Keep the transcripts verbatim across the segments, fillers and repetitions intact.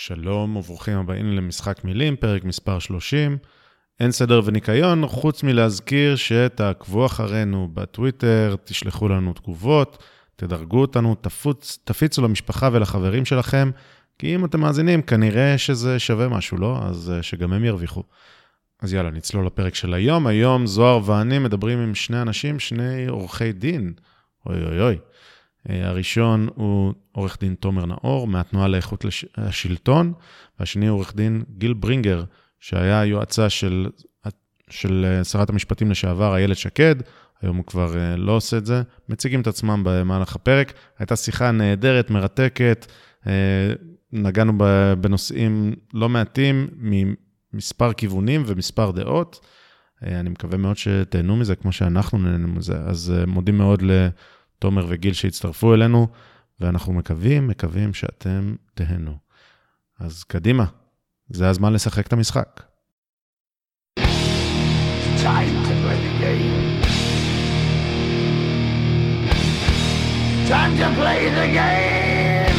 שלום וברוכים הבאים למשחק מילים, פרק מספר שלושים. אין סדר וניקיון, חוץ מלהזכיר שתעקבו אחרינו בטוויטר, תשלחו לנו תגובות, תדרגו אותנו, תפוץ, תפיצו למשפחה ולחברים שלכם, כי אם אתם מאזינים, כנראה שזה שווה משהו, לא? אז שגם הם ירוויחו. אז יאללה, נצלול לפרק של היום. היום זוהר ואני מדברים עם שני אנשים, שני עורכי דין. אוי אוי אוי. הראשון הוא עורך דין תומר נאור, מהתנועה לאיכות השלטון, והשני הוא עורך דין גיל ברינגר, שהיה יועצה של, של שרת המשפטים לשעבר, איילת שקד, היום הוא כבר לא עושה את זה, מציגים את עצמם במהלך הפרק, הייתה שיחה נהדרת, מרתקת, נגענו בנושאים לא מעטים, ממספר כיוונים ומספר דעות, אני מקווה מאוד שתהנו מזה, כמו שאנחנו נהנו מזה, אז מודים מאוד לתומר וגיל שהצטרפו אלינו, ואנחנו מקווים, מקווים שאתם תהנו. אז קדימה, זה הזמן לשחק את המשחק. Time to play the game. Time to play the game.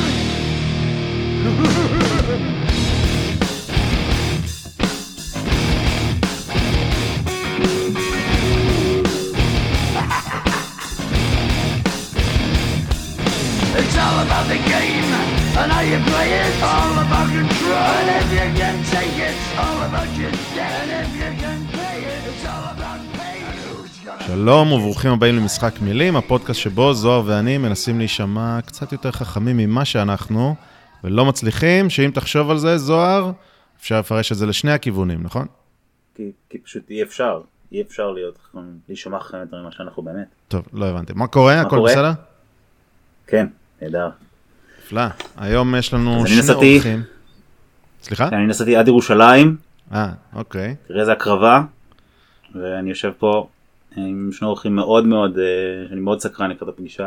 It's all about the game and how you play it. All about control, and if you can take it, all about your debt. And if you can pay it, it's all about pay. שלום וברוכים הבאים למשחק מילים, הפודקאסט שבו זוהר ואני מנסים להישמע קצת יותר חכמים ממה שאנחנו, ולא מצליחים, שאם תחשוב על זה, זוהר, אפשר לפרש את זה לשני הכיוונים, נכון? כי, כי פשוט אי אפשר, אי אפשר להיות חכמים, להישמע חכמים יותר ממה שאנחנו באמת. טוב, לא הבנתי. מה קורה? מה הכל קורה? בסדר? כן, נהדר. נפלא. היום יש לנו אז שני אני נסעתי- אורחים. סליחה? אני נסעתי עד ירושלים, אה, אוקיי. תראה איזה הקרבה, ואני יושב פה עם שני אורחים מאוד מאוד, אה, שאני מאוד סקרן לקראת הפגישה.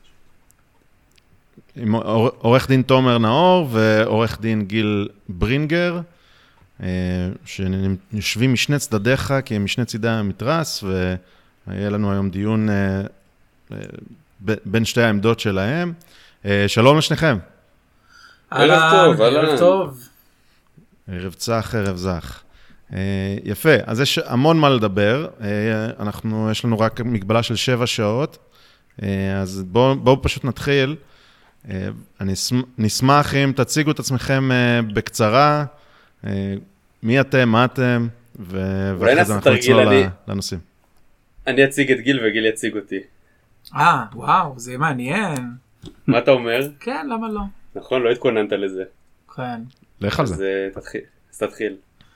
עם עור- עורך דין תומר נאור ועורך דין גיל ברינגר, אה, שיושבים משני צדדיך, כי הם משני צידי המתרס, ויהיה לנו היום דיון אה, אה, ב- בין שתי העמדות שלהם. אה, שלום לשניכם. ערב טוב, ערב טוב. ערב צח, ערב זך. אה, יפה, אז יש המון מה לדבר. אה, אנחנו, יש לנו רק מגבלה של שבע שעות, אה, אז בואו בואו פשוט נתחיל. אה, אני אשמ- נשמח אם תציגו את עצמכם אה, בקצרה, אה, מי אתם, מה אתם, ו- ואחרי נעשה זה אנחנו תרגיל, נצלול אני- ל- לנושאים. אני אציג את גיל וגיל יציג אותי. אה, וואו, זה מעניין. מה אתה אומר? כן, למה לא? נכון, לא התכוננת לזה. כן. לך על אז זה. אה, תתחיל. אז תתחיל.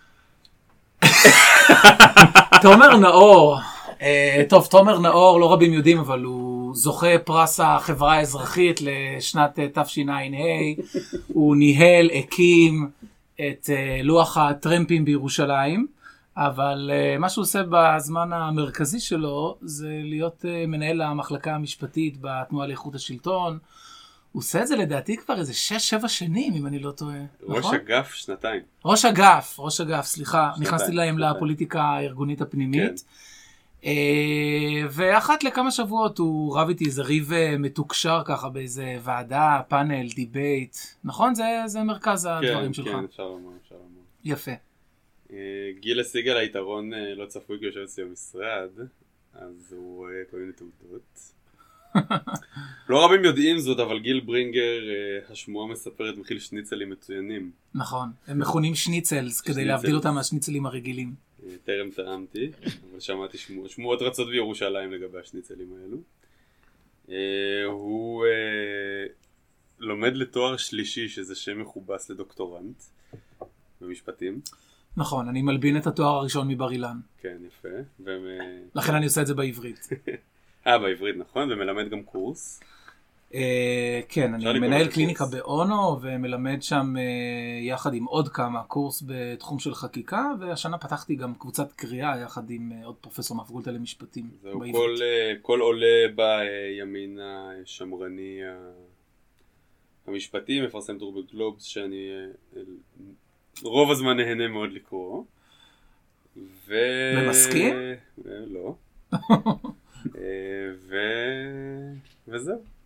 תומר נאור, אה, טוב, תומר נאור, לא רבים יודעים, אבל הוא זוכה פרס החברה האזרחית לשנת אה, תשע"ה. הוא ניהל, הקים את אה, לוח הטרמפים בירושלים, אבל אה, מה שהוא עושה בזמן המרכזי שלו, זה להיות אה, מנהל המחלקה המשפטית בתנועה לאיכות השלטון. הוא עושה את זה לדעתי כבר איזה שש, שבע שנים, אם אני לא טועה. ראש נכון? אגף שנתיים. ראש אגף, ראש אגף, סליחה, שנתיים, נכנסתי להם שנתיים. לפוליטיקה הארגונית הפנימית. אה, ואחת לכמה שבועות הוא רב איתי איזה ריב אה, מתוקשר ככה באיזה ועדה, פאנל, דיבייט. נכון? זה, זה מרכז הדברים כן, שלך. כן, אפשר לומר, אפשר לומר. יפה. אה, גיל השיג על היתרון אה, לא צפוי כי יושב אצלי במשרד, אז הוא רואה כל מיני תעודות. לא רבים יודעים זאת, אבל גיל ברינגר, אה, השמועה מספרת, מכיל שניצלים מצוינים. נכון. הם מכונים שניצלס, כדי שניצלס. להבדיל אותם מהשניצלים הרגילים. אה, טרם טעמתי, אבל שמעתי שמועות, שמועות רצות בירושלים לגבי השניצלים האלו. אה, הוא אה, לומד לתואר שלישי, שזה שם מכובס לדוקטורנט במשפטים. נכון, אני מלבין את התואר הראשון מבר אילן. כן, יפה. והם, אה, לכן אני עושה את זה בעברית. אה, בעברית, נכון, ומלמד גם קורס. אה, כן, אפשר אני לקרוא מנהל לזה קליניקה קורס. באונו, ומלמד שם אה, יחד עם עוד כמה קורס בתחום של חקיקה, והשנה פתחתי גם קבוצת קריאה יחד עם אה, עוד פרופסור מהפקולטה למשפטים זהו, בעברית. כל, אה, כל עולה בימין השמרני ה- המשפטי מפרסם טור בגלובס שאני אה, רוב הזמן נהנה מאוד לקרוא. ו... ומסכים? אה, לא. אה, ו... וזהו.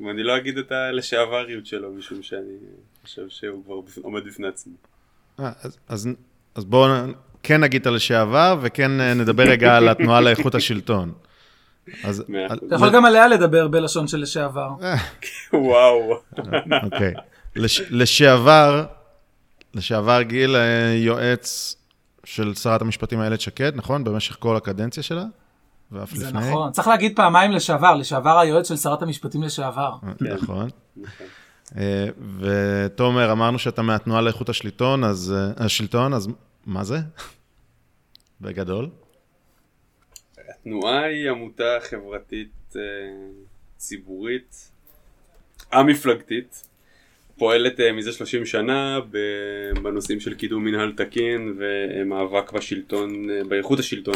ואני לא אגיד את הלשעבריות שלו, משום שאני חושב שהוא כבר עומד בפני עצמו. אז, אז, אז בואו כן נגיד על לשעבר, וכן נדבר רגע על התנועה לאיכות השלטון. אז, אתה יכול גם עליה לדבר בלשון של לשעבר. וואו. אוקיי. לש, לשעבר, לשעבר גיל יועץ של שרת המשפטים איילת שקד, נכון? במשך כל הקדנציה שלה? ואף זה לפני. נכון. צריך להגיד פעמיים לשעבר, לשעבר היועץ של שרת המשפטים לשעבר. נכון. ותומר, אמרנו שאתה מהתנועה לאיכות השלטון, אז השלטון, אז מה זה? בגדול? התנועה היא עמותה חברתית ציבורית, המפלגתית, פועלת מזה שלושים שנה בנושאים של קידום מנהל תקין ומאבק בשלטון, באיכות השלטון,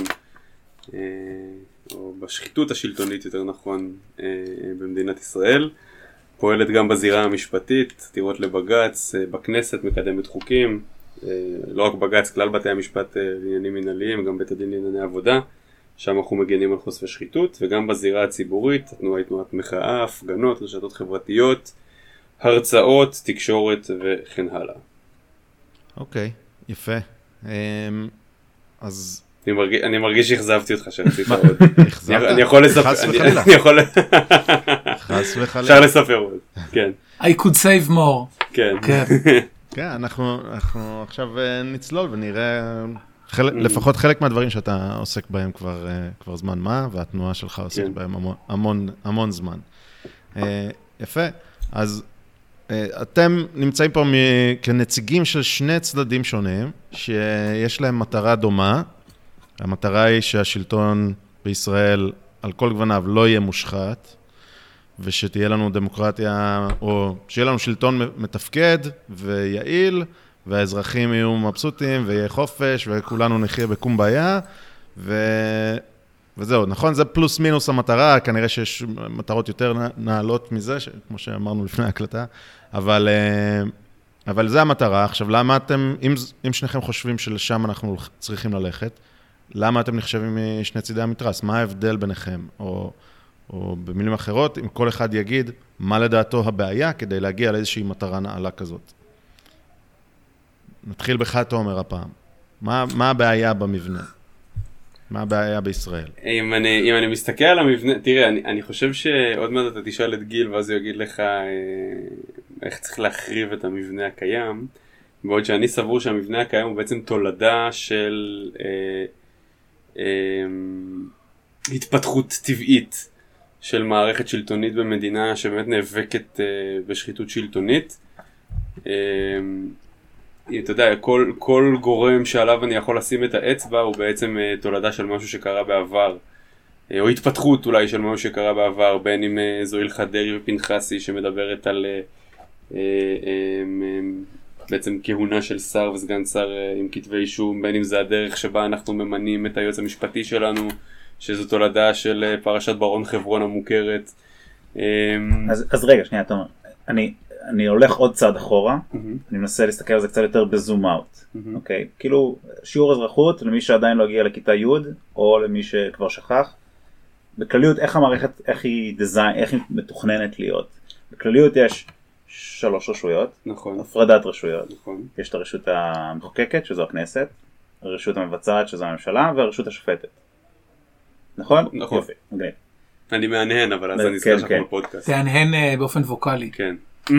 או בשחיתות השלטונית יותר נכון במדינת ישראל. פועלת גם בזירה המשפטית, עתירות לבג"ץ, בכנסת מקדמת חוקים, לא רק בג"ץ, כלל בתי המשפט לעניינים מנהליים, גם בית הדין לענייני עבודה, שם אנחנו מגנים על חושפי שחיתות, וגם בזירה הציבורית, התנועה היא תנועת מחאה, הפגנות, רשתות חברתיות, הרצאות, תקשורת וכן הלאה. אוקיי, יפה. אז... אני מרגיש, אני מרגיש שהחזבתי אותך שרצית עוד. החזבת? אני יכול לספר. חס וחלילה. אני יכול... חס וחלילה. אפשר לספר עוד, כן. I could save more. כן. כן, אנחנו, אנחנו עכשיו נצלול ונראה חלק, לפחות חלק מהדברים שאתה עוסק בהם כבר, כבר זמן מה, והתנועה שלך עוסקת בהם המון, המון, המון זמן. יפה. אז אתם נמצאים פה כנציגים של שני צדדים שונים, שיש להם מטרה דומה. המטרה היא שהשלטון בישראל על כל גווניו לא יהיה מושחת, ושתהיה לנו דמוקרטיה, או שיהיה לנו שלטון מתפקד ויעיל, והאזרחים יהיו מבסוטים ויהיה חופש, וכולנו נחיה בקומביה, ו... וזהו, נכון? זה פלוס מינוס המטרה, כנראה שיש מטרות יותר נעלות מזה, ש... כמו שאמרנו לפני ההקלטה, אבל, אבל זה המטרה. עכשיו, למה אתם, אם, אם שניכם חושבים שלשם אנחנו צריכים ללכת, למה אתם נחשבים משני צידי המתרס? מה ההבדל ביניכם? או, או במילים אחרות, אם כל אחד יגיד מה לדעתו הבעיה כדי להגיע לאיזושהי מטרה נעלה כזאת. נתחיל בך, תומר, הפעם. מה, מה הבעיה במבנה? מה הבעיה בישראל? אם אני, אם אני מסתכל על המבנה, תראה, אני, אני חושב שעוד מעט אתה תשאל את גיל, ואז הוא יגיד לך אה, איך צריך להחריב את המבנה הקיים, בעוד שאני סבור שהמבנה הקיים הוא בעצם תולדה של אה, אה, התפתחות טבעית של מערכת שלטונית במדינה שבאמת נאבקת אה, בשחיתות שלטונית. אה, אתה יודע, כל, כל גורם שעליו אני יכול לשים את האצבע הוא בעצם uh, תולדה של משהו שקרה בעבר, uh, או התפתחות אולי של משהו שקרה בעבר, בין אם uh, זו הלכת דרעי ופנחסי שמדברת על uh, uh, um, בעצם כהונה של שר וסגן שר uh, עם כתבי אישום, בין אם זה הדרך שבה אנחנו ממנים את היועץ המשפטי שלנו, שזו תולדה של uh, פרשת ברון חברון המוכרת. Um, אז, אז רגע, שנייה, תומר, אני... אני הולך עוד צעד אחורה, mm-hmm. אני מנסה להסתכל על זה קצת יותר בזום אאוט, mm-hmm. אוקיי? כאילו שיעור אזרחות למי שעדיין לא הגיע לכיתה י' או למי שכבר שכח, בכלליות איך המערכת, איך היא דיזיין, איך היא מתוכננת להיות. בכלליות יש שלוש רשויות, נכון. הפרדת רשויות, נכון. יש את הרשות המחוקקת שזו הכנסת, הרשות המבצעת שזו הממשלה והרשות השופטת. נכון? נכון. יופי, מגניב. אני מהנהן, אבל אז אני אזכר שאנחנו בפודקאסט. תהנהן באופן ווקלי. כן.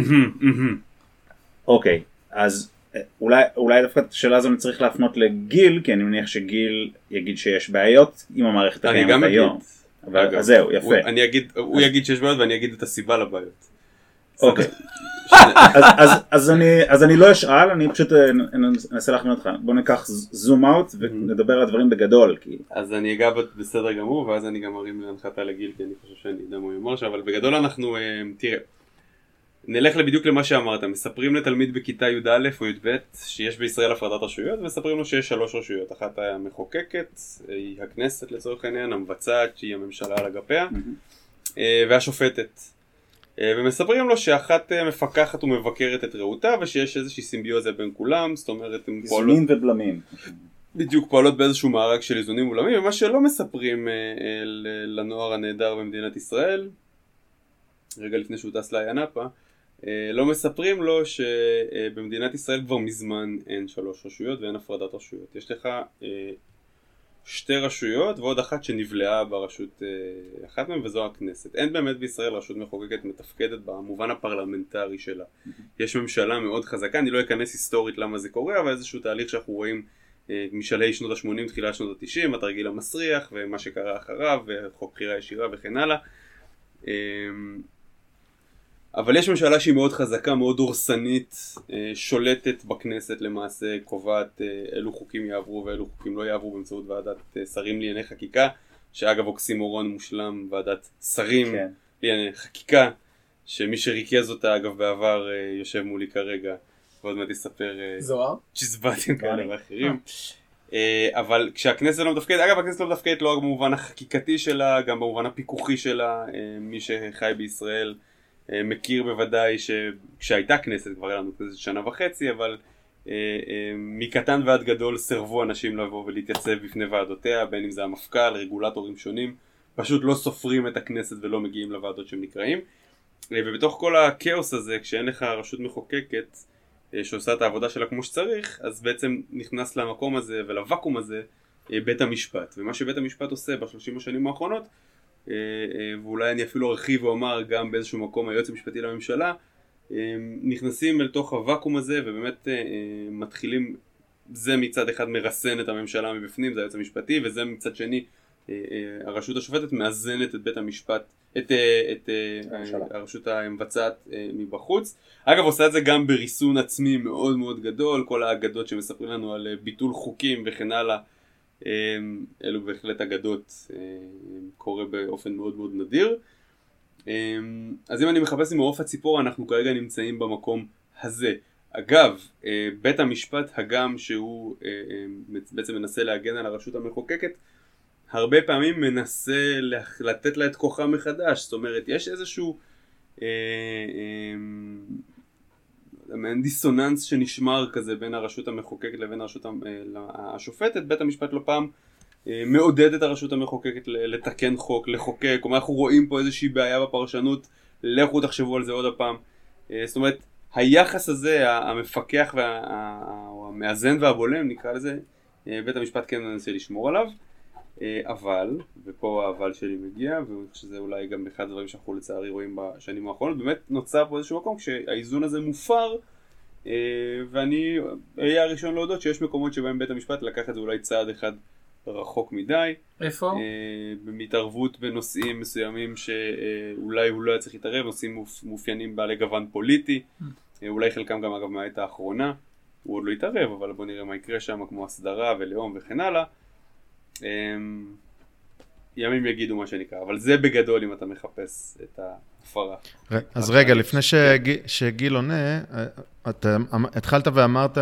אוקיי, אז אולי, אולי דווקא את השאלה הזו אני צריך להפנות לגיל, כי אני מניח שגיל יגיד שיש בעיות עם המערכת הקיימת היום. אבל אז זהו, יפה. אני אגיד, הוא יגיד שיש בעיות ואני אגיד את הסיבה לבעיות. אוקיי. אז אני לא אשאל, אני פשוט אנסה להכין אותך. בוא ניקח זום אאוט ונדבר על הדברים בגדול. אז אני אגע בסדר גמור, ואז אני גם ארים להנחתה לגיל, כי אני חושב שאני יודע מה הוא יאמר, אבל בגדול אנחנו, תראה, נלך בדיוק למה שאמרת, מספרים לתלמיד בכיתה י"א או י"ב שיש בישראל הפרדת רשויות, ומספרים לו שיש שלוש רשויות, אחת המחוקקת, היא הכנסת לצורך העניין, המבצעת שהיא הממשלה על אגפיה, והשופטת. ומספרים לו שאחת מפקחת ומבקרת את רעותה, ושיש איזושהי סימביוזה בין כולם, זאת אומרת, הם פועלות... איזונים ובלמים. בדיוק, פועלות באיזשהו מארג של איזונים ובלמים, ומה שלא מספרים לנוער הנהדר במדינת ישראל, רגע לפני שהוא טס לאיינפה, לא מספרים לו שבמדינת ישראל כבר מזמן אין שלוש רשויות ואין הפרדת רשויות. יש לך שתי רשויות ועוד אחת שנבלעה ברשות אחת מהן, וזו הכנסת. אין באמת בישראל רשות מחוקקת מתפקדת במובן הפרלמנטרי שלה. יש ממשלה מאוד חזקה, אני לא אכנס היסטורית למה זה קורה, אבל איזשהו תהליך שאנחנו רואים משלהי שנות ה-שמונים, תחילת שנות ה-תשעים, התרגיל המסריח ומה שקרה אחריו, וחוק בחירה ישירה וכן הלאה. אבל יש ממשלה שהיא מאוד חזקה, מאוד דורסנית, שולטת בכנסת למעשה, קובעת אילו חוקים יעברו ואילו חוקים לא יעברו באמצעות ועדת שרים לענייני חקיקה, שאגב אוקסימורון מושלם, ועדת שרים כן. לענייני חקיקה, שמי שריכז אותה אגב בעבר יושב מולי כרגע, ועוד מעט יספר זוהר? צ'יזבטים כאלה ואחרים. אבל כשהכנסת לא מתפקדת, אגב הכנסת לא מתפקדת לא רק במובן החקיקתי שלה, גם במובן הפיקוחי שלה, מי שחי בישראל, מכיר בוודאי שכשהייתה כנסת, כבר היה לנו כנסת שנה וחצי, אבל מקטן ועד גדול סרבו אנשים לבוא ולהתייצב בפני ועדותיה, בין אם זה המפכ"ל, רגולטורים שונים, פשוט לא סופרים את הכנסת ולא מגיעים לוועדות שהם נקראים. ובתוך כל הכאוס הזה, כשאין לך רשות מחוקקת שעושה את העבודה שלה כמו שצריך, אז בעצם נכנס למקום הזה ולוואקום הזה בית המשפט. ומה שבית המשפט עושה בשלושים השנים האחרונות, ואולי אני אפילו ארחיב ואומר גם באיזשהו מקום היועץ המשפטי לממשלה, נכנסים אל תוך הוואקום הזה ובאמת מתחילים, זה מצד אחד מרסן את הממשלה מבפנים, זה היועץ המשפטי, וזה מצד שני הרשות השופטת מאזנת את בית המשפט, את, את הרשות המבצעת מבחוץ. אגב עושה את זה גם בריסון עצמי מאוד מאוד גדול, כל האגדות שמספרים לנו על ביטול חוקים וכן הלאה, אלו בהחלט אגדות, קורה באופן מאוד מאוד נדיר. אז אם אני מחפש עם מעוף הציפור, אנחנו כרגע נמצאים במקום הזה. אגב, בית המשפט הגם שהוא בעצם מנסה להגן על הרשות המחוקקת, הרבה פעמים מנסה לתת לה את כוחה מחדש. זאת אומרת, יש איזשהו מעין דיסוננס שנשמר כזה בין הרשות המחוקקת לבין הרשות השופטת. בית המשפט לא פעם מעודד את הרשות המחוקקת לתקן חוק, לחוקק, או אנחנו רואים פה איזושהי בעיה בפרשנות, לכו תחשבו על זה עוד הפעם. זאת אומרת, היחס הזה, המפקח והמאזן והבולם, נקרא לזה, בית המשפט כן מנסה לשמור עליו, אבל, ופה האבל שלי מגיע, ושזה אולי גם אחד הדברים שאנחנו לצערי רואים בשנים האחרונות, באמת נוצר פה איזשהו מקום כשהאיזון הזה מופר, ואני אהיה הראשון להודות שיש מקומות שבהם בית המשפט לקח את זה אולי צעד אחד רחוק מדי. איפה? במתערבות בנושאים מסוימים שאולי הוא לא היה צריך להתערב, נושאים מאופיינים בעלי גוון פוליטי, אולי חלקם גם אגב מהעת האחרונה, הוא עוד לא התערב, אבל בוא נראה מה יקרה שם, כמו הסדרה ולאום וכן הלאה. ימים יגידו מה שנקרא, אבל זה בגדול אם אתה מחפש את ההפרה. אז רגע, לפני שגיל עונה, אתה התחלת ואמרת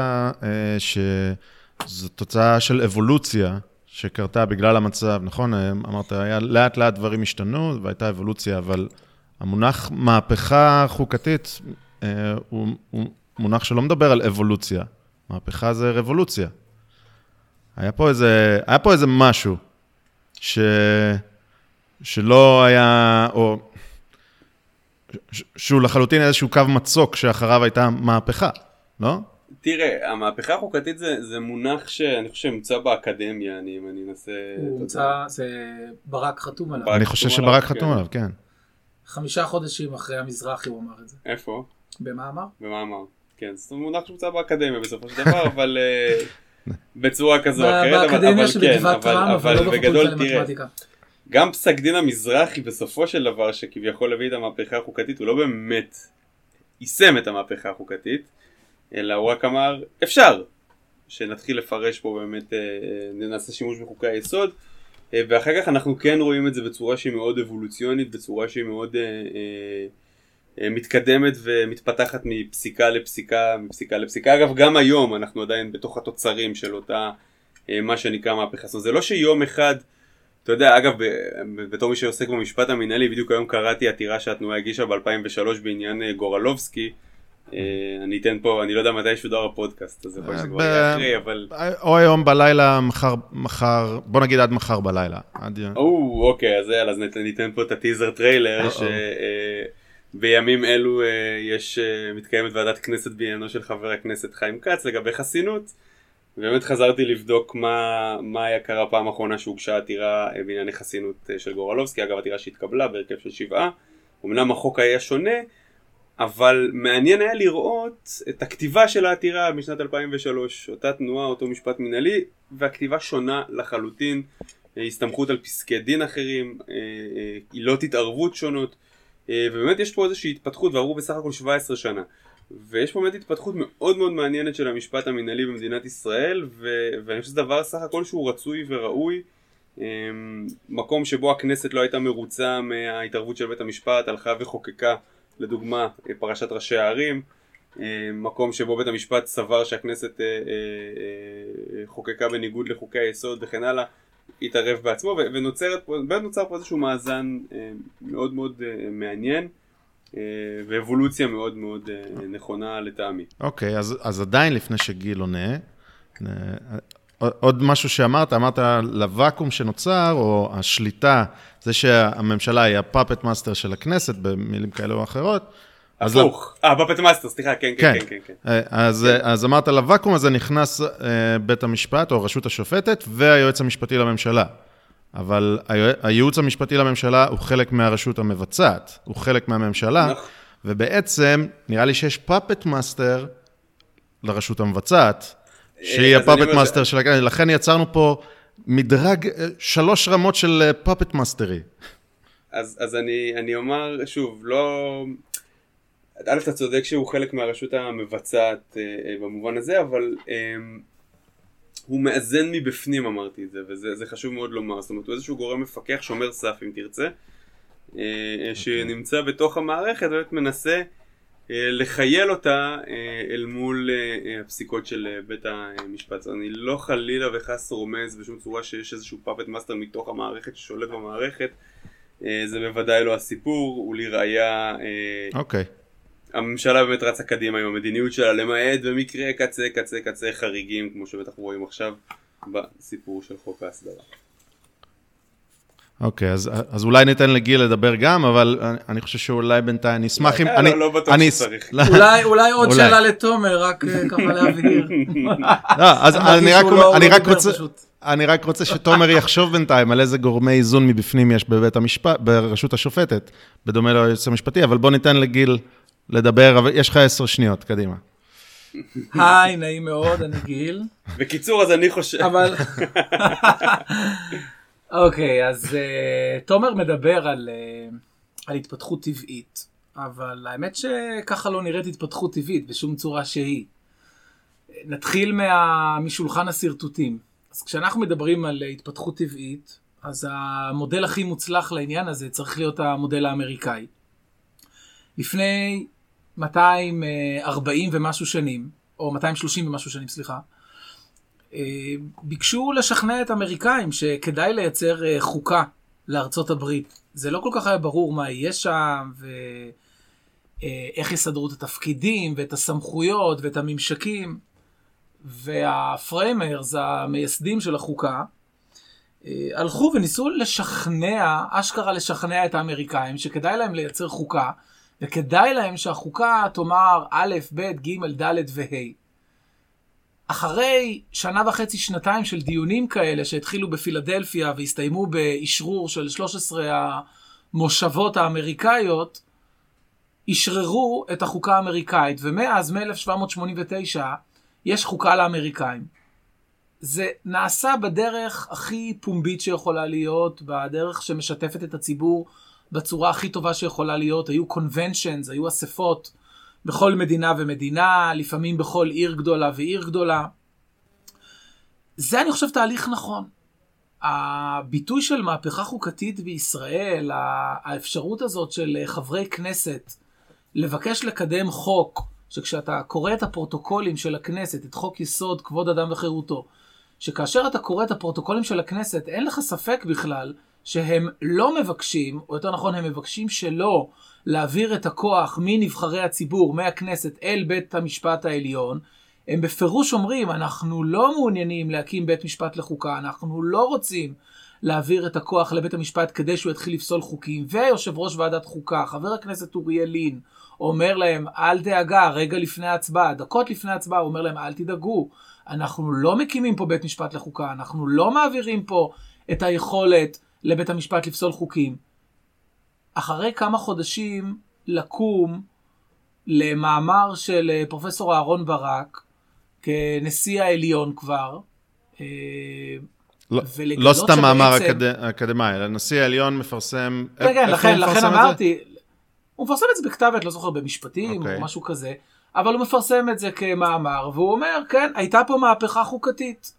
שזו תוצאה של אבולוציה שקרתה בגלל המצב, נכון? אמרת, לאט לאט דברים השתנו והייתה אבולוציה, אבל המונח מהפכה חוקתית הוא מונח שלא מדבר על אבולוציה. מהפכה זה רבולוציה. היה פה איזה, היה פה איזה משהו ש, שלא היה, או ש, שהוא לחלוטין איזשהו קו מצוק שאחריו הייתה מהפכה, לא? תראה, המהפכה החוקתית זה, זה מונח שאני חושב מוצא באקדמיה, אני, אם אני אנסה... הוא מוצא, זה ברק חתום עליו. אני חושב שברק חתום עליו, כן. חמישה חודשים אחרי המזרחי הוא אמר את זה. איפה? במאמר? במאמר, כן. זה מונח שמוצא באקדמיה בסופו של דבר, אבל... בצורה כזו או אחרת, באקדמיה שבגבעת רם, אבל לא בפקולטה למתמטיקה. גם פסק דין המזרחי בסופו של דבר, שכביכול הביא את המהפכה החוקתית, הוא לא באמת יישם את המהפכה החוקתית, אלא הוא רק אמר, אפשר, שנתחיל לפרש פה באמת, נעשה שימוש בחוקי היסוד, ואחר כך אנחנו כן רואים את זה בצורה שהיא מאוד אבולוציונית, בצורה שהיא מאוד מתקדמת ומתפתחת מפסיקה לפסיקה, מפסיקה לפסיקה. אגב, גם היום אנחנו עדיין בתוך התוצרים של אותה, מה שנקרא מהפכה. זאת אומרת, זה לא שיום אחד, אתה יודע, אגב, בתור מי שעוסק במשפט המנהלי, בדיוק היום קראתי עתירה שהתנועה הגישה ב-אלפיים ושלוש בעניין גורלובסקי. אני אתן פה, אני לא יודע מתי שודר הפודקאסט, אז יכול שכבר יהיה אחרי, אבל... או היום בלילה, מחר, מחר, בוא נגיד עד מחר בלילה. או, אוקיי, אז ניתן פה את הטיזר טריילר, ש... בימים אלו יש, מתקיימת ועדת כנסת בעניינו של חבר הכנסת חיים כץ לגבי חסינות. ובאמת חזרתי לבדוק מה, מה היה קרה פעם האחרונה שהוגשה עתירה בענייני חסינות של גורלובסקי, אגב עתירה שהתקבלה בהרכב של שבעה. אמנם החוק היה שונה, אבל מעניין היה לראות את הכתיבה של העתירה משנת אלפיים ושלוש, אותה תנועה, אותו משפט מנהלי, והכתיבה שונה לחלוטין, הסתמכות על פסקי דין אחרים, עילות התערבות שונות, ובאמת יש פה איזושהי התפתחות, ועברו בסך הכל שבע עשרה שנה. ויש פה באמת התפתחות מאוד מאוד מעניינת של המשפט המנהלי במדינת ישראל, ו- ואני חושב שזה דבר סך הכל שהוא רצוי וראוי, מקום שבו הכנסת לא הייתה מרוצה מההתערבות של בית המשפט, הלכה וחוקקה, לדוגמה, פרשת ראשי הערים, מקום שבו בית המשפט סבר שהכנסת חוקקה בניגוד לחוקי היסוד וכן הלאה, התערב בעצמו, ונוצרת פה, באמת נוצר פה איזשהו מאזן מאוד מאוד מעניין, ואבולוציה מאוד מאוד נכונה לטעמי. אוקיי, אז, אז עדיין לפני שגיל עונה, עוד משהו שאמרת, אמרת לוואקום שנוצר, או השליטה, זה שהממשלה היא הפאפט מאסטר של הכנסת, במילים כאלה או אחרות. הפוך, אה, פאפט מאסטר, סליחה, כן, כן, כן, כן. אז, אז אמרת לוואקום, אז נכנס בית המשפט, או רשות השופטת, והיועץ המשפטי לממשלה. אבל הייעוץ המשפטי לממשלה הוא חלק מהרשות המבצעת, הוא חלק מהממשלה, ובעצם נראה לי שיש פאפט מאסטר לרשות המבצעת, שהיא הפאפט מאסטר של הכנסת, לכן יצרנו פה מדרג, שלוש רמות של פאפט מאסטרי. אז, אז אני, אני אומר, שוב, לא... א', אתה צודק שהוא חלק מהרשות המבצעת אה, במובן הזה, אבל אה, הוא מאזן מבפנים, אמרתי את זה, וזה זה חשוב מאוד לומר. זאת אומרת, הוא איזשהו גורם מפקח, שומר סף, אם תרצה, אה, שנמצא בתוך המערכת, ובאמת מנסה לחייל אותה אל מול הפסיקות של בית המשפט. אני לא חלילה וחס רומז בשום צורה שיש איזשהו פאפט מאסטר מתוך המערכת ששולט במערכת. זה בוודאי לא הסיפור, הוא לראיה... אוקיי. הממשלה באמת רצה קדימה עם המדיניות שלה, למעט במקרה קצה קצה קצה חריגים, כמו שבטח רואים עכשיו בסיפור של חוק ההסדרה. אוקיי, אז, אז אולי ניתן לגיל לדבר גם, אבל אני, אני חושב שאולי בינתיים, אני אשמח אם... אני, לא, לא בטוח אני, שצריך. אולי, אולי עוד אולי. שאלה לתומר, רק ככה להבהיר. לא, אז אני רק, לא, אני לא רק רוצה... פשוט. אני רק רוצה שתומר יחשוב בינתיים על איזה גורמי איזון מבפנים יש בבית המשפט, ברשות השופטת, בדומה ליועץ המשפטי, אבל בוא ניתן לגיל לדבר, אבל יש לך עשר שניות, קדימה. היי, נעים מאוד, אני גיל. בקיצור, אז אני חושב... אבל... אוקיי, אז uh, תומר מדבר על, uh, על התפתחות טבעית, אבל האמת שככה לא נראית התפתחות טבעית בשום צורה שהיא. נתחיל מה, משולחן הסרטוטים. אז כשאנחנו מדברים על התפתחות טבעית, אז המודל הכי מוצלח לעניין הזה צריך להיות המודל האמריקאי. לפני מאתיים וארבעים ומשהו שנים, או מאתיים ושלושים ומשהו שנים, סליחה, ביקשו לשכנע את האמריקאים שכדאי לייצר חוקה לארצות הברית. זה לא כל כך היה ברור מה יהיה שם, ואיך יסדרו את התפקידים, ואת הסמכויות, ואת הממשקים. והפריימרס, המייסדים של החוקה, הלכו וניסו לשכנע, אשכרה לשכנע את האמריקאים, שכדאי להם לייצר חוקה, וכדאי להם שהחוקה תאמר א', ב', ג', ד' וה'. אחרי שנה וחצי, שנתיים של דיונים כאלה שהתחילו בפילדלפיה והסתיימו באשרור של שלוש עשרה המושבות האמריקאיות, אשררו את החוקה האמריקאית, ומאז מ-אלף שבע מאות שמונים ותשע יש חוקה לאמריקאים. זה נעשה בדרך הכי פומבית שיכולה להיות, בדרך שמשתפת את הציבור בצורה הכי טובה שיכולה להיות. היו conventions, היו אספות, בכל מדינה ומדינה, לפעמים בכל עיר גדולה ועיר גדולה. זה אני חושב תהליך נכון. הביטוי של מהפכה חוקתית בישראל, האפשרות הזאת של חברי כנסת לבקש לקדם חוק, שכשאתה קורא את הפרוטוקולים של הכנסת, את חוק יסוד כבוד אדם וחירותו, שכאשר אתה קורא את הפרוטוקולים של הכנסת, אין לך ספק בכלל שהם לא מבקשים, או יותר נכון הם מבקשים שלא, להעביר את הכוח מנבחרי הציבור, מהכנסת אל בית המשפט העליון. הם בפירוש אומרים, אנחנו לא מעוניינים להקים בית משפט לחוקה, אנחנו לא רוצים להעביר את הכוח לבית המשפט כדי שהוא יתחיל לפסול חוקים, ויושב ראש ועדת חוקה, חבר הכנסת אוריאל לין, אומר להם, אל דאגה, רגע לפני ההצבעה, דקות לפני ההצבעה, הוא אומר להם, אל תדאגו, אנחנו לא מקימים פה בית משפט לחוקה, אנחנו לא מעבירים פה את היכולת לבית המשפט לפסול חוקים. אחרי כמה חודשים לקום למאמר של פרופסור אהרון ברק, כנשיא העליון כבר, לא, לא סתם מאמר אקדמי, אלא נשיא העליון מפרסם... כן, לכן, לכן אמרתי, הוא מפרסם את זה בכתבת, לא זוכר, במשפטים okay. או משהו כזה, אבל הוא מפרסם את זה כמאמר, והוא אומר, כן, הייתה פה מהפכה חוקתית.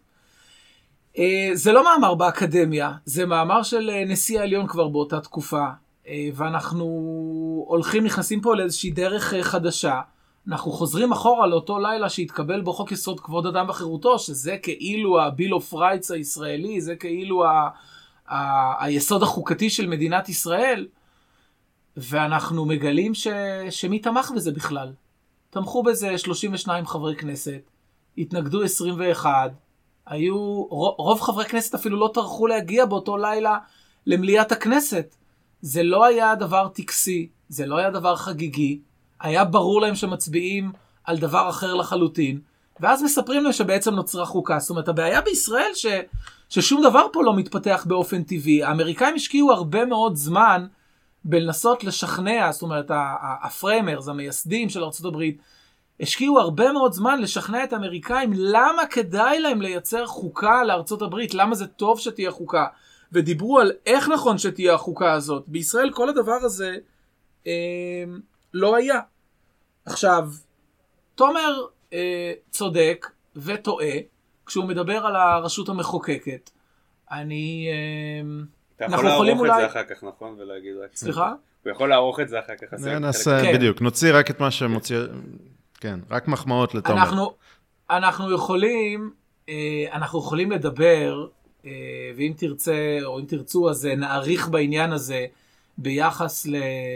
זה לא מאמר באקדמיה, זה מאמר של נשיא העליון כבר באותה תקופה, ואנחנו הולכים, נכנסים פה לאיזושהי דרך חדשה, אנחנו חוזרים אחורה לאותו לילה שהתקבל בו חוק יסוד כבוד אדם וחירותו, שזה כאילו ה-Bill of Rights הישראלי, זה כאילו ה- ה- היסוד החוקתי של מדינת ישראל, ואנחנו מגלים ש- שמי תמך בזה בכלל. תמכו בזה שלושים ושניים חברי כנסת, התנגדו עשרים ואחת, היו, רוב חברי כנסת אפילו לא טרחו להגיע באותו לילה למליאת הכנסת. זה לא היה דבר טקסי, זה לא היה דבר חגיגי, היה ברור להם שמצביעים על דבר אחר לחלוטין, ואז מספרים להם שבעצם נוצרה חוקה. זאת אומרת, הבעיה בישראל ש, ששום דבר פה לא מתפתח באופן טבעי. האמריקאים השקיעו הרבה מאוד זמן בלנסות לשכנע, זאת אומרת, הפריימרס, המייסדים של ארצות הברית, השקיעו הרבה מאוד זמן לשכנע את האמריקאים למה כדאי להם לייצר חוקה לארצות הברית, למה זה טוב שתהיה חוקה. ודיברו על איך נכון שתהיה החוקה הזאת. בישראל כל הדבר הזה אה, לא היה. עכשיו, תומר אה, צודק וטועה כשהוא מדבר על הרשות המחוקקת. אני... אה, אתה יכול לערוך אולי... את זה אחר כך, נכון? ולהגיד רק... סליחה? הוא יכול לערוך את זה אחר כך. נעשה, כן. בדיוק. נוציא רק את מה שמוציא... כן, רק מחמאות לתומר. אנחנו, אנחנו יכולים, אה, אנחנו יכולים לדבר... ואם תרצה, או אם תרצו, אז נעריך בעניין הזה ביחס ל...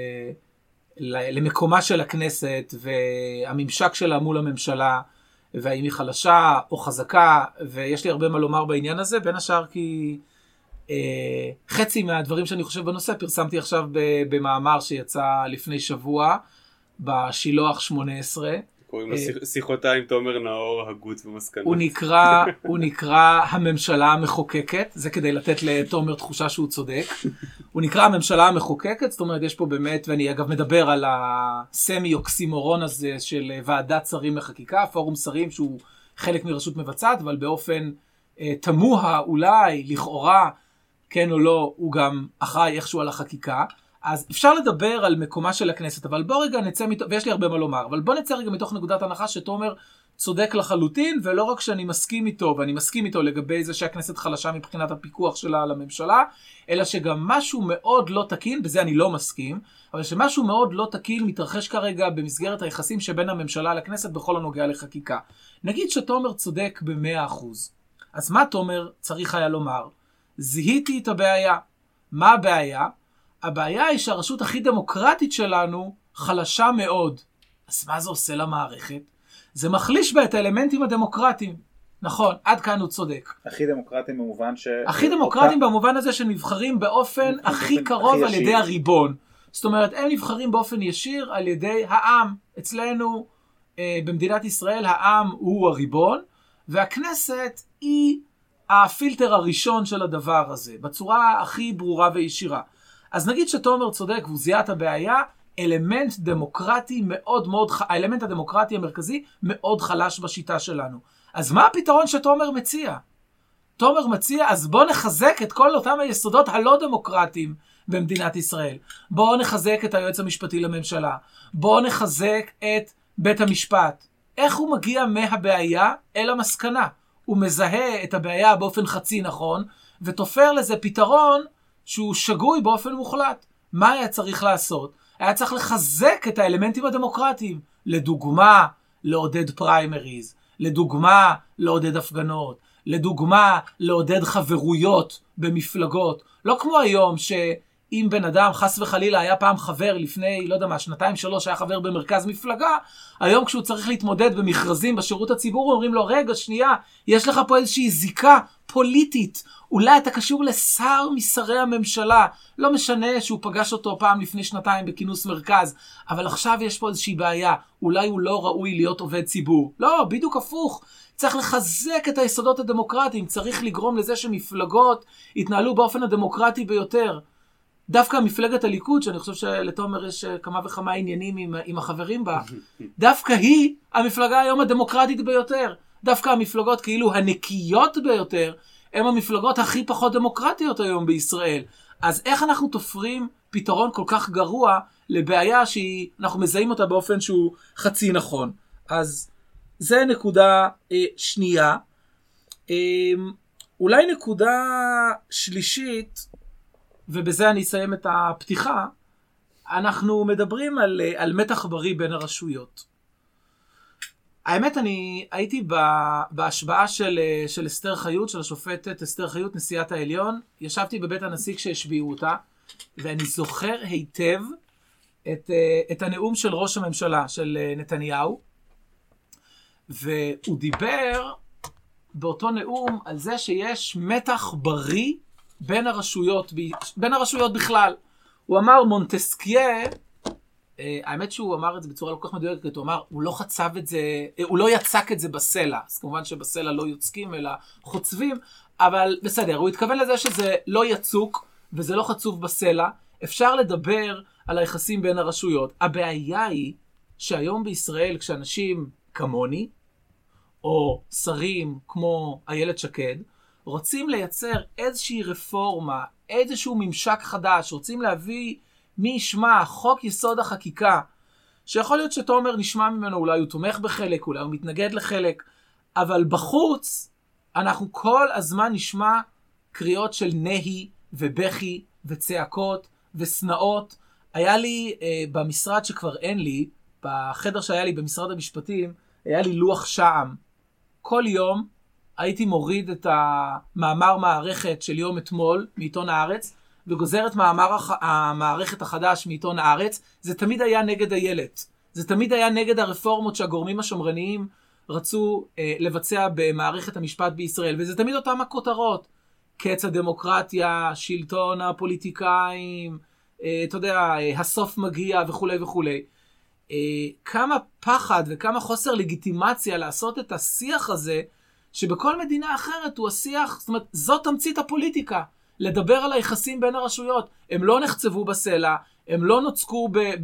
למקומה של הכנסת והממשק שלה מול הממשלה, והאם היא חלשה או חזקה, ויש לי הרבה מה לומר בעניין הזה, בין השאר כי אה, חצי מהדברים שאני חושב בנושא פרסמתי עכשיו במאמר שיצא לפני שבוע, בשילוח שמונה עשרה, קוראים לו שיחותה עם תומר נאור, הגות ומסקנות. הוא נקרא, הוא נקרא הממשלה המחוקקת, זה כדי לתת לתומר תחושה שהוא צודק. הוא נקרא הממשלה המחוקקת, זאת אומרת, יש פה באמת, ואני אגב מדבר על הסמי אוקסימורון הזה של ועדת שרים לחקיקה, פורום שרים שהוא חלק מרשות מבצעת, אבל באופן אה, תמוה אולי, לכאורה, כן או לא, הוא גם אחראי איכשהו על החקיקה. אז אפשר לדבר על מקומה של הכנסת, אבל בוא רגע נצא מתוך, ויש לי הרבה מה לומר, אבל בוא נצא רגע מתוך נקודת הנחה שתומר צודק לחלוטין, ולא רק שאני מסכים איתו, ואני מסכים איתו לגבי זה שהכנסת חלשה מבחינת הפיקוח שלה על הממשלה, אלא שגם משהו מאוד לא תקין, בזה אני לא מסכים, אבל שמשהו מאוד לא תקין מתרחש כרגע במסגרת היחסים שבין הממשלה לכנסת בכל הנוגע לחקיקה. נגיד שתומר צודק ב-מאה אחוז. אז מה תומר צריך היה לומר? זיהיתי את הבעיה. מה הבעיה? הבעיה היא שהרשות הכי דמוקרטית שלנו חלשה מאוד. אז מה זה עושה למערכת? זה מחליש בה את האלמנטים הדמוקרטיים. נכון, עד כאן הוא צודק. הכי דמוקרטיים במובן ש... הכי דמוקרטיים במובן הזה שנבחרים באופן הכי קרוב על ידי הריבון. זאת אומרת, הם נבחרים באופן ישיר על ידי העם. אצלנו, במדינת ישראל, העם הוא הריבון, והכנסת היא הפילטר הראשון של הדבר הזה, בצורה הכי ברורה וישירה. אז נגיד שתומר צודק והוא זיהה את הבעיה, אלמנט דמוקרטי מאוד מאוד, האלמנט הדמוקרטי המרכזי מאוד חלש בשיטה שלנו. אז מה הפתרון שתומר מציע? תומר מציע, אז בוא נחזק את כל אותם היסודות הלא דמוקרטיים במדינת ישראל. בוא נחזק את היועץ המשפטי לממשלה. בוא נחזק את בית המשפט. איך הוא מגיע מהבעיה אל המסקנה? הוא מזהה את הבעיה באופן חצי נכון, ותופר לזה פתרון שהוא שגוי באופן מוחלט. מה היה צריך לעשות? היה צריך לחזק את האלמנטים הדמוקרטיים. לדוגמה, לעודד פריימריז. לדוגמה, לעודד הפגנות. לדוגמה, לעודד חברויות במפלגות. לא כמו היום שאם בן אדם חס וחלילה היה פעם חבר לפני, לא יודע מה, שנתיים שלוש היה חבר במרכז מפלגה, היום כשהוא צריך להתמודד במכרזים בשירות הציבור, אומרים לו, רגע, שנייה, יש לך פה איזושהי זיקה פוליטית. אולי אתה קשור לשר משרי הממשלה. לא משנה שהוא פגש אותו פעם לפני שנתיים בכינוס מרכז, אבל עכשיו יש פה איזושהי בעיה. אולי הוא לא ראוי להיות עובד ציבור. לא, בדיוק הפוך. צריך לחזק את היסודות הדמוקרטיים. צריך לגרום לזה שמפלגות יתנהלו באופן הדמוקרטי ביותר. דווקא מפלגת הליכוד, שאני חושב שלתומר יש כמה וכמה עניינים עם, עם החברים בה, דווקא היא המפלגה היום הדמוקרטית ביותר. דווקא המפלגות כאילו הנקיות ביותר, הן המפלגות הכי פחות דמוקרטיות היום בישראל. אז איך אנחנו תופרים פתרון כל כך גרוע לבעיה שאנחנו מזהים אותה באופן שהוא חצי נכון? אז זה נקודה אה, שנייה. אה, אולי נקודה שלישית, ובזה אני אסיים את הפתיחה, אנחנו מדברים על, על מתח בריא בין הרשויות. האמת, אני הייתי בהשבעה של, של אסתר חיות, של השופטת אסתר חיות, נשיאת העליון. ישבתי בבית הנשיא כשהשביעו אותה, ואני זוכר היטב את, את הנאום של ראש הממשלה, של נתניהו, והוא דיבר באותו נאום על זה שיש מתח בריא בין הרשויות, בין הרשויות בכלל. הוא אמר מונטסקיה, האמת שהוא אמר את זה בצורה לא כל כך מדויקת, הוא אמר, הוא לא חצב את זה, הוא לא יצק את זה בסלע. אז כמובן שבסלע לא יוצקים, אלא חוצבים, אבל בסדר, הוא התכוון לזה שזה לא יצוק, וזה לא חצוב בסלע. אפשר לדבר על היחסים בין הרשויות. הבעיה היא שהיום בישראל, כשאנשים כמוני, או שרים כמו איילת שקד, רוצים לייצר איזושהי רפורמה, איזשהו ממשק חדש, רוצים להביא מי ישמע חוק יסוד החקיקה, שיכול להיות שתומר נשמע ממנו, אולי הוא תומך בחלק, אולי הוא מתנגד לחלק, אבל בחוץ אנחנו כל הזמן נשמע קריאות של נהי ובכי וצעקות וסנאות. היה לי אה, במשרד שכבר אין לי, בחדר שהיה לי במשרד המשפטים, היה לי לוח שעם. כל יום הייתי מוריד את המאמר מערכת של יום אתמול מעיתון הארץ, וגוזר את מאמר המערכת החדש מעיתון הארץ. זה תמיד היה נגד הילד. זה תמיד היה נגד הרפורמות שהגורמים השמרניים רצו אה, לבצע במערכת המשפט בישראל. וזה תמיד אותם הכותרות. קץ הדמוקרטיה, שלטון הפוליטיקאים, אה, אתה יודע, אה, הסוף מגיע וכו' וכו'. אה, כמה פחד וכמה חוסר לגיטימציה לעשות את השיח הזה, שבכל מדינה אחרת הוא השיח, זאת אומרת, זאת תמצית הפוליטיקה. לדבר על היחסים בין הרשויות. הם לא נחצבו בסלע, הם לא נוצקו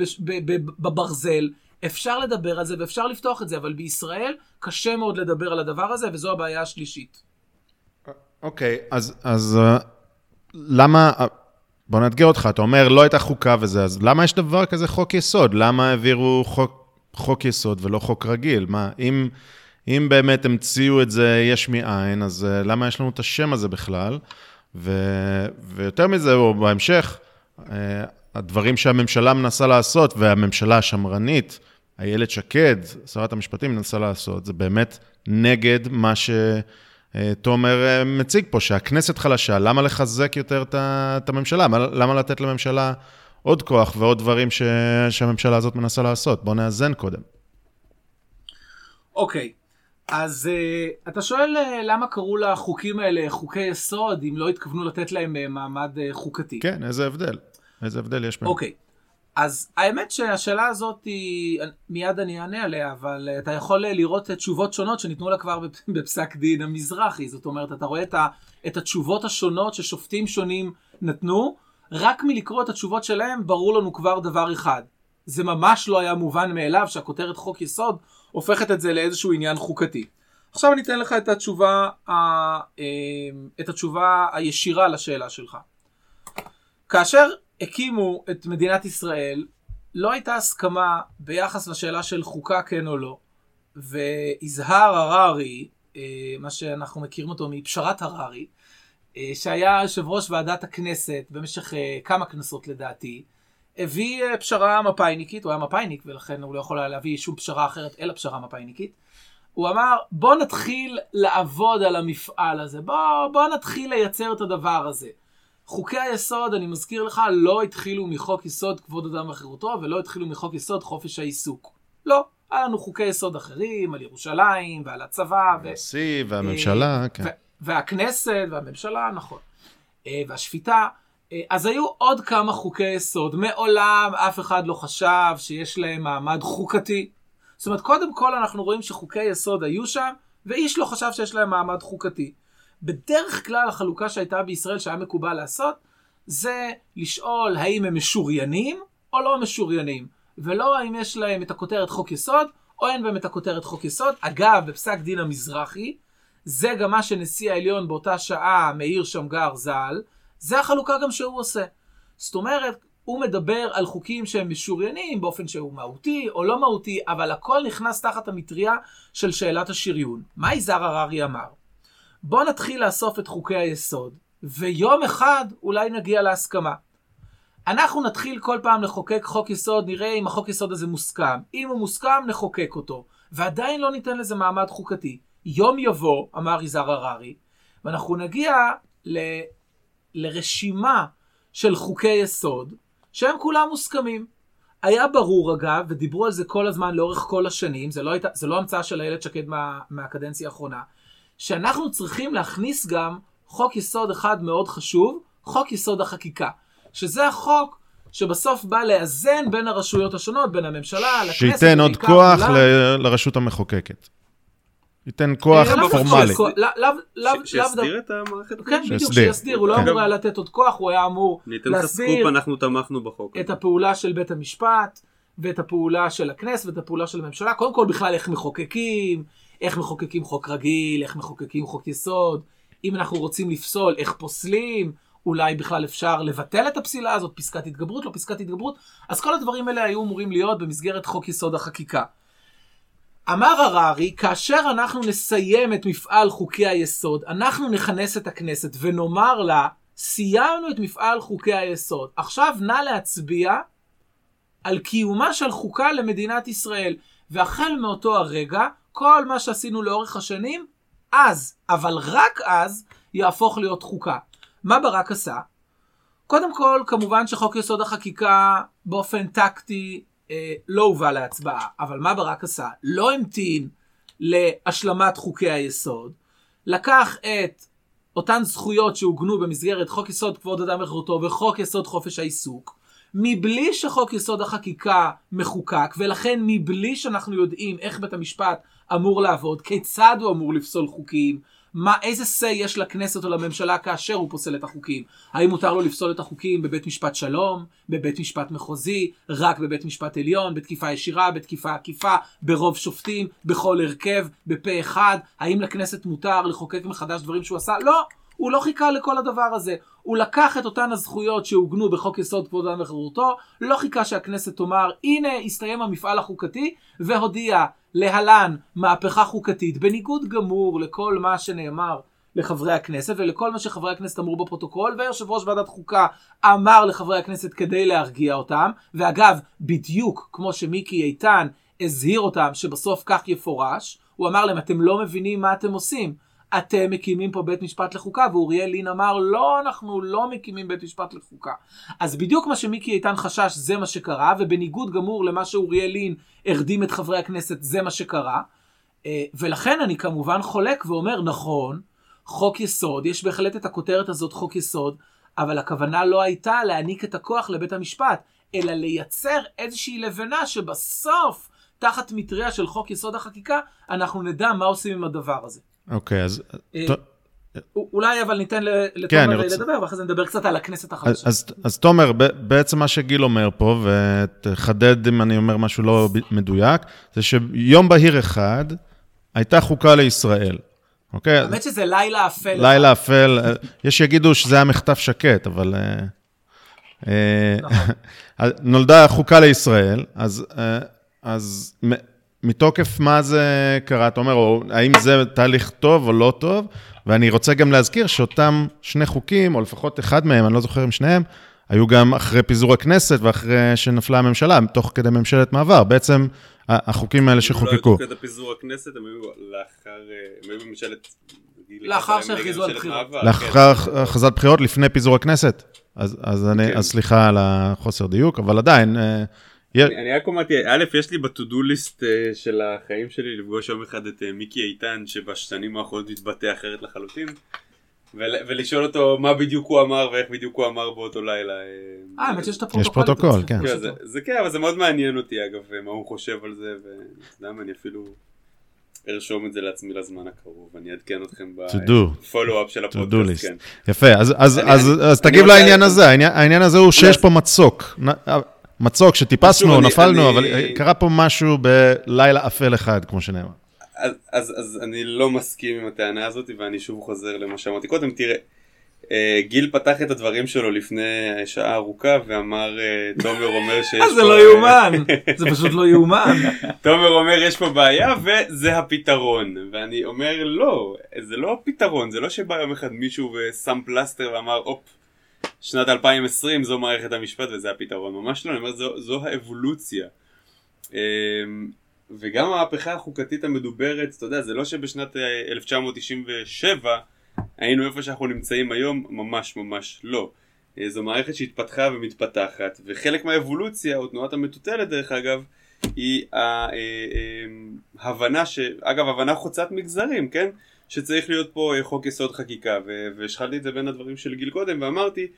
בברזל. אפשר לדבר על זה ואפשר לפתוח את זה, אבל בישראל קשה מאוד לדבר על הדבר הזה, וזו הבעיה השלישית. אוקיי, אז, אז למה, בוא נאתגר אותך, אתה אומר לא הייתה חוקה וזה, אז למה יש דבר כזה חוק יסוד? למה העבירו חוק, חוק יסוד ולא חוק רגיל? מה, אם, אם באמת המציאו את זה יש מאין, אז למה יש לנו את השם הזה בכלל? ו... ויותר מזה, או בהמשך, הדברים שהממשלה מנסה לעשות, והממשלה השמרנית, איילת שקד, שרת המשפטים מנסה לעשות, זה באמת נגד מה שתומר מציג פה, שהכנסת חלשה. למה לחזק יותר את הממשלה? למה לתת לממשלה עוד כוח ועוד דברים ש... שהממשלה הזאת מנסה לעשות? בואו נאזן קודם. אוקיי. אז uh, אתה שואל uh, למה קראו לחוקים האלה חוקי יסוד, אם לא התכוונו לתת להם uh, מעמד uh, חוקתי? כן, איזה הבדל. איזה הבדל יש בהם. אוקיי. אז האמת שהשאלה הזאת היא, מיד אני אענה עליה, אבל uh, אתה יכול uh, לראות uh, תשובות שונות שניתנו לה כבר בפסק דין המזרחי. זאת אומרת, אתה רואה את, ה, את התשובות השונות ששופטים שונים נתנו, רק מלקרוא את התשובות שלהם ברור לנו כבר דבר אחד. זה ממש לא היה מובן מאליו שהכותרת חוק יסוד הופכת את זה לאיזשהו עניין חוקתי. עכשיו אני אתן לך את התשובה, את התשובה הישירה לשאלה שלך. כאשר הקימו את מדינת ישראל, לא הייתה הסכמה ביחס לשאלה של חוקה כן או לא, ויזהר הררי, מה שאנחנו מכירים אותו מפשרת הררי, שהיה יושב ראש ועדת הכנסת במשך כמה כנסות לדעתי, הביא פשרה מפאיניקית, הוא היה מפאיניק ולכן הוא לא יכול היה להביא שום פשרה אחרת אלא פשרה מפאיניקית. הוא אמר, בוא נתחיל לעבוד על המפעל הזה, בוא, בוא נתחיל לייצר את הדבר הזה. חוקי היסוד, אני מזכיר לך, לא התחילו מחוק יסוד כבוד אדם וחירותו, ולא התחילו מחוק יסוד חופש העיסוק. לא, היה לנו חוקי יסוד אחרים, על ירושלים ועל הצבא. הנשיא והממשלה, כן. והכנסת והממשלה, נכון. והשפיטה. אז היו עוד כמה חוקי יסוד. מעולם אף אחד לא חשב שיש להם מעמד חוקתי. זאת אומרת, קודם כל אנחנו רואים שחוקי יסוד היו שם, ואיש לא חשב שיש להם מעמד חוקתי. בדרך כלל החלוקה שהייתה בישראל שהיה מקובל לעשות, זה לשאול האם הם משוריינים או לא משוריינים, ולא האם יש להם את הכותרת חוק יסוד, או אין בהם את הכותרת חוק יסוד. אגב, בפסק דין המזרחי, זה גם מה שנשיא העליון באותה שעה, מאיר שמגר ז"ל, זה החלוקה גם שהוא עושה. זאת אומרת, הוא מדבר על חוקים שהם משוריינים, באופן שהוא מהותי או לא מהותי, אבל הכל נכנס תחת המטריה של שאלת השריון. מה יזהר הררי אמר? בוא נתחיל לאסוף את חוקי היסוד, ויום אחד אולי נגיע להסכמה. אנחנו נתחיל כל פעם לחוקק חוק יסוד, נראה אם החוק יסוד הזה מוסכם. אם הוא מוסכם, נחוקק אותו. ועדיין לא ניתן לזה מעמד חוקתי. יום יבוא, אמר יזהר הררי, ואנחנו נגיע ל... לרשימה של חוקי יסוד, שהם כולם מוסכמים. היה ברור אגב, ודיברו על זה כל הזמן לאורך כל השנים, זה לא, הייתה, זה לא המצאה של איילת שקד מה, מהקדנציה האחרונה, שאנחנו צריכים להכניס גם חוק יסוד אחד מאוד חשוב, חוק יסוד החקיקה, שזה החוק שבסוף בא לאזן בין הרשויות השונות, בין הממשלה, לכנסת. שייתן עוד כוח ל- לרשות המחוקקת. ייתן כוח פורמלי. שיסדיר את המערכת. כן, בדיוק, שיסדיר. הוא לא אמור היה לתת עוד כוח, הוא היה אמור להסדיר אנחנו תמכנו בחוק. את הפעולה של בית המשפט, ואת הפעולה של הכנסת, ואת הפעולה של הממשלה. קודם כל בכלל איך מחוקקים, איך מחוקקים חוק רגיל, איך מחוקקים חוק יסוד. אם אנחנו רוצים לפסול, איך פוסלים, אולי בכלל אפשר לבטל את הפסילה הזאת, פסקת התגברות, לא פסקת התגברות. אז כל הדברים האלה היו אמורים להיות במסגרת חוק יסוד החקיקה. אמר הררי, כאשר אנחנו נסיים את מפעל חוקי היסוד, אנחנו נכנס את הכנסת ונאמר לה, סיימנו את מפעל חוקי היסוד. עכשיו נא להצביע על קיומה של חוקה למדינת ישראל. והחל מאותו הרגע, כל מה שעשינו לאורך השנים, אז, אבל רק אז, יהפוך להיות חוקה. מה ברק עשה? קודם כל, כמובן שחוק יסוד החקיקה באופן טקטי, לא הובא להצבעה, אבל מה ברק עשה? לא המתין להשלמת חוקי היסוד, לקח את אותן זכויות שהוגנו במסגרת חוק יסוד כבוד אדם וחירותו וחוק יסוד חופש העיסוק, מבלי שחוק יסוד החקיקה מחוקק, ולכן מבלי שאנחנו יודעים איך בית המשפט אמור לעבוד, כיצד הוא אמור לפסול חוקים, מה, איזה say יש לכנסת או לממשלה כאשר הוא פוסל את החוקים. האם מותר לו לפסול את החוקים בבית משפט שלום, בבית משפט מחוזי, רק בבית משפט עליון, בתקיפה ישירה, בתקיפה עקיפה, ברוב שופטים, בכל הרכב, בפה אחד. האם לכנסת מותר לחוקק מחדש דברים שהוא עשה? לא, הוא לא חיכה לכל הדבר הזה. הוא לקח את אותן הזכויות שהוגנו בחוק יסוד כבוד אדם וחירותו, לא חיכה שהכנסת תאמר, הנה הסתיים המפעל החוקתי, והודיע להלן מהפכה חוקתית, בניגוד גמור לכל מה שנאמר לחברי הכנסת, ולכל מה שחברי הכנסת אמרו בפרוטוקול, ויושב ראש ועדת חוקה אמר לחברי הכנסת כדי להרגיע אותם, ואגב, בדיוק כמו שמיקי איתן הזהיר אותם שבסוף כך יפורש, הוא אמר להם, אתם לא מבינים מה אתם עושים, אתם מקימים פה בית משפט לחוקה, ואוריאל לין אמר, לא, אנחנו לא מקימים בית משפט לחוקה. אז בדיוק מה שמיקי איתן חשש, זה מה שקרה, ובניגוד גמור למה שאוריאל לין הרדים את חברי הכנסת, זה מה שקרה. ולכן אני כמובן חולק ואומר, נכון, חוק יסוד, יש בהחלט את הכותרת הזאת חוק יסוד, אבל הכוונה לא הייתה להעניק את הכוח לבית המשפט, אלא לייצר איזושהי לבנה שבסוף, תחת מטריה של חוק יסוד החקיקה, אנחנו נדע מה עושים עם הדבר הזה. אוקיי, אז... אולי אבל ניתן לתומר לדבר, ואחרי זה נדבר קצת על הכנסת החדשה. אז תומר, בעצם מה שגיל אומר פה, ותחדד אם אני אומר משהו לא מדויק, זה שיום בהיר אחד, הייתה חוקה לישראל. אוקיי? האמת שזה לילה אפל. לילה אפל, יש שיגידו שזה היה מחטף שקט, אבל... נולדה חוקה לישראל, אז... מתוקף מה זה קרה, אתה אומר, או האם זה תהליך טוב או לא טוב, ואני רוצה גם להזכיר שאותם שני חוקים, או לפחות אחד מהם, אני לא זוכר אם שניהם, היו גם אחרי פיזור הכנסת, ואחרי שנפלה הממשלה, תוך כדי ממשלת מעבר, בעצם החוקים האלה שחוקקו. לא היו תוך כדי פיזור הכנסת, הם היו לאחר, הם היו בממשלת... לאחר שהכריזו על בחירות. לאחר הכרזת בחירות, לפני פיזור הכנסת. אז סליחה על החוסר דיוק, אבל עדיין... אני רק אמרתי, א', יש לי בטודו ליסט של החיים שלי לפגוש יום אחד את מיקי איתן, שבשנים האחרונות התבטא אחרת לחלוטין, ולשאול אותו מה בדיוק הוא אמר ואיך בדיוק הוא אמר באותו לילה. אה, האמת שיש את הפרוטוקול. יש פרוטוקול, כן. זה כן, אבל זה מאוד מעניין אותי אגב, מה הוא חושב על זה, ואתה יודע מה, אני אפילו ארשום את זה לעצמי לזמן הקרוב, אני אעדכן אתכם בפולו-אפ של הפודקאסט, כן. יפה, אז תגיב לעניין הזה, העניין הזה הוא שיש פה מצוק, מצוק שטיפסנו, נפלנו, אבל קרה פה משהו בלילה אפל אחד, כמו שנאמר. אז, אז, אז אני לא מסכים עם הטענה הזאת, ואני שוב חוזר למה שאמרתי קודם. תראה, גיל פתח את הדברים שלו לפני שעה ארוכה, ואמר, תומר אומר שיש פה... זה לא יאומן, זה פשוט לא יאומן. תומר אומר, יש פה בעיה, וזה הפתרון. ואני אומר, לא, זה לא הפתרון, זה לא שבא יום אחד מישהו ושם פלסטר ואמר, אופ, שנת אלפיים ועשרים זו מערכת המשפט וזה הפתרון. ממש לא, אני אומר, זו, זו האבולוציה. וגם המהפכה החוקתית המדוברת, אתה יודע, זה לא שבשנת אלף תשע מאות תשעים ושבע היינו איפה שאנחנו נמצאים היום, ממש ממש לא. זו מערכת שהתפתחה ומתפתחת, וחלק מהאבולוציה, או תנועת המטוטלת דרך אגב, היא ההבנה, ש... אגב, הבנה חוצת מגזרים, כן? שצריך להיות פה חוק יסוד חקיקה, והשחלתי את זה בין הדברים של גיל קודם, ואמרתי,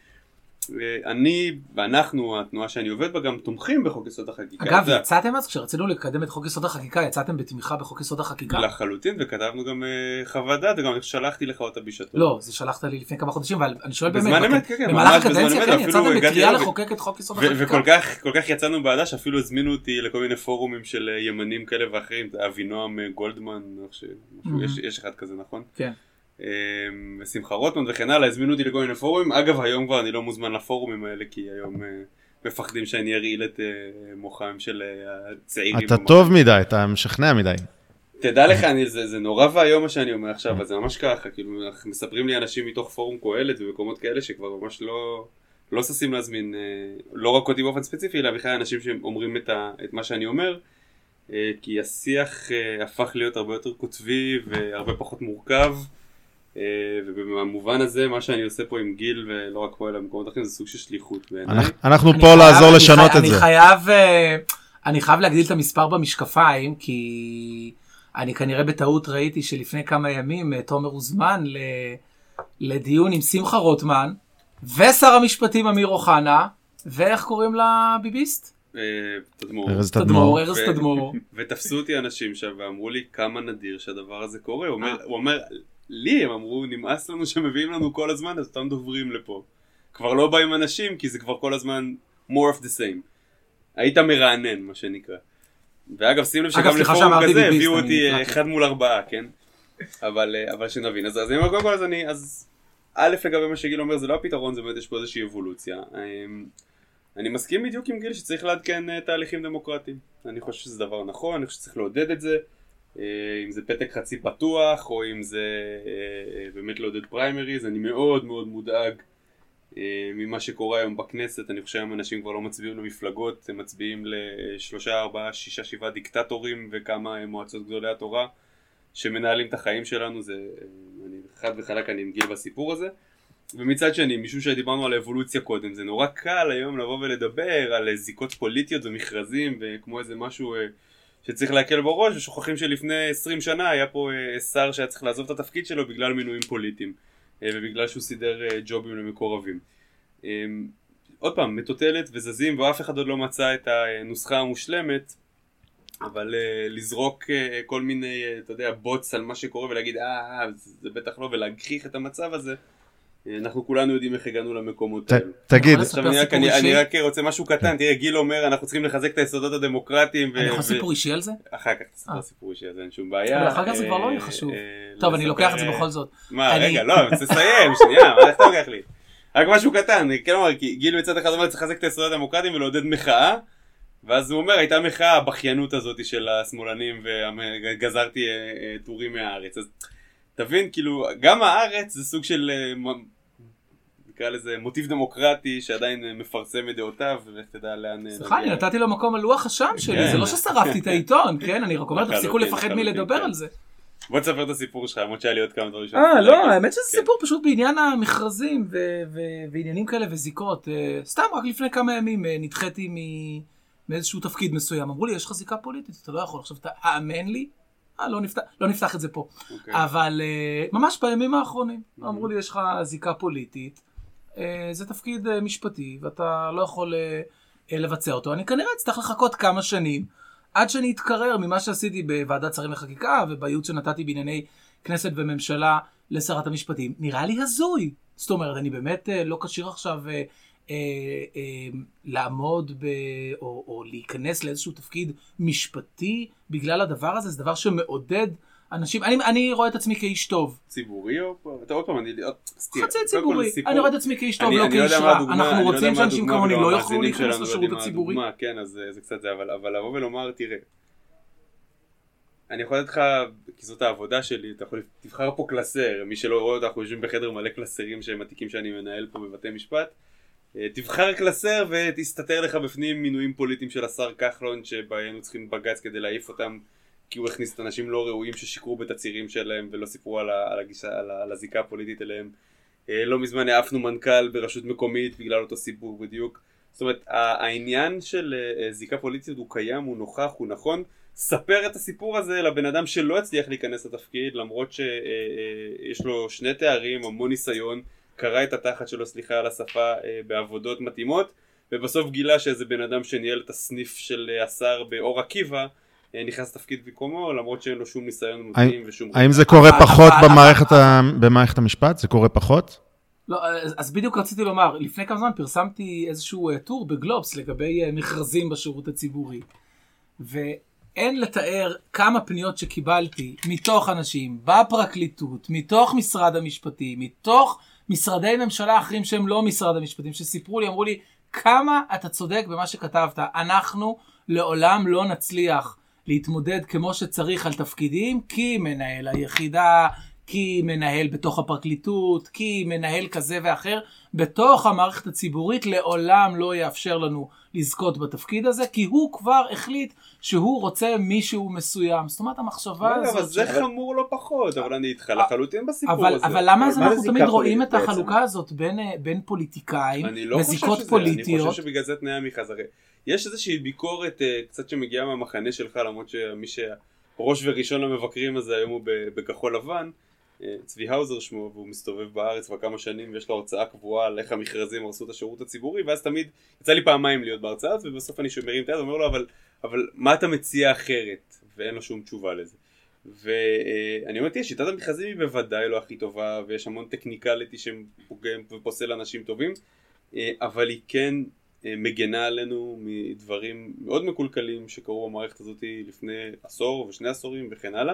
אני ואנחנו, התנועה שאני עובד בה, גם תומכים בחוק יסוד החקיקה. אגב, יצאתם אז, כשרצינו לקדם את חוק יסוד החקיקה, יצאתם בתמיכה בחוק יסוד החקיקה? לחלוטין, וכתבנו גם חוות דעת, וגם שלחתי לך אותה בשעתו. לא, זה שלחת לי לפני כמה חודשים, אבל אני שואל באמת, בזמן אמת, כן, כן, במהלך הקדנציה, כן, יצאתם בקריאה לחוקק את חוק יסוד החקיקה. וכל כך, כל כך יצאנו בעדה, שאפילו הזמינו אותי לכל מיני פורומים של ימנים כאלה ואחרים, אבינועם גולדמן, יש אחד כזה, נכון? כן. ושמחה רוטמן וכן הלאה, הזמינו אותי לכל מיני פורומים. אגב, היום כבר אני לא מוזמן לפורומים האלה, כי היום מפחדים שאני ארעיל את מוחם של הצעירים. אתה טוב מדי, אתה משכנע מדי. תדע לך, זה נורא והיום מה שאני אומר עכשיו, אבל זה ממש ככה, כאילו מספרים לי אנשים מתוך פורום קהלת ומקומות כאלה שכבר ממש לא ששים להזמין, לא רק אותי באופן ספציפי, אלא בכלל אנשים שאומרים את מה שאני אומר, כי השיח הפך להיות הרבה יותר כותבי והרבה פחות מורכב, ובמובן הזה מה שאני עושה פה עם גיל ולא רק פה אלא במקומות אחרים זה סוג של שליחות בעיניי. אנחנו פה לעזור לשנות את זה. אני חייב אני חייב להגדיל את המספר במשקפיים, כי אני כנראה בטעות ראיתי שלפני כמה ימים תומר הוזמן לדיון עם שמחה רוטמן ושר המשפטים אמיר אוחנה, ואיך קוראים לה ביביסט? תדמור. ארז תדמור. ארז תדמור. ותפסו אותי אנשים שם ואמרו לי כמה נדיר שהדבר הזה קורה. הוא אומר לי, הם אמרו, נמאס לנו שמביאים לנו כל הזמן, אז אותם דוברים לפה. כבר לא באים אנשים, כי זה כבר כל הזמן more of the same. היית מרענן, מה שנקרא. ואגב, שים לב שגם לפורום כזה, הביאו אותי אחד מול ארבעה, כן? אבל, אבל שנבין. אז, אז אני אומר, קודם כל, אז אני, אז א' לגבי מה שגיל אומר, זה לא הפתרון, זה באמת יש פה איזושהי אבולוציה. אני מסכים בדיוק עם גיל שצריך לעדכן תהליכים דמוקרטיים. אני חושב שזה דבר נכון, אני חושב שצריך לעודד את זה. אם זה פתק חצי פתוח, או אם זה באמת לעודד פריימריז. אני מאוד מאוד מודאג ממה שקורה היום בכנסת. אני חושב שאנשים כבר לא מצביעים למפלגות, הם מצביעים לשלושה, ארבעה, שישה, שבעה דיקטטורים וכמה מועצות גדולי התורה שמנהלים את החיים שלנו. זה, אני חד וחלק אני עם גיל בסיפור הזה. ומצד שני, משום שדיברנו על האבולוציה קודם, זה נורא קל היום לבוא ולדבר על זיקות פוליטיות ומכרזים וכמו איזה משהו שצריך להקל בראש, ושוכחים שלפני עשרים שנה היה פה שר שהיה צריך לעזוב את התפקיד שלו בגלל מינויים פוליטיים ובגלל שהוא סידר ג'ובים למקורבים. עוד פעם, מטוטלת וזזים, ואף אחד עוד לא מצא את הנוסחה המושלמת, אבל לזרוק כל מיני, אתה יודע, בוטס על מה שקורה ולהגיד אה, זה בטח לא, ולהגחיך את המצב הזה, אנחנו כולנו יודעים איך הגענו למקומות האלו. תגיד. עכשיו אני רק רוצה משהו קטן, תראה, גיל אומר אנחנו צריכים לחזק את היסודות הדמוקרטיים. אני יכול סיפור אישי על זה? אחר כך תספר סיפור אישי על זה, אין שום בעיה. אבל אחר כך זה כבר לא יהיה חשוב. טוב, אני לוקח את זה בכל זאת. מה, רגע, לא, אני רוצה לסיים, שנייה, מה, איך אתה לוקח לי? רק משהו קטן, אני כן אומר, כי גיל מצד אחד אומר צריך לחזק את היסודות הדמוקרטיים ולעודד מחאה, ואז הוא אומר, הייתה מחאה, הבכיינות הזאת של השמאלנים, וגזרתי טורים מהארץ. אז תבין, כאילו, גם הארץ זה סוג של, נקרא לזה, מוטיב דמוקרטי שעדיין מפרסם את דעותיו, ואיך תדע לאן... סליחה, אני נתתי לו מקום על לוח השם שלי, זה לא ששרפתי את העיתון, כן? אני רק אומר, תפסיקו לפחד מלדבר על זה. בוא תספר את הסיפור שלך, למרות שהיה לי עוד כמה דברים. אה, לא, האמת שזה סיפור פשוט בעניין המכרזים ועניינים כאלה וזיקות. סתם, רק לפני כמה ימים נדחיתי מאיזשהו תפקיד מסוים, אמרו לי, יש לך זיקה פוליטית, אתה לא יכול. עכשיו, תאמן לי, אה, לא נפתח, לא נפתח את זה פה. Okay. אבל uh, ממש בימים האחרונים, mm-hmm. אמרו לי, יש לך זיקה פוליטית, uh, זה תפקיד uh, משפטי, ואתה לא יכול uh, uh, לבצע אותו. אני כנראה אצטרך לחכות כמה שנים, עד שאני אתקרר ממה שעשיתי בוועדת שרים לחקיקה, ובייעוץ שנתתי בענייני כנסת וממשלה לשרת המשפטים. נראה לי הזוי. זאת אומרת, אני באמת uh, לא קשיר עכשיו... Uh, אה, אה, לעמוד ב, או, או להיכנס לאיזשהו תפקיד משפטי בגלל הדבר הזה, זה דבר שמעודד אנשים, אני, אני רואה את עצמי כאיש טוב. ציבורי או פה? אתה עוד פעם, אני... חצי ציבורי, אני רואה את עצמי כאיש טוב, לא כאיש רע. אנחנו רוצים שאנשים כמוני לא יוכלו להיכנס לשירות הציבורי. כן, אז זה קצת זה, אבל לבוא ולומר, תראה, אני יכול לתת לך, כי זאת העבודה שלי, אתה יכול תבחר פה קלסר, מי שלא רואה אותה, אנחנו יושבים בחדר מלא קלסרים שהם התיקים שאני מנהל פה בבתי משפט, תבחר קלסר ותסתתר לך בפנים מינויים פוליטיים של השר כחלון שבהם צריכים בגץ כדי להעיף אותם כי הוא הכניס את אנשים לא ראויים ששיקרו בתצהירים שלהם ולא סיפרו על, על, הגישה, על, על הזיקה הפוליטית אליהם. לא מזמן העפנו מנכ"ל ברשות מקומית בגלל אותו סיפור בדיוק. זאת אומרת, העניין של זיקה פוליטית הוא קיים, הוא נוכח, הוא נכון. ספר את הסיפור הזה לבן אדם שלא הצליח להיכנס לתפקיד למרות שיש לו שני תארים, המון ניסיון, קרא את התחת שלו, סליחה על השפה, בעבודות מתאימות, ובסוף גילה שאיזה בן אדם שניהל את הסניף של השר באור עקיבא, נכנס לתפקיד במקומו, למרות שאין לו שום ניסיון מתאים ושום... האם זה קורה פחות במערכת המשפט? זה קורה פחות? לא, אז בדיוק רציתי לומר, לפני כמה זמן פרסמתי איזשהו טור בגלובס לגבי מכרזים בשירות הציבורי, ואין לתאר כמה פניות שקיבלתי מתוך אנשים, בפרקליטות, מתוך משרד המשפטים, מתוך משרדי ממשלה אחרים שהם לא משרד המשפטים, שסיפרו לי, אמרו לי, כמה אתה צודק במה שכתבת, אנחנו לעולם לא נצליח להתמודד כמו שצריך על תפקידים, כי מנהל היחידה, כי מנהל בתוך הפרקליטות, כי מנהל כזה ואחר, בתוך המערכת הציבורית לעולם לא יאפשר לנו לזכות בתפקיד הזה, כי הוא כבר החליט שהוא רוצה מישהו מסוים. זאת אומרת, המחשבה הזאת... אבל זה חמור לא פחות, אבל אני איתך לחלוטין בסיפור הזה. אבל למה אנחנו תמיד רואים את החלוקה הזאת בין פוליטיקאים וזיקות פוליטיות? אני חושב שבגלל זה תנאי המכרז. הרי יש איזושהי ביקורת קצת שמגיעה מהמחנה שלך, למרות שמי שראש וראשון למבקרים הזה היום הוא בכחול לבן, צבי האוזר שמו, והוא מסתובב בארץ כבר כמה שנים ויש לו הרצאה קבועה על איך המכרזים הרסו את השירות הציבורי, ואז תמיד יצא לי פעמיים להיות בהרצאה הזאת, ובסוף אני מרים את היד ואומר לו, אבל, אבל מה אתה מציע אחרת? ואין לו שום תשובה לזה. ואני אומר, תהיה, שיטת המכרזים היא בוודאי לא הכי טובה, ויש המון טכניקליטי שפוגם ופוסל אנשים טובים, אבל היא כן מגנה עלינו מדברים מאוד מקולקלים שקרו במערכת הזאת לפני עשור ושני עשורים וכן הלאה.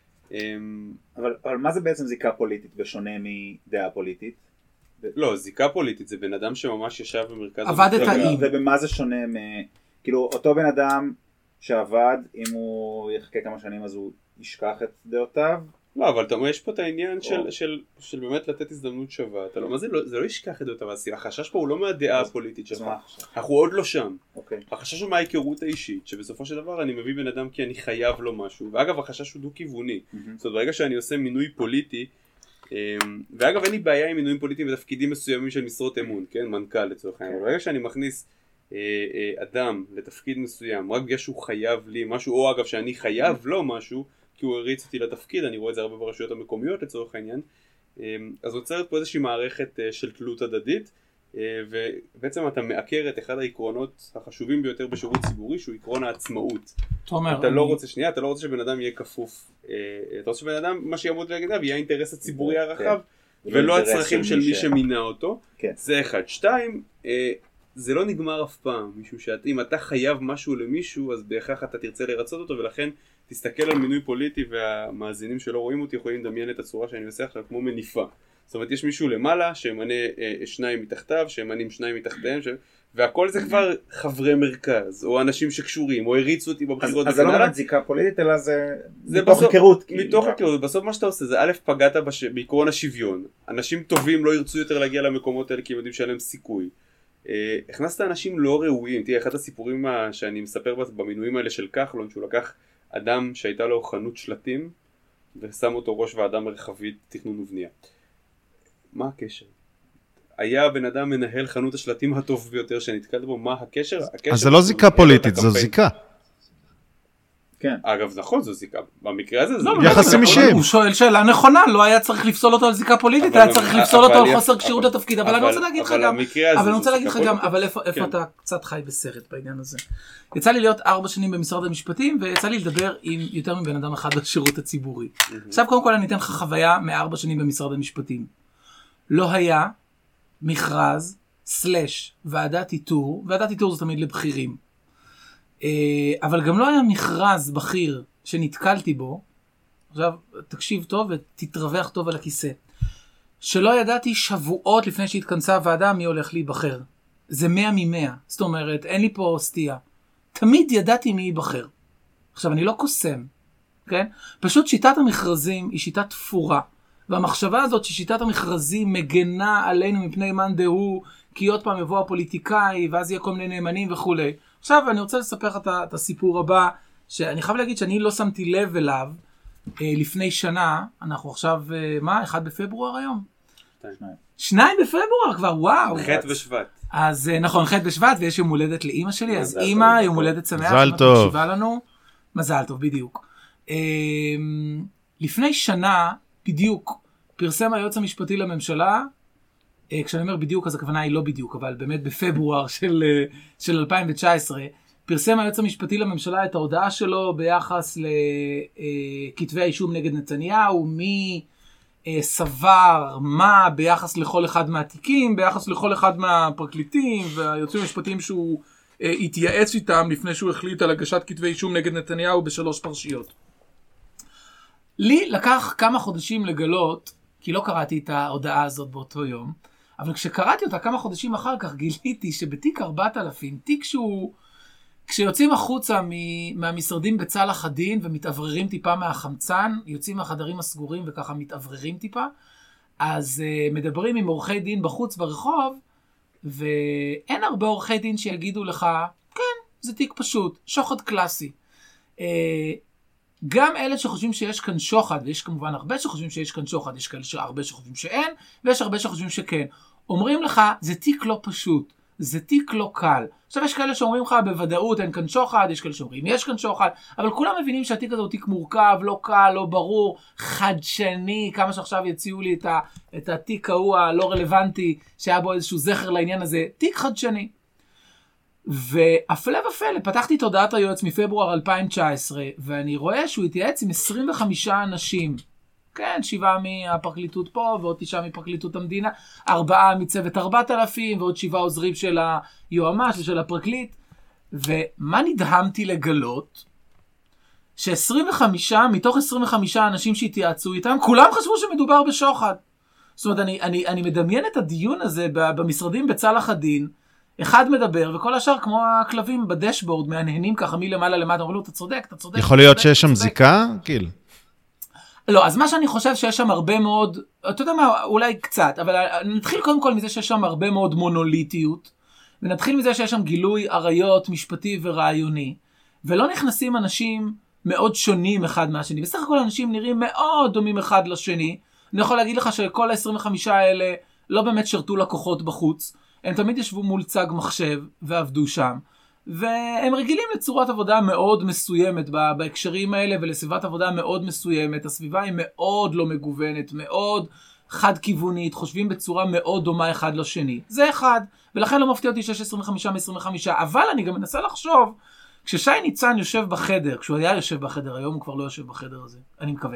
אבל, אבל מה זה בעצם זיקה פוליטית בשונה מדעה פוליטית? לא, זיקה פוליטית זה בן אדם שממש ישב במרכז... עבד את האם. ובמה זה שונה מ... כאילו, אותו בן אדם שעבד, אם הוא יחכה כמה שנים אז הוא ישכח את דעותיו? לא, אבל אתה אומר, יש פה את העניין של, של, של באמת לתת הזדמנות שווה. אתה לא, מה זה לא, זה לא ישכח את דעותיו, החשש פה הוא לא מהדעה הפוליטית שלך. אנחנו עוד לא שם. Okay. החשש הוא מההיכרות האישית, שבסופו של דבר אני מביא בן אדם כי אני חייב לו משהו. ואגב, החשש הוא דו-כיווני. Mm-hmm. זאת אומרת, ברגע שאני עושה מינוי פוליטי, ואגב, אין לי בעיה עם מינויים פוליטיים בתפקידים מסוימים של משרות אמון, כן? מנכ"ל לצורך העניין. אבל ברגע שאני מכניס אדם לתפקיד מסוים, רק בגלל שהוא חייב לי משהו, או אגב שאני חייב לו משהו, כי הוא הריץ אותי לתפקיד, אני רואה את זה הרבה ברשויות המקומיות לצורך העניין, אז נוצרת פה איזושהי מערכת של תלות הדדית, ובעצם אתה מעקר את אחד העקרונות החשובים ביותר בשירות ציבורי, שהוא עקרון העצמאות. תומר, אתה לא רוצה, שנייה, אתה לא רוצה שבן אדם יהיה כפוף, אתה רוצה שבן אדם, מה שיעמוד להגדיו, יהיה האינטרס הציבורי הרחב, ולא הצרכים של מי שמינה אותו, זה אחד. שתיים, זה לא נגמר אף פעם, משום שאם אתה חייב משהו למישהו, אז בהכרח אתה תרצה לרצות אותו, ולכן תסתכל על מינוי פוליטי, והמאזינים שלא רואים אותי יכולים לדמיין את הצורה שאני עושה עכשיו כמו מניפה. זאת אומרת, יש מישהו למעלה שמנה אה, שניים מתחתיו, שמנים שניים מתחתיהם, ש... והכל זה כבר חברי מרכז, או אנשים שקשורים, או הריצו אותי בבחירות. אז זה לא באמת זיקה פוליטית, אלא זה, זה מתוך היכרות. מתוך היכרות, בסוף מה שאתה עושה זה א', פגעת בש... בעקרון השוויון. אנשים טובים לא ירצו יותר להגיע למקומות האלה, כי הם יודעים שאין להם סיכוי. אה, הכנסת אנשים לא ראויים. תראה, אחד הסיפורים שאני מספר במינויים האלה של כחלון, שהוא לקח אדם שהייתה לו חנות שלטים, ושם אותו ראש ועדה מרחבית תכנון ובנייה. מה הקשר? היה הבן אדם מנהל חנות השלטים הטוב ביותר שנתקלת בו, מה הקשר? אז זה לא זיקה פוליטית, זו זיקה. כן. אגב, נכון, זו זיקה. במקרה הזה זה לא, יחסים אישיים. הוא שואל שאלה נכונה, לא היה צריך לפסול אותו על זיקה פוליטית, היה צריך לפסול אותו על חוסר כשירות לתפקיד, אבל אני רוצה להגיד לך גם, אבל אני רוצה להגיד לך גם, אבל איפה אתה קצת חי בסרט בעניין הזה. יצא לי להיות ארבע שנים במשרד המשפטים, ויצא לי לדבר עם יותר מבן אדם אחד בשירות הציבורי. עכשיו קודם כל אני אתן לך חוויה מארבע שנים במשרד המשפטים. לא היה מכרז, סלש, ועדת איתור, ועדת איתור זה תמיד לבכירים. אבל גם לא היה מכרז בכיר שנתקלתי בו, עכשיו תקשיב טוב ותתרווח טוב על הכיסא, שלא ידעתי שבועות לפני שהתכנסה הוועדה מי הולך להיבחר. זה מאה ממאה, זאת אומרת אין לי פה סטייה. תמיד ידעתי מי ייבחר. עכשיו אני לא קוסם, כן? פשוט שיטת המכרזים היא שיטה תפורה, והמחשבה הזאת ששיטת המכרזים מגנה עלינו מפני מאן דהוא, כי עוד פעם יבוא הפוליטיקאי ואז יהיה כל מיני נאמנים וכו'. עכשיו אני רוצה לספר לך את הסיפור הבא, שאני חייב להגיד שאני לא שמתי לב אליו אה, לפני שנה, אנחנו עכשיו, אה, מה, אחד בפברואר היום? שניים. שניים בפברואר כבר, וואו. חטא בשבט. אז אה, נכון, חטא בשבט, ויש יום הולדת לאמא שלי, אז מזל אמא, טוב. יום הולדת שמח. מזל טוב. מקשיבה לנו. מזל טוב, בדיוק. אה, לפני שנה, בדיוק, פרסם היועץ המשפטי לממשלה, כשאני אומר בדיוק, אז הכוונה היא לא בדיוק, אבל באמת בפברואר של, של אלפיים תשע עשרה, פרסם היועץ המשפטי לממשלה את ההודעה שלו ביחס לכתבי האישום נגד נתניהו, מי סבר מה ביחס לכל אחד מהתיקים, ביחס לכל אחד מהפרקליטים והיועצים המשפטיים שהוא התייעץ איתם לפני שהוא החליט על הגשת כתבי אישום נגד נתניהו בשלוש פרשיות. לי לקח כמה חודשים לגלות, כי לא קראתי את ההודעה הזאת באותו יום, אבל כשקראתי אותה כמה חודשים אחר כך גיליתי שבתיק ארבעת אלפים, תיק שהוא, כשיוצאים החוצה מהמשרדים בצלח הדין ומתעבררים טיפה מהחמצן, יוצאים מהחדרים הסגורים וככה מתעבררים טיפה, אז uh, מדברים עם עורכי דין בחוץ ברחוב, ואין הרבה עורכי דין שיגידו לך, כן, זה תיק פשוט, שוחד קלאסי. Uh, גם אלה שחושבים שיש כאן שוחד, ויש כמובן הרבה שחושבים שיש כאן שוחד, יש כאלה הרבה שחושבים שאין, ויש הרבה שחושבים שכן. אומרים לך, זה תיק לא פשוט, זה תיק לא קל. עכשיו יש כאלה שאומרים לך, בוודאות אין כאן שוחד, יש כאלה שאומרים, יש כאן שוחד, אבל כולם מבינים שהתיק הזה הוא תיק מורכב, לא קל, לא ברור, חדשני, כמה שעכשיו יציעו לי את, ה, את התיק ההוא הלא רלוונטי, שהיה בו איזשהו זכר לעניין הזה, תיק חדשני. והפלא ופלא, פתחתי את הודעת היועץ מפברואר אלפיים תשע עשרה, ואני רואה שהוא התייעץ עם עשרים וחמישה אנשים. כן, שבעה מהפרקליטות פה, ועוד תשעה מפרקליטות המדינה, ארבעה מצוות ארבעת אלפים, ועוד שבעה עוזרים של היועמ"ש ושל הפרקליט. ומה נדהמתי לגלות? ש-עשרים וחמישה, מתוך עשרים וחמישה אנשים שהתייעצו איתם, כולם חשבו שמדובר בשוחד. זאת אומרת, אני, אני, אני מדמיין את הדיון הזה במשרדים בצלח הדין, אחד מדבר, וכל השאר כמו הכלבים בדשבורד, מהנהנים ככה מלמעלה למטה, אומרים לו, אתה צודק, אתה צודק. יכול להיות שיש שם זיקה? גיל. לא, אז מה שאני חושב שיש שם הרבה מאוד, אתה יודע מה, אולי קצת, אבל נתחיל קודם כל מזה שיש שם הרבה מאוד מונוליטיות, ונתחיל מזה שיש שם גילוי עריות, משפטי ורעיוני, ולא נכנסים אנשים מאוד שונים אחד מהשני, בסך הכל אנשים נראים מאוד דומים אחד לשני, אני יכול להגיד לך שכל ה-עשרים וחמישה האלה לא באמת שרתו לקוחות בחוץ, הם תמיד ישבו מול צג מחשב ועבדו שם, והם רגילים לצורת עבודה מאוד מסוימת בהקשרים האלה, ולסביבת עבודה מאוד מסוימת. הסביבה היא מאוד לא מגוונת, מאוד חד-כיוונית, חושבים בצורה מאוד דומה אחד לשני. זה אחד, ולכן לא מפתיע אותי שיש עשרים וחמישה מ-עשרים וחמישה, אבל אני גם מנסה לחשוב, כששי ניצן יושב בחדר, כשהוא היה יושב בחדר, היום הוא כבר לא יושב בחדר הזה, אני מקווה,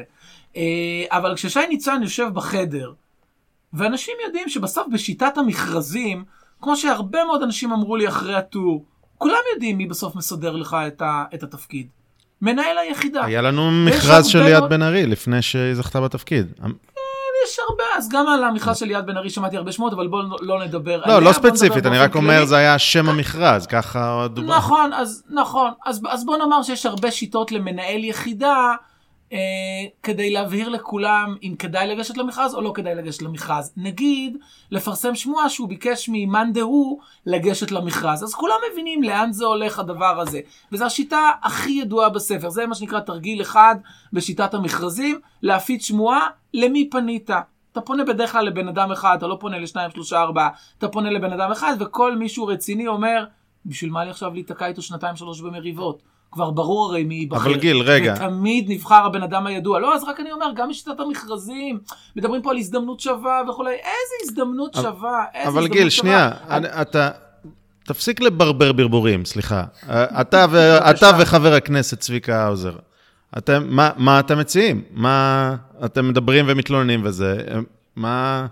אבל כששי ניצן יושב בחדר, ואנשים יודעים שבסוף בשיטת המכרזים, כמו שהרבה מאוד אנשים אמרו לי אחרי הטור, כולם יודעים מי בסוף מסדר לך את, ה, את התפקיד. מנהל היחידה. היה לנו מכרז של ליאת בן ארי לפני שהיא זכתה בתפקיד. יש הרבה, אז גם על המכרז של ליאת בן ארי שמעתי הרבה שמות, אבל בואו לא נדבר. לא, לא ספציפית, אני רק אומר, זה היה שם המכרז, ככה דובר. נכון, אז נכון, אז, אז בואו נאמר שיש הרבה שיטות למנהל יחידה, אה, כדי להבהיר לכולם אם כדאי לגשת למכרז או לא כדאי לגשת למכרז. נגיד, לפרסם שמועה שהוא ביקש ממאן דהוא לגשת למכרז. אז כולם מבינים לאן זה הולך הדבר הזה. וזו השיטה הכי ידועה בספר. זה מה שנקרא תרגיל אחד בשיטת המכרזים, להפיץ שמועה למי פנית. אתה פונה בדרך כלל לבן אדם אחד, אתה לא פונה לשניים, שלושה, ארבעה, אתה פונה לבן אדם אחד, וכל מישהו רציני אומר, בשביל מה לי עכשיו להתקע איתו שנתיים, שלוש במריבות? כבר ברור הרי מי ייבחר. אבל גיל, רגע. ותמיד נבחר הבן אדם הידוע. לא, אז רק אני אומר, גם בשיטת המכרזים, מדברים פה על הזדמנות שווה וכו'. איזה הזדמנות שווה? אבל גיל, שנייה, אתה... תפסיק לברבר ברבורים, סליחה. אתה, ו... אתה וחבר הכנסת צביקה האוזר. אתם, מה, מה אתם מציעים? מה אתם מדברים ומתלוננים וזה? מה,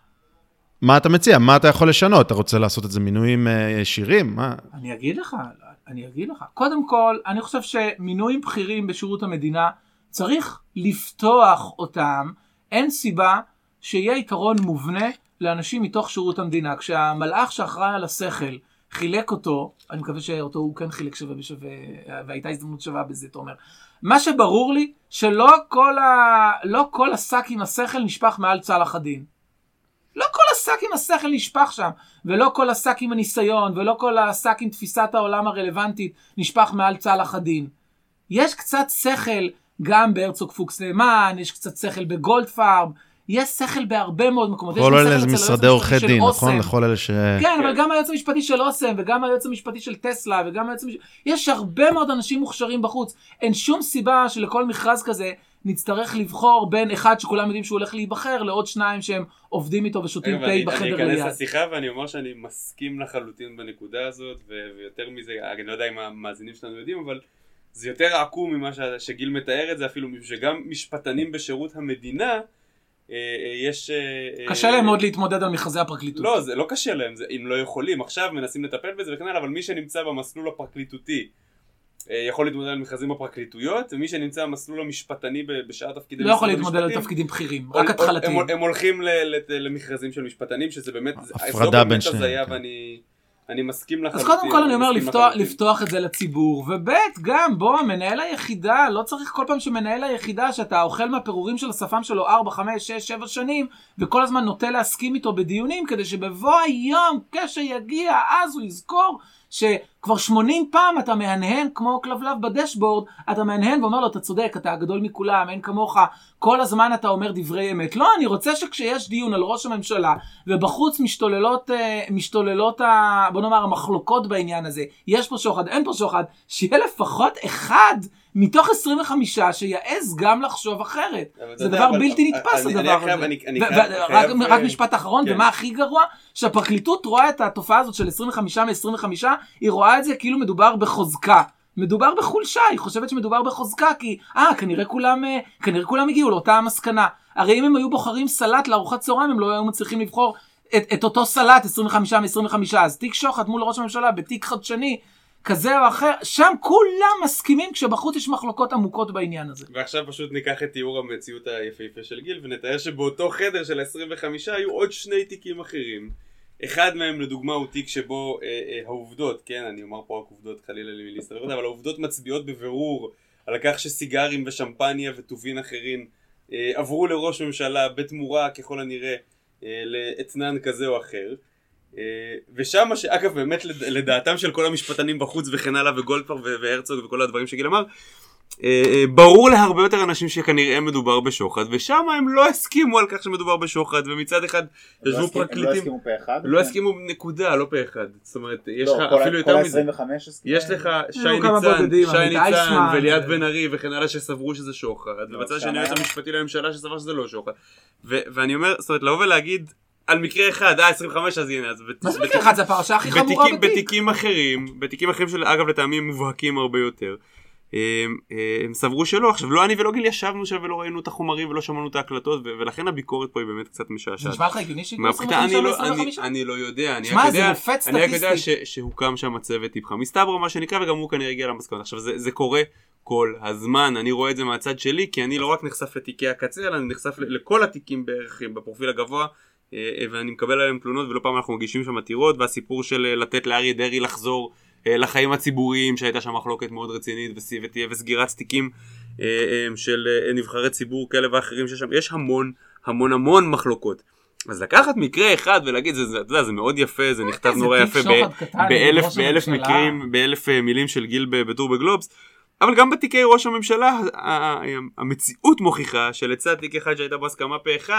מה אתה מציע? מה אתה יכול לשנות? אתה רוצה לעשות את זה מינויים ישירים? מה? אני אגיד לך, אני אגיד לך. קודם כל, אני חושב שמינויים בכירים בשירות המדינה, צריך לפתוח אותם. אין סיבה שיהיה עיקרון מובנה לאנשים מתוך שירות המדינה. כשהמלאך שאחראי על השכל חילק אותו, אני מקווה שאותו הוא כן חילק שווה בשווה, והייתה הזדמנות שווה בזה, תומר. מה שברור לי, שלא כל, ה... לא כל השק עם השכל נשפך מעל צלח הדין. לא כל השק עם השכל נשפך שם, ולא כל השק עם הניסיון, ולא כל השק עם תפיסת העולם הרלוונטית נשפך מעל צלח הדין. יש קצת שכל גם בהרצוג פוקס נאמן, יש קצת שכל בגולדפארם, יש שכל בהרבה מאוד מקומות. כל אלה זה משרדי עורכי דין, נכון? לכל אלה ש... כן, אבל גם היועץ המשפטי של אוסם, וגם היועץ המשפטי של טסלה, וגם היועץ המשפטי... יש הרבה מאוד אנשים מוכשרים בחוץ. אין שום סיבה שלכל מכרז כזה נצטרך לבחור בין אחד שכולם יודעים שהוא הולך להיבחר, לעוד שניים שהם עובדים איתו ושותים תה בחדר ליד. אני אכנס לשיחה ואני אומר שאני מסכים לחלוטין בנקודה הזאת, ויותר מזה, אני לא יודע אם המאזינים שלנו יודעים, אבל זה יותר עקום ממה שגיל מתאר את זה, אפילו שגם משפטנים בשירות המדינה, יש... קשה להם מאוד להתמודד על מכרזי הפרקליטות. לא, זה לא קשה להם, אם לא יכולים. עכשיו מנסים לטפל בזה וכן הלאה, אבל מי שנמצא במסלול הפרקליטותי יכול להתמודד על מכרזים בפרקליטויות, ומי שנמצא במסלול המשפטני בשאר תפקידים... לא יכול להתמודד על תפקידים בכירים, רק התחלתיים. הם הולכים למכרזים של משפטנים, שזה באמת... הפרדה בין שניהם. אני מסכים לחלוטין. אז קודם כל אני אומר לפתוח, לפתוח את זה לציבור, ובית גם בוא, מנהל היחידה, לא צריך כל פעם שמנהל היחידה שאתה אוכל מהפירורים של השפם שלו ארבע, חמש, שש, שבע שנים, וכל הזמן נוטה להסכים איתו בדיונים, כדי שבבוא היום, כשיגיע, אז הוא יזכור שכבר שמונים פעם אתה מהנהן כמו כלבלב בדשבורד, אתה מהנהן ואומר לו, אתה צודק, אתה הגדול מכולם, אין כמוך, כל הזמן אתה אומר דברי אמת. לא, אני רוצה שכשיש דיון על ראש הממשלה, ובחוץ משתוללות, משתוללות, בוא נאמר, המחלוקות בעניין הזה, יש פה שוחד, אין פה שוחד, שיהיה לפחות אחד מתוך עשרים וחמישה שיעז גם לחשוב אחרת. זה דבר בלתי נתפס הדבר הזה. רק משפט אחרון, ומה הכי גרוע? שהפרקליטות רואה את התופעה הזאת של עשרים וחמישה מ-עשרים וחמישה, היא רואה את זה כאילו מדובר בחוזקה. מדובר בחולשה, היא חושבת שמדובר בחוזקה, כי אה, כנראה כולם, כנראה כולם הגיעו לאותה המסקנה. הרי אם הם היו בוחרים סלט לארוחת צהריים, הם לא היו מצליחים לבחור את, את אותו סלט עשרים וחמישה מ-עשרים וחמישה. אז תיק שוחד מול ראש הממשלה בתיק חדשני, כזה או אחר, שם כולם מסכימים כשבחוץ יש מחלוקות עמוקות בעניין הזה. ועכשיו פשוט ניקח את תיאור המציאות היפהפה של גיל, ונתאר שבאותו חדר של עשרים וחמישה היו עוד שני תיקים אחרים. אחד מהם לדוגמה הוא תיק שבו אה, אה, העובדות, כן, אני אומר פה רק עובדות חלילה לי להסתבר, אבל העובדות מצביעות בבירור על כך שסיגרים ושמפניה וטובין אחרים אה, עברו לראש ממשלה בתמורה ככל הנראה אה, לאתנן כזה או אחר. ושם שאגב באמת לדעתם של כל המשפטנים בחוץ וכן הלאה וגולדפר והרצוג וכל הדברים שגיל אמר, ברור להרבה יותר אנשים שכנראה מדובר בשוחד, ושם הם לא הסכימו על כך שמדובר בשוחד, ומצד אחד ישבו פרקליטים, לא הסכימו פה אחד? לא הסכימו נקודה, לא פה אחד. זאת אומרת, יש לך אפילו יותר מזה, יש לך שי ניצן, שי ניצן וליד בן ארי וכן הלאה שסברו שזה שוחד, ובצד השני היועץ המשפטי לממשלה שסבר שזה לא שוחד. ואני אומר, זאת אומרת, לבוא ולהגיד על מקרה אחד, אה, עשרים וחמש, אז הנה, אז... מה זה מקרה אחד? זה הפרשה הכי חמורה בתיק. בתיקים אחרים, בתיקים אחרים של, אגב, לטעמים מובהקים הרבה יותר, הם, הם סברו שלא. עכשיו, לא אני ולא גיל ישבנו שם ולא ראינו את החומרים ולא שמענו את ההקלטות, ולכן הביקורת פה היא באמת קצת משעשעת. זה נשמע לך הגיוני שהיא עשרים וחמש עשרים וחמש? אני לא יודע. שמע, זה מופת סטטיסטי. אני יודע שהוקם שם הצוות טיפחה מסתבר, מה שנקרא, וגם הוא כנראה הגיע למסקנות. עכשיו, זה קורה כל הזמן, אני רואה את זה מהצד שלי, כי אני לא רק נחשף לתיקי הקצה, אלא אני נחשף לכל התיקים בערך בפרופיל הגבוה, ואני מקבל עליהם תלונות, ולא פעם אנחנו מגישים שם עתירות, והסיפור של לתת לאריה דרעי לחזור לחיים הציבוריים, שהייתה שם מחלוקת מאוד רצינית, ותהיה וסגירת תיקים של נבחרי ציבור כאלה ואחרים ששם, יש המון המון המון מחלוקות. אז לקחת מקרה אחד ולהגיד, זה, אתה יודע, זה מאוד יפה, זה נכתב נורא יפה באלף, באלף מקרים, באלף מילים של גיל בטור בגלובס, אבל גם בתיקי ראש הממשלה, המציאות מוכיחה שלצד תיק אחד שהייתה בהסכמה פה אחד,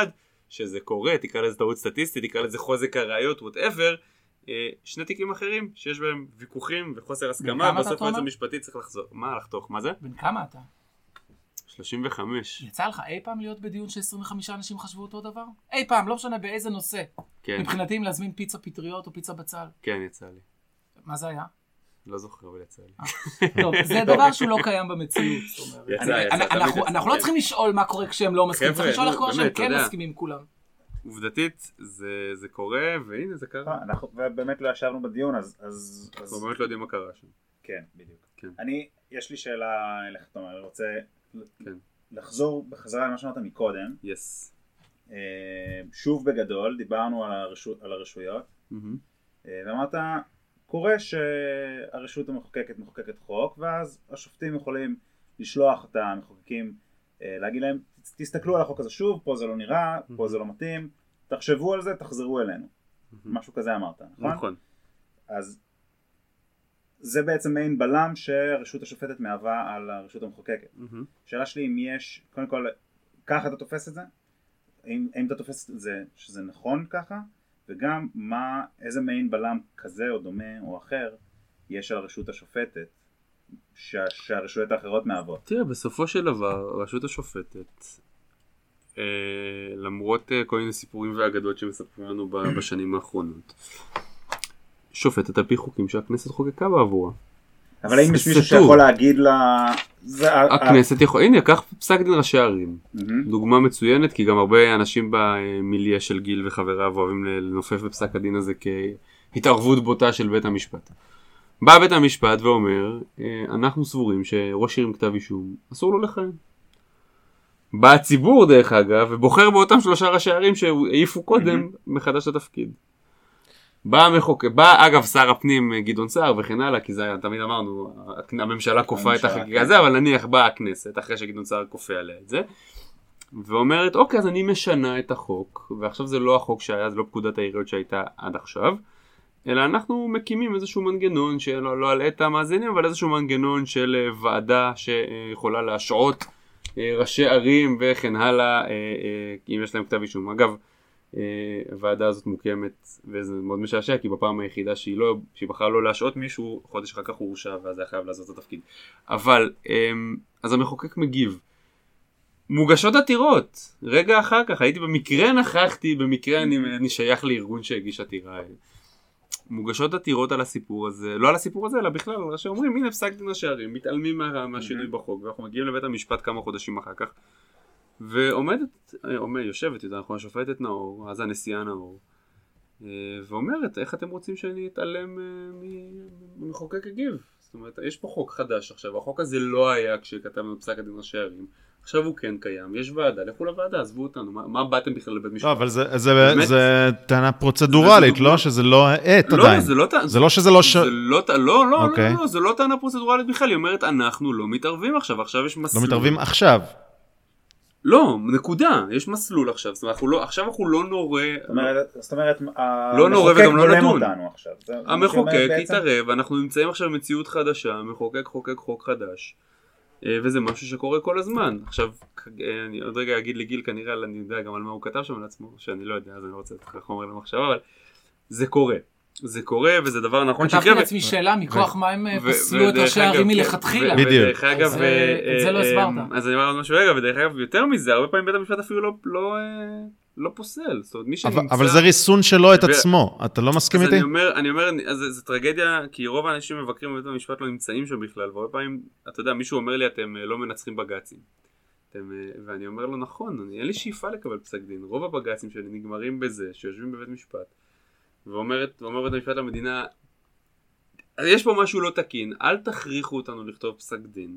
שזה קורה, תקרא לזה טעות סטטיסטית, תקרא לזה חוזק הראיות, whatever, שני תיקים אחרים שיש בהם ויכוחים וחוסר הסכמה, בסוף היועץ המשפטי צריך לחזור. מה לחתוך? מה זה? בן כמה אתה? שלושים וחמש. יצא לך אי פעם להיות בדיון ש-עשרים וחמישה אנשים חשבו אותו דבר? אי פעם, לא משנה באיזה נושא. כן. מבחינתי אם להזמין פיצה פטריות או פיצה בצל. כן, יצא לי. מה זה היה? לא זוכר, אבל יצא לי. טוב, זה דבר שהוא לא קיים במציאות. יצא, יצא. אנחנו לא צריכים לשאול מה קורה כשהם לא מסכימים, צריך לשאול איך קורה שהם כן מסכימים כולם. עובדתית, זה קורה, והנה זה קרה. אנחנו באמת לא ישבנו בדיון, אז... אנחנו באמת לא יודעים מה קרה שם. כן, בדיוק. אני, יש לי שאלה אליך, תומר, אני רוצה לחזור בחזרה למה שאמרת מקודם. יס. שוב בגדול, דיברנו על הרשויות, ואמרת, קורה שהרשות המחוקקת מחוקקת חוק, ואז השופטים יכולים לשלוח את המחוקקים, להגיד להם, תסתכלו על החוק הזה שוב, פה זה לא נראה, פה זה לא מתאים, תחשבו על זה, תחזרו אלינו. משהו כזה אמרת, נכון? נכון. אז זה בעצם מעין בלם שהרשות השופטת מהווה על הרשות המחוקקת. שאלה שלי אם יש, קודם כל, ככה אתה תופס את זה? האם, האם אתה תופס את זה שזה נכון ככה? וגם מה, איזה מעין בלם כזה או דומה או אחר יש על הרשות השופטת שה, שהרשויות האחרות מהוות? תראה, בסופו של דבר, הרשות השופטת, אה, למרות אה, כל מיני סיפורים ואגדות שמספרים לנו בשנים האחרונות, שופטת על פי חוקים שהכנסת חוקקה בעבורה. אבל האם יש מישהו שיכול להגיד לה... הכנסת יכול... הנה, קח פסק דין ראשי ערים. דוגמה מצוינת, כי גם הרבה אנשים במיליה של גיל וחבריו אוהבים לנופף בפסק הדין הזה כהתערבות בוטה של בית המשפט. בא בית המשפט ואומר, אנחנו סבורים שראש עיר עם כתב אישום, אסור לו לכהן. בא הציבור דרך אגב, ובוחר באותם שלושה ראשי ערים שהעיפו קודם מחדש לתפקיד. בא המחוקק, בא אגב שר הפנים גדעון סער וכן הלאה, כי זה תמיד אמרנו, הממשלה כופה את החקיקה הזה, אבל נניח באה הכנסת, אחרי שגדעון סער כופה עליה את זה, ואומרת, אוקיי, אז אני משנה את החוק, ועכשיו זה לא החוק שהיה, זה לא פקודת העיריות שהייתה עד עכשיו, אלא אנחנו מקימים איזשהו מנגנון, שלא לא על את המאזינים, אבל איזשהו מנגנון של ועדה שיכולה להשעות ראשי ערים וכן הלאה, אם יש להם כתב אישום. אגב, הוועדה הזאת מוקמת, וזה מאוד משעשע, כי בפעם היחידה שהיא לא, שהיא בחרה לא להשעות מישהו, חודש אחר כך הוא הורשע, ואז היה חייב לעשות את התפקיד. אבל, אז המחוקק מגיב. מוגשות עתירות. רגע אחר כך, הייתי במקרה נכחתי, במקרה אני, אני שייך לארגון שהגיש עתירה. מוגשות עתירות על הסיפור הזה, לא על הסיפור הזה, אלא בכלל, על ראשי אומרים, הנה פסק דין ראשי ערים, מתעלמים מה, מהשינוי בחוק, ואנחנו מגיעים לבית המשפט כמה חודשים אחר כך. ועומדת, עומד, יושבת, אנחנו השופטת נאור, אז הנשיאה נאור, ואומרת, איך אתם רוצים שאני אתעלם ממחוקק הגיב? זאת אומרת, יש פה חוק חדש עכשיו, החוק הזה לא היה כשכתבנו פסק הדין ראשי ערים, עכשיו הוא כן קיים, יש ועדה, לכו לוועדה, עזבו אותנו, מה, מה באתם בכלל לבית משפט? לא, אבל זה, זה, באמת, זה טענה פרוצדורלית, לא שזה לא העת לא, עדיין. זה לא, זה לא שזה לא ש... זה לא, לא, לא, okay. לא, לא, זה לא טענה פרוצדורלית בכלל, היא אומרת, אנחנו לא מתערבים עכשיו, עכשיו יש מסלול. לא מתערבים עכשיו. לא, נקודה, יש מסלול עכשיו, זאת אומרת, אנחנו לא, עכשיו אנחנו לא נורא... זאת אומרת, לא נורא וגם לא נדון. המחוקק בעצם... יתערב, אנחנו נמצאים עכשיו במציאות חדשה, המחוקק חוקק חוק חדש, וזה משהו שקורה כל הזמן. עכשיו, אני עוד רגע אגיד לגיל, כנראה אני יודע גם על מה הוא כתב שם על עצמו, שאני לא יודע, אז אני לא רוצה לתת חומר למחשבה, אבל זה קורה. זה קורה וזה דבר נכון שיקרה. כתבתי לעצמי שאלה מכוח מה הם פסלו את ראשי הערים מלכתחילה. בדיוק. את זה לא הסברת. אז אני אומר משהו רגע, ודרך אגב יותר מזה, הרבה פעמים בית המשפט אפילו לא פוסל. אבל זה ריסון שלו את עצמו, אתה לא מסכים איתי? אני אומר, זה טרגדיה, כי רוב האנשים מבקרים בבית המשפט לא נמצאים שם בכלל, והרבה פעמים, אתה יודע, מישהו אומר לי, אתם לא מנצחים בג"צים. ואני אומר לו, נכון, אין לי שאיפה לקבל פסק דין. רוב הבג"צים שלי נגמרים בזה, שיושבים בבית משפט. ואומרת, ואומר בית המשפט למדינה, יש פה משהו לא תקין, אל תכריחו אותנו לכתוב פסק דין.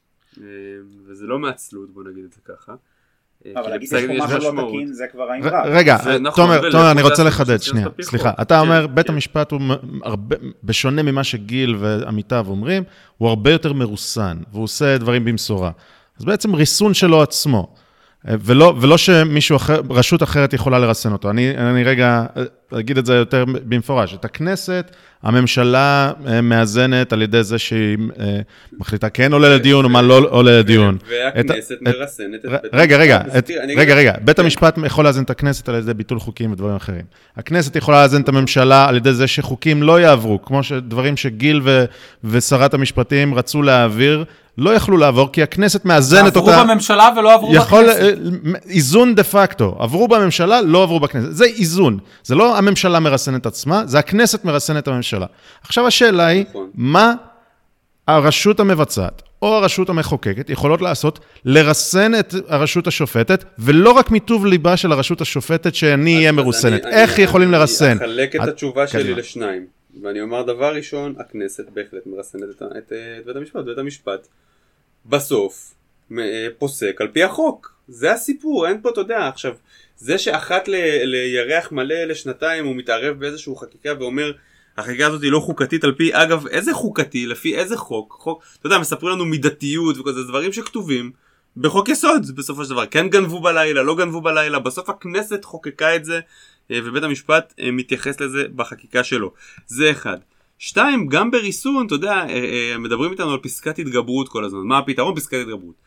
וזה לא מעצלות, בוא נגיד את זה ככה. אבל להגיד יש פה משהו לא תקין, זה כבר האמרה. רגע, תומר, אני רוצה לחדד, שנייה, סליחה. אתה אומר, בית המשפט הוא, בשונה ממה שגיל ועמיתיו אומרים, הוא הרבה יותר מרוסן, והוא עושה דברים במשורה. אז בעצם ריסון שלו עצמו. ולא, ולא שמישהו אחר, רשות אחרת יכולה לרסן אותו. אני, אני רגע אגיד את זה יותר במפורש. את הכנסת, הממשלה מאזנת על ידי זה שהיא מחליטה כן עולה לדיון או מה לא עולה לדיון. והכנסת מרסנת את בית המשפט. רגע, רגע, רגע, רגע. בית המשפט יכול לאזן את הכנסת על ידי ביטול חוקים ודברים אחרים. הכנסת יכולה לאזן את הממשלה על ידי זה שחוקים לא יעברו, כמו שדברים שגיל ושרת המשפטים רצו להעביר, לא יכלו לעבור, כי הכנסת מאזנת אותה. עברו בממשלה ולא עברו יכול, בכנסת. איזון דה פקטו. עברו בממשלה, לא עברו בכנסת. זה איזון. זה לא הממשלה מרסנת את עצמה, זה הכנסת מרסנת את הממשלה. עכשיו השאלה היא, נכון. מה הרשות המבצעת או הרשות המחוקקת יכולות לעשות לרסן את הרשות השופטת, ולא רק מטוב ליבה של הרשות השופטת שאני אהיה מרוסנת. אני, איך אני, יכולים אני לרסן? אני אחלק את את, התשובה שלי קדימה. לשניים. ואני אומר דבר ראשון, הכנסת בהחלט מרסנת את, את, את בית המשפט. בית המשפט בסוף פוסק על פי החוק. זה הסיפור, אין פה, אתה יודע, עכשיו, זה שאחת ל, לירח מלא לשנתיים הוא מתערב באיזשהו חקיקה ואומר, החקיקה הזאת היא לא חוקתית על פי, אגב, איזה חוקתי, לפי איזה חוק, חוק, אתה יודע, מספרים לנו מידתיות וכזה, דברים שכתובים בחוק יסוד, בסופו של דבר, כן גנבו בלילה, לא גנבו בלילה, בסוף הכנסת חוקקה את זה, ובית המשפט מתייחס לזה בחקיקה שלו. זה אחד. שתיים, גם בריסון, אתה יודע, מדברים איתנו על פסקת התגברות כל הזמן. מה הפתרון? פסקת התגברות.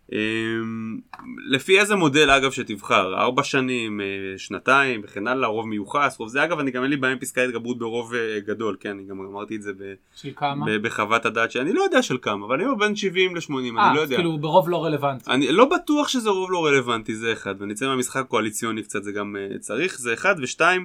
לפי איזה מודל, אגב, שתבחר? ארבע שנים, שנתיים, וכן הלאה, רוב מיוחס, רוב זה. אגב, אני גם אין לי בעיה עם פסקת התגברות ברוב גדול, כן? אני גם אמרתי את זה ב... של כמה? בחוות הדעת שאני לא יודע של כמה, אבל אני אומר בין שבעים ל-שמונים, אני לא יודע. אה, כאילו ברוב לא רלוונטי. אני לא בטוח שזה רוב לא רלוונטי, זה אחד. ונצא מהמשחק קואליציוני קצת, זה גם צריך, זה אחד. ושתיים,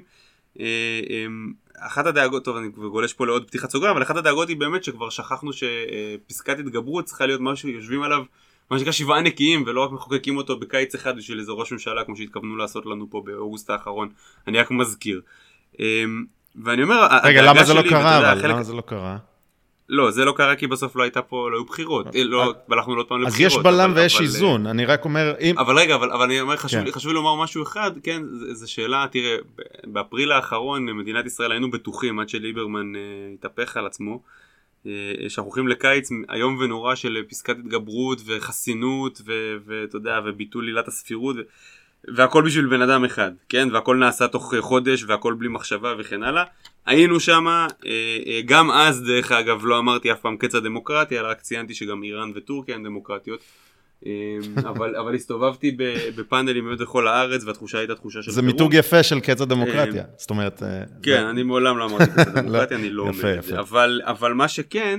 אחת הדאגות, טוב, אני גולש פה לעוד פתיחת סוגריים, אבל אחת הדאגות היא באמת שכבר שכחנו שפסקת התגברות צריכה להיות משהו שיושבים עליו, מה שנקרא שבעה נקיים, ולא רק מחוקקים אותו בקיץ אחד בשביל איזה ראש ממשלה, כמו שהתכוונו לעשות לנו פה באוגוסט האחרון. אני רק מזכיר. ואני אומר, רגע, למה זה לא קרה? אבל למה זה לא קרה? לא, זה לא קרה כי בסוף לא הייתה פה, לא היו בחירות. לא, הלכנו עוד פעם לבחירות. אז יש בלם ויש איזון. אני רק אומר, אם... אבל רגע, אבל אני אומר, חשוב לי לומר משהו אחד, כן, זו שאלה, תראה, באפריל האחרון, מדינת ישראל היינו בטוחים, עד שליברמן התהפך על עצמו, שאנחנו הולכים לקיץ היום ונורא של פסקת התגברות וחסינות, ואתה יודע, וביטול עילת הספירות, והכל בשביל בן אדם אחד, כן? והכל נעשה תוך חודש, והכל בלי מחשבה וכן הלאה. היינו שמה, גם אז דרך אגב לא אמרתי אף פעם קץ הדמוקרטיה, רק ציינתי שגם איראן וטורקיה הן דמוקרטיות, אבל, אבל הסתובבתי בפאנלים מאוד בכל הארץ, והתחושה הייתה תחושה של... זה מיתוג יפה של קץ הדמוקרטיה, זאת אומרת... כן, אני מעולם לא אמרתי קץ הדמוקרטיה, אני לא אומר את זה, אבל מה שכן...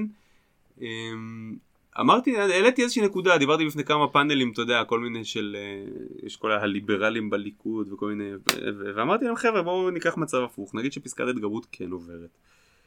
אמרתי, העליתי איזושהי נקודה, דיברתי בפני כמה פאנלים, אתה יודע, כל מיני של, יש כל הליברלים בליכוד וכל מיני, ואמרתי להם, חבר'ה, בואו ניקח מצב הפוך, נגיד שפסקת התגברות כן עוברת.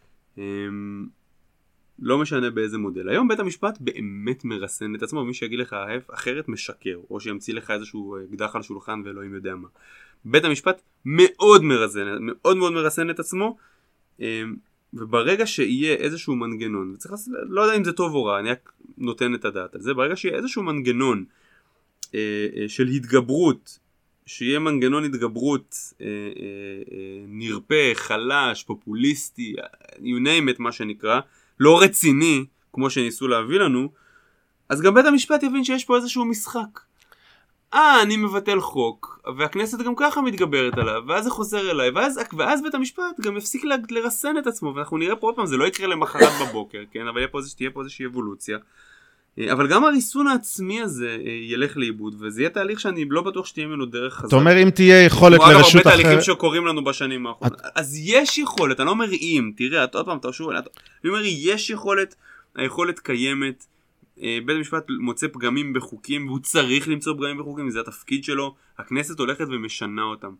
לא משנה באיזה מודל. היום בית המשפט באמת מרסן את עצמו, ומי שיגיד לך אחרת משקר, או שימציא לך איזשהו אקדח על שולחן ואלוהים יודע מה. בית המשפט מאוד מרסן, מאוד מאוד מרסן את עצמו, וברגע שיהיה איזשהו מנגנון, וצריך, לא יודע אם זה טוב או רע, אני רק נותן את הדעת על זה, ברגע שיהיה איזשהו מנגנון אה, אה, של התגברות, שיהיה מנגנון התגברות אה, אה, אה, נרפה, חלש, פופוליסטי, you name it מה שנקרא, לא רציני, כמו שניסו להביא לנו, אז גם בית המשפט יבין שיש פה איזשהו משחק. אה, אני מבטל חוק, והכנסת גם ככה מתגברת עליו, ואז זה חוזר אליי, ואז, ואז בית המשפט גם יפסיק לרסן את עצמו, ואנחנו נראה פה עוד פעם, זה לא יקרה למחרת בבוקר, כן? אבל תהיה פה איזושהי אבולוציה. אבל גם הריסון העצמי הזה ילך לאיבוד, וזה יהיה תהליך שאני לא בטוח שתהיה ממנו דרך חזק. אתה אומר, אם תהיה יכולת לרשות אחרת... כמו הרבה תהליכים שקורים לנו בשנים האחרונות. אז יש יכולת, אני לא אומר אם, תראה, עוד פעם, תרשו, אני אומר, יש יכולת, היכולת קיימת, בית המשפט מוצא פגמים בחוקים, והוא צריך למצוא פגמים בחוקים, זה התפקיד שלו, הכנסת הולכת ומשנה אותם.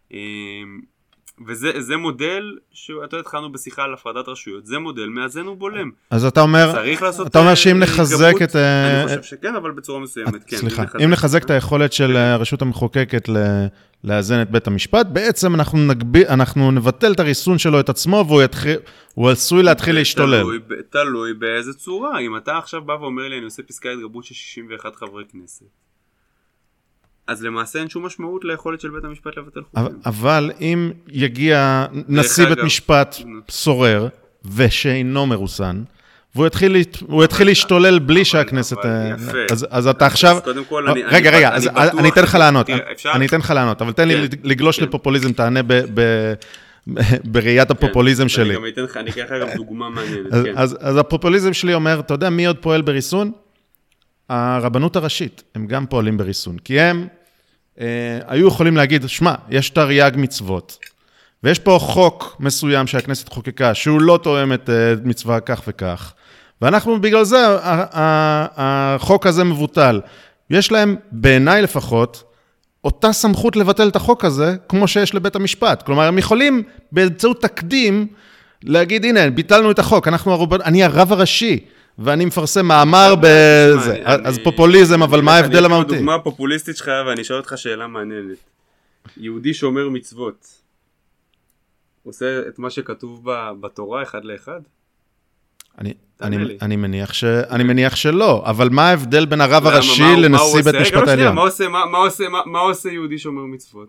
וזה זה מודל, שאתה התחלנו בשיחה על הפרדת רשויות, זה מודל מאזן ובולם. אז אתה אומר, אתה אומר שאם נחזק את... אני חושב שכן, אבל בצורה מסוימת, כן. סליחה, אם נחזק את היכולת של הרשות המחוקקת לאזן את בית המשפט, בעצם אנחנו נגביל, אנחנו נבטל את הריסון שלו את עצמו, והוא עשוי להתחיל להשתולל. תלוי באיזה צורה. אם אתה עכשיו בא ואומר לי, אני עושה פסקה התגברות של שישים ואחד חברי כנסת, אז למעשה אין שום משמעות ליכולת של בית המשפט לבטל חוקים. אבל אם יגיע נשיא בית משפט סורר, ושאינו מרוסן, והוא התחיל, הוא התחיל להשתולל בלי שהכנסת... אז, אז אתה עכשיו... קודם כל, אני, רגע, אני, רגע, אני אז בטוח... אני אתן לך לענות, אפשר? אני אתן לך לענות, אבל תן לי כן, לגלוש כן. לפופוליזם, תענה ב... ב בראיית הפופוליזם שלי. אני גם אתן לך, אני אקח לך גם דוגמה מעניינת. אז, אז, אז הפופוליזם שלי אומר, אתה יודע מי עוד פועל בריסון? הרבנות הראשית, הם גם פועלים בריסון, כי הם אה, היו יכולים להגיד, שמה, יש תרי"ג מצוות, ויש פה חוק מסוים שהכנסת חוקקה, שהוא לא תואם את אה, מצווה כך וכך, ואנחנו בגלל זה, החוק הזה מבוטל. יש להם, בעיניי לפחות, אותה סמכות לבטל את החוק הזה, כמו שיש לבית המשפט. כלומר, הם יכולים באמצעות תקדים, להגיד, הנה, ביטלנו את החוק, אנחנו הרוב... אני הרב הראשי, ואני מפרסם מאמר בזה. אז פופוליזם, אבל מה ההבדל המהותי? אני דוגמה פופוליסטית שלך, ואני אשאל אותך שאלה מעניינת. יהודי שומר מצוות, עושה את מה שכתוב בתורה אחד לאחד? אני, אני, אני מניח ש, אני מניח שלא, אבל מה ההבדל בין הרב הראשי לנשיא בית משפט העליון? מה עושה, מה, מה עושה, מה, מה עושה יהודי שומר מצוות?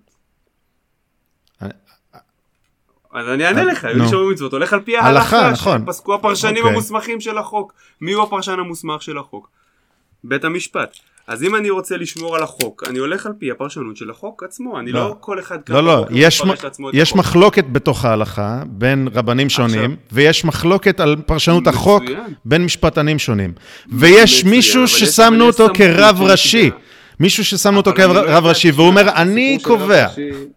אז אני אענה לך, יהודי שומר מצוות, הולך על פי ההלכה, שפסקו הפרשנים המוסמכים של החוק. מי הוא הפרשן המוסמך של החוק? בית המשפט. אז אם אני רוצה לשמור על החוק, אני הולך על פי הפרשנות של החוק עצמו, אני לא כל אחד כאן. לא, לא, יש מחלוקת בתוך ההלכה בין רבנים שונים, ויש מחלוקת על פרשנות החוק בין משפטנים שונים. ויש מישהו ששמנו אותו כרב ראשי, מישהו ששמנו אותו כרב ראשי, והוא אומר, אני קובע.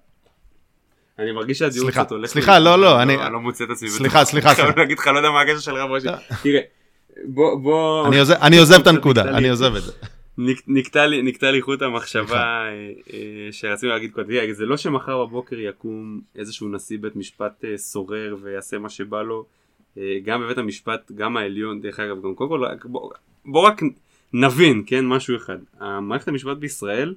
אני מרגיש שהדיון קצת הולך... סליחה, לא, לא, אני... אני לא מוצא את עצמי. סליחה, סליחה. אני חייב להגיד לך, לא יודע מה הקשר של רב ראשי. תראה, בוא... אני עוזב את הנקודה, אני עוזב את זה. נקטע לי, נקטע לי חוט המחשבה שרצינו להגיד קודם, זה לא שמחר בבוקר יקום איזשהו נשיא בית משפט סורר ויעשה מה שבא לו, גם בבית המשפט, גם העליון, דרך אגב, גם קודם כל, בוא רק נבין, כן, משהו אחד. המערכת המשפט בישראל,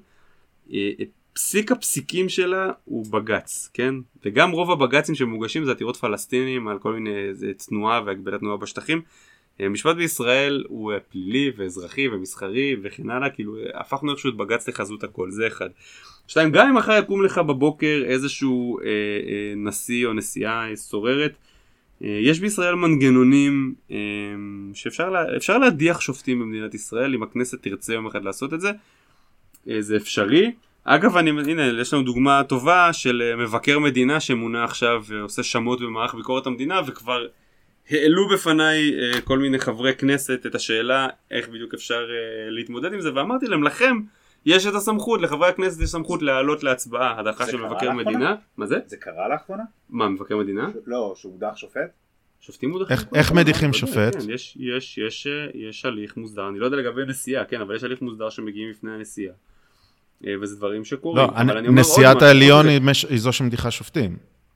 פסיק הפסיקים שלה הוא בגץ, כן? וגם רוב הבגצים שמוגשים זה עתירות פלסטינים על כל מיני תנועה והגבלת תנועה בשטחים. משפט בישראל הוא פלילי ואזרחי ומסחרי וכן הלאה, כאילו הפכנו איכשהו את בגץ לחזות הכל, זה אחד. שתיים, גם אם אחר יקום לך בבוקר איזשהו אה, אה, נשיא או נשיאה סוררת, אה, יש בישראל מנגנונים אה, שאפשר לה, אפשר להדיח שופטים במדינת ישראל, אם הכנסת תרצה יום אחד לעשות את זה, אה, זה אפשרי. אגב, אני, הנה, יש לנו דוגמה טובה של מבקר מדינה שמונה עכשיו ועושה שמות במערך ביקורת המדינה, וכבר העלו בפניי uh, כל מיני חברי כנסת את השאלה איך בדיוק אפשר uh, להתמודד עם זה, ואמרתי להם, לכם יש את הסמכות, לחברי הכנסת יש סמכות להעלות להצבעה הדחה של מבקר מדינה. מה זה? זה קרה לאחרונה? מה, מבקר מדינה? ש... לא, שהודח שופט? שופטים מודחים. איך, איך מדיחים שופט? כן, יש, יש, יש, יש הליך מוסדר, אני לא יודע לגבי נשיאה, כן, אבל יש הליך מוסדר שמגיעים לפני הנשיאה. וזה דברים שקורים. לא, אני, נשיאת העליון היא, מש... היא זו שמדיחה שופטים.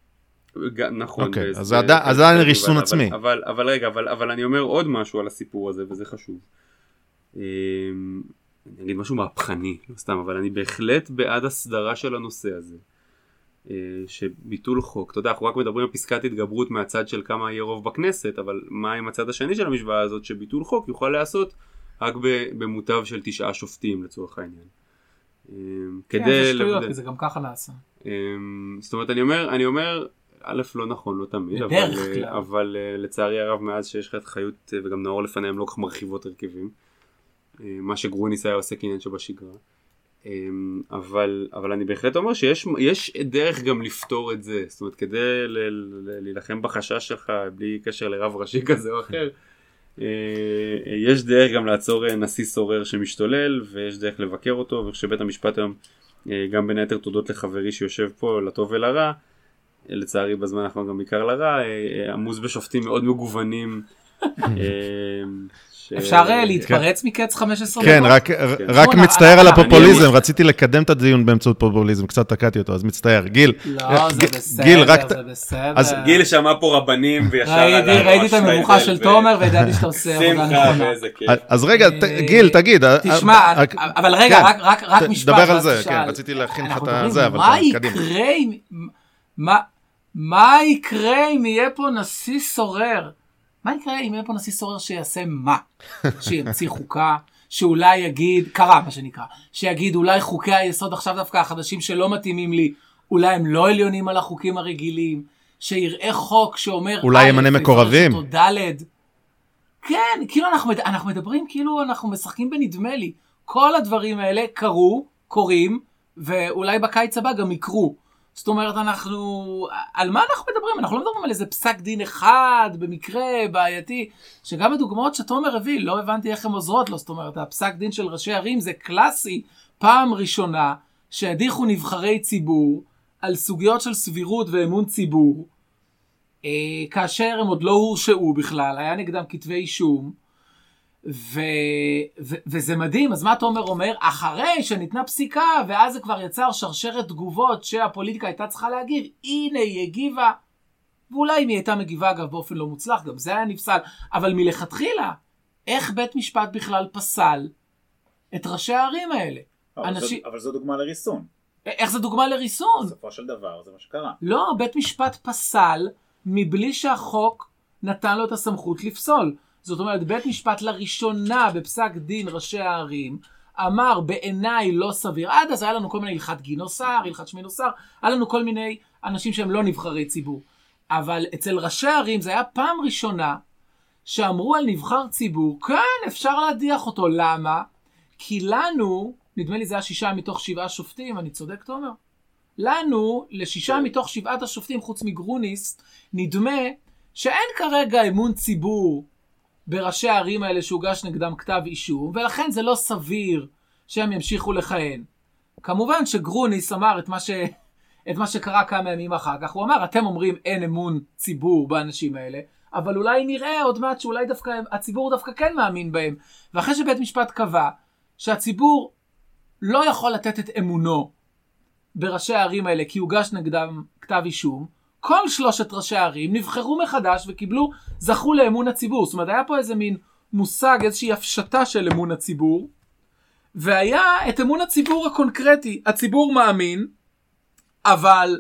נכון. אוקיי, אז זה עדיין ריסון עצמי. אבל, אבל רגע, אבל, אבל אני אומר עוד משהו על הסיפור הזה, וזה חשוב. אני אגיד משהו מהפכני, לא סתם, אבל אני בהחלט בעד הסדרה של הנושא הזה. שביטול חוק, אתה יודע, אנחנו רק מדברים על פסקת התגברות מהצד של כמה יהיה רוב בכנסת, אבל מה עם הצד השני של המשוואה הזאת, שביטול חוק יוכל לעשות רק במוטב של תשעה שופטים לצורך העניין. כן, זה שטויות, כי זה גם ככה נעשה. זאת אומרת, אני אומר, אני אומר, א' לא נכון, לא תמיד, אבל, אבל לצערי הרב מאז שיש לך את חיות וגם נאור לפניהם לא כך מרחיבות הרכבים, מה שגרוניס היה עושה כעניין שבשגרה, אבל, אבל אני בהחלט אומר שיש יש דרך גם לפתור את זה, זאת אומרת, כדי ל, ל, להילחם בחשש שלך בלי קשר לרב ראשי כזה או אחר, יש דרך גם לעצור נשיא סורר שמשתולל, ויש דרך לבקר אותו, וכשבית המשפט היום, גם בין היתר תודות לחברי שיושב פה לטוב ולרע, לצערי בזמן האחרון גם בעיקר לרע, עמוס בשופטים מאוד מגוונים. אפשר להתפרץ מקץ חמש עשרה כן, רק מצטער על הפופוליזם, רציתי לקדם את הדיון באמצעות פופוליזם, קצת תקעתי אותו, אז מצטער. גיל, לא, זה בסדר, זה בסדר. גיל שמע פה רבנים וישר עליו. ראיתי את המבוכה של תומר וידעתי שאתה עושה עבודה נכונה. אז רגע, גיל, תגיד. תשמע, אבל רגע, רק משפט. דבר על זה, כן, רציתי להכין לך את זה, אבל קדימה. מה יקרה אם יהיה פה נשיא סורר? מה יקרה אם יהיה פה נשיא סורר שיעשה מה? שימציא חוקה, שאולי יגיד, קרה מה שנקרא, שיגיד אולי חוקי היסוד עכשיו דווקא החדשים שלא מתאימים לי, אולי הם לא עליונים על החוקים הרגילים, שיראה חוק שאומר, אולי ימנה מקורבים. כן, כאילו אנחנו, אנחנו מדברים כאילו אנחנו משחקים בנדמה לי. כל הדברים האלה קרו, קורים, ואולי בקיץ הבא גם יקרו. זאת אומרת, אנחנו... על מה אנחנו מדברים? אנחנו לא מדברים על איזה פסק דין אחד, במקרה, בעייתי, שגם הדוגמאות שתומר הביא, לא הבנתי איך הן עוזרות לו. זאת אומרת, הפסק דין של ראשי ערים זה קלאסי, פעם ראשונה, שהדיחו נבחרי ציבור, על סוגיות של סבירות ואמון ציבור, אה, כאשר הם עוד לא הורשעו בכלל, היה נגדם כתבי אישום, ו... ו... וזה מדהים. אז מה תומר אומר? אחרי שניתנה פסיקה, ואז זה כבר יצר שרשרת תגובות שהפוליטיקה הייתה צריכה להגיב, הנה היא הגיבה, ואולי אם היא הייתה מגיבה אגב באופן לא מוצלח, גם זה היה נפסל, אבל מלכתחילה, איך בית משפט בכלל פסל את ראשי הערים האלה? אבל, אנשים... זו, אבל זו דוגמה לריסון. איך זה דוגמה לריסון? בסופו של דבר, זה מה שקרה. לא, בית משפט פסל מבלי שהחוק נתן לו את הסמכות לפסול. זאת אומרת, בית משפט לראשונה בפסק דין ראשי הערים, אמר בעיניי לא סביר. עד אז היה לנו כל מיני הלכת גינוסר, הלכת שמינוסר, היה לנו כל מיני אנשים שהם לא נבחרי ציבור. אבל אצל ראשי הערים זה היה פעם ראשונה שאמרו על נבחר ציבור, כן, אפשר להדיח אותו. למה? כי לנו, נדמה לי זה היה שישה מתוך שבעה שופטים, אני צודק תומר? לנו, לשישה מתוך שבעת השופטים, חוץ מגרוניס, נדמה שאין כרגע אמון ציבור בראשי הערים האלה שהוגש נגדם כתב אישום, ולכן זה לא סביר שהם ימשיכו לכהן. כמובן שגרוניס אמר את מה, ש... את מה שקרה כמה ימים אחר כך. הוא אמר, אתם אומרים אין אמון ציבור באנשים האלה, אבל אולי נראה עוד מעט שאולי דווקא הציבור דווקא כן מאמין בהם. ואחרי שבית משפט קבע שהציבור לא יכול לתת את אמונו בראשי הערים האלה כי הוגש נגדם כתב אישום, כל שלושת ראשי הערים נבחרו מחדש וקיבלו, זכו לאמון הציבור. זאת אומרת, היה פה איזה מין מושג, איזושהי הפשטה של אמון הציבור, והיה את אמון הציבור הקונקרטי. הציבור מאמין, אבל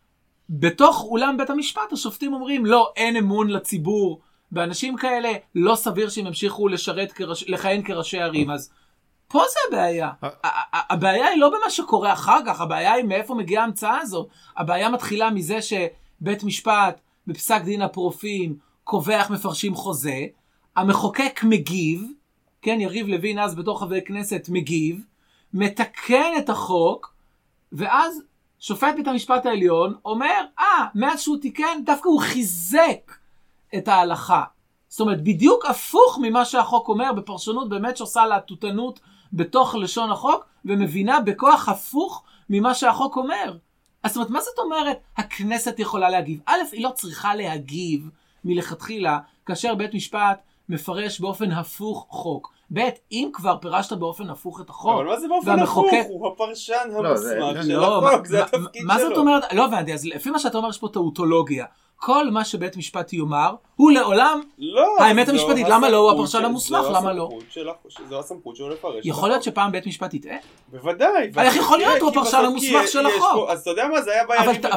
בתוך אולם בית המשפט השופטים אומרים, לא, אין אמון לציבור באנשים כאלה, לא סביר שהם ימשיכו לשרת, כרש... לכהן כראשי ערים. אז פה זה הבעיה. הבעיה היא לא במה שקורה אחר כך, הבעיה היא מאיפה מגיעה ההמצאה הזו. הבעיה מתחילה מזה שבית משפט בפסק דין הפרופים קובע איך מפרשים חוזה, המחוקק מגיב, כן, יריב לוין אז בתור חבר כנסת מגיב, מתקן את החוק, ואז שופט בית המשפט העליון אומר, אה, מאז שהוא תיקן, דווקא הוא חיזק את ההלכה. זאת אומרת, בדיוק הפוך ממה שהחוק אומר, בפרשנות באמת שעושה להטוטנות בתוך לשון החוק, ומבינה בכוח הפוך ממה שהחוק אומר. אז זאת אומרת, מה זאת אומרת? הכנסת יכולה להגיב. א', היא לא צריכה להגיב מלכתחילה, כאשר בית משפט מפרש באופן הפוך חוק. ב', אם כבר פירשת באופן הפוך את החוק, אבל מה זה באופן הפוך? הוא הפרשן המוסמך של החוק, זה התפקיד שלו. מה זאת אומרת? לא הבנתי, אז לפי מה שאתה אומר יש פה טאוטולוגיה. כל מה שבית משפט יאמר, הוא לעולם האמת המשפטית. למה לא? הוא הפרשן המוסמך, למה לא? זו הסמכות שלו לפרש. יכול להיות שפעם בית משפט יטעה? בוודאי. איך יכול להיות? הוא הפרשן המוסמך של החוק. אז אתה יודע מה? זה היה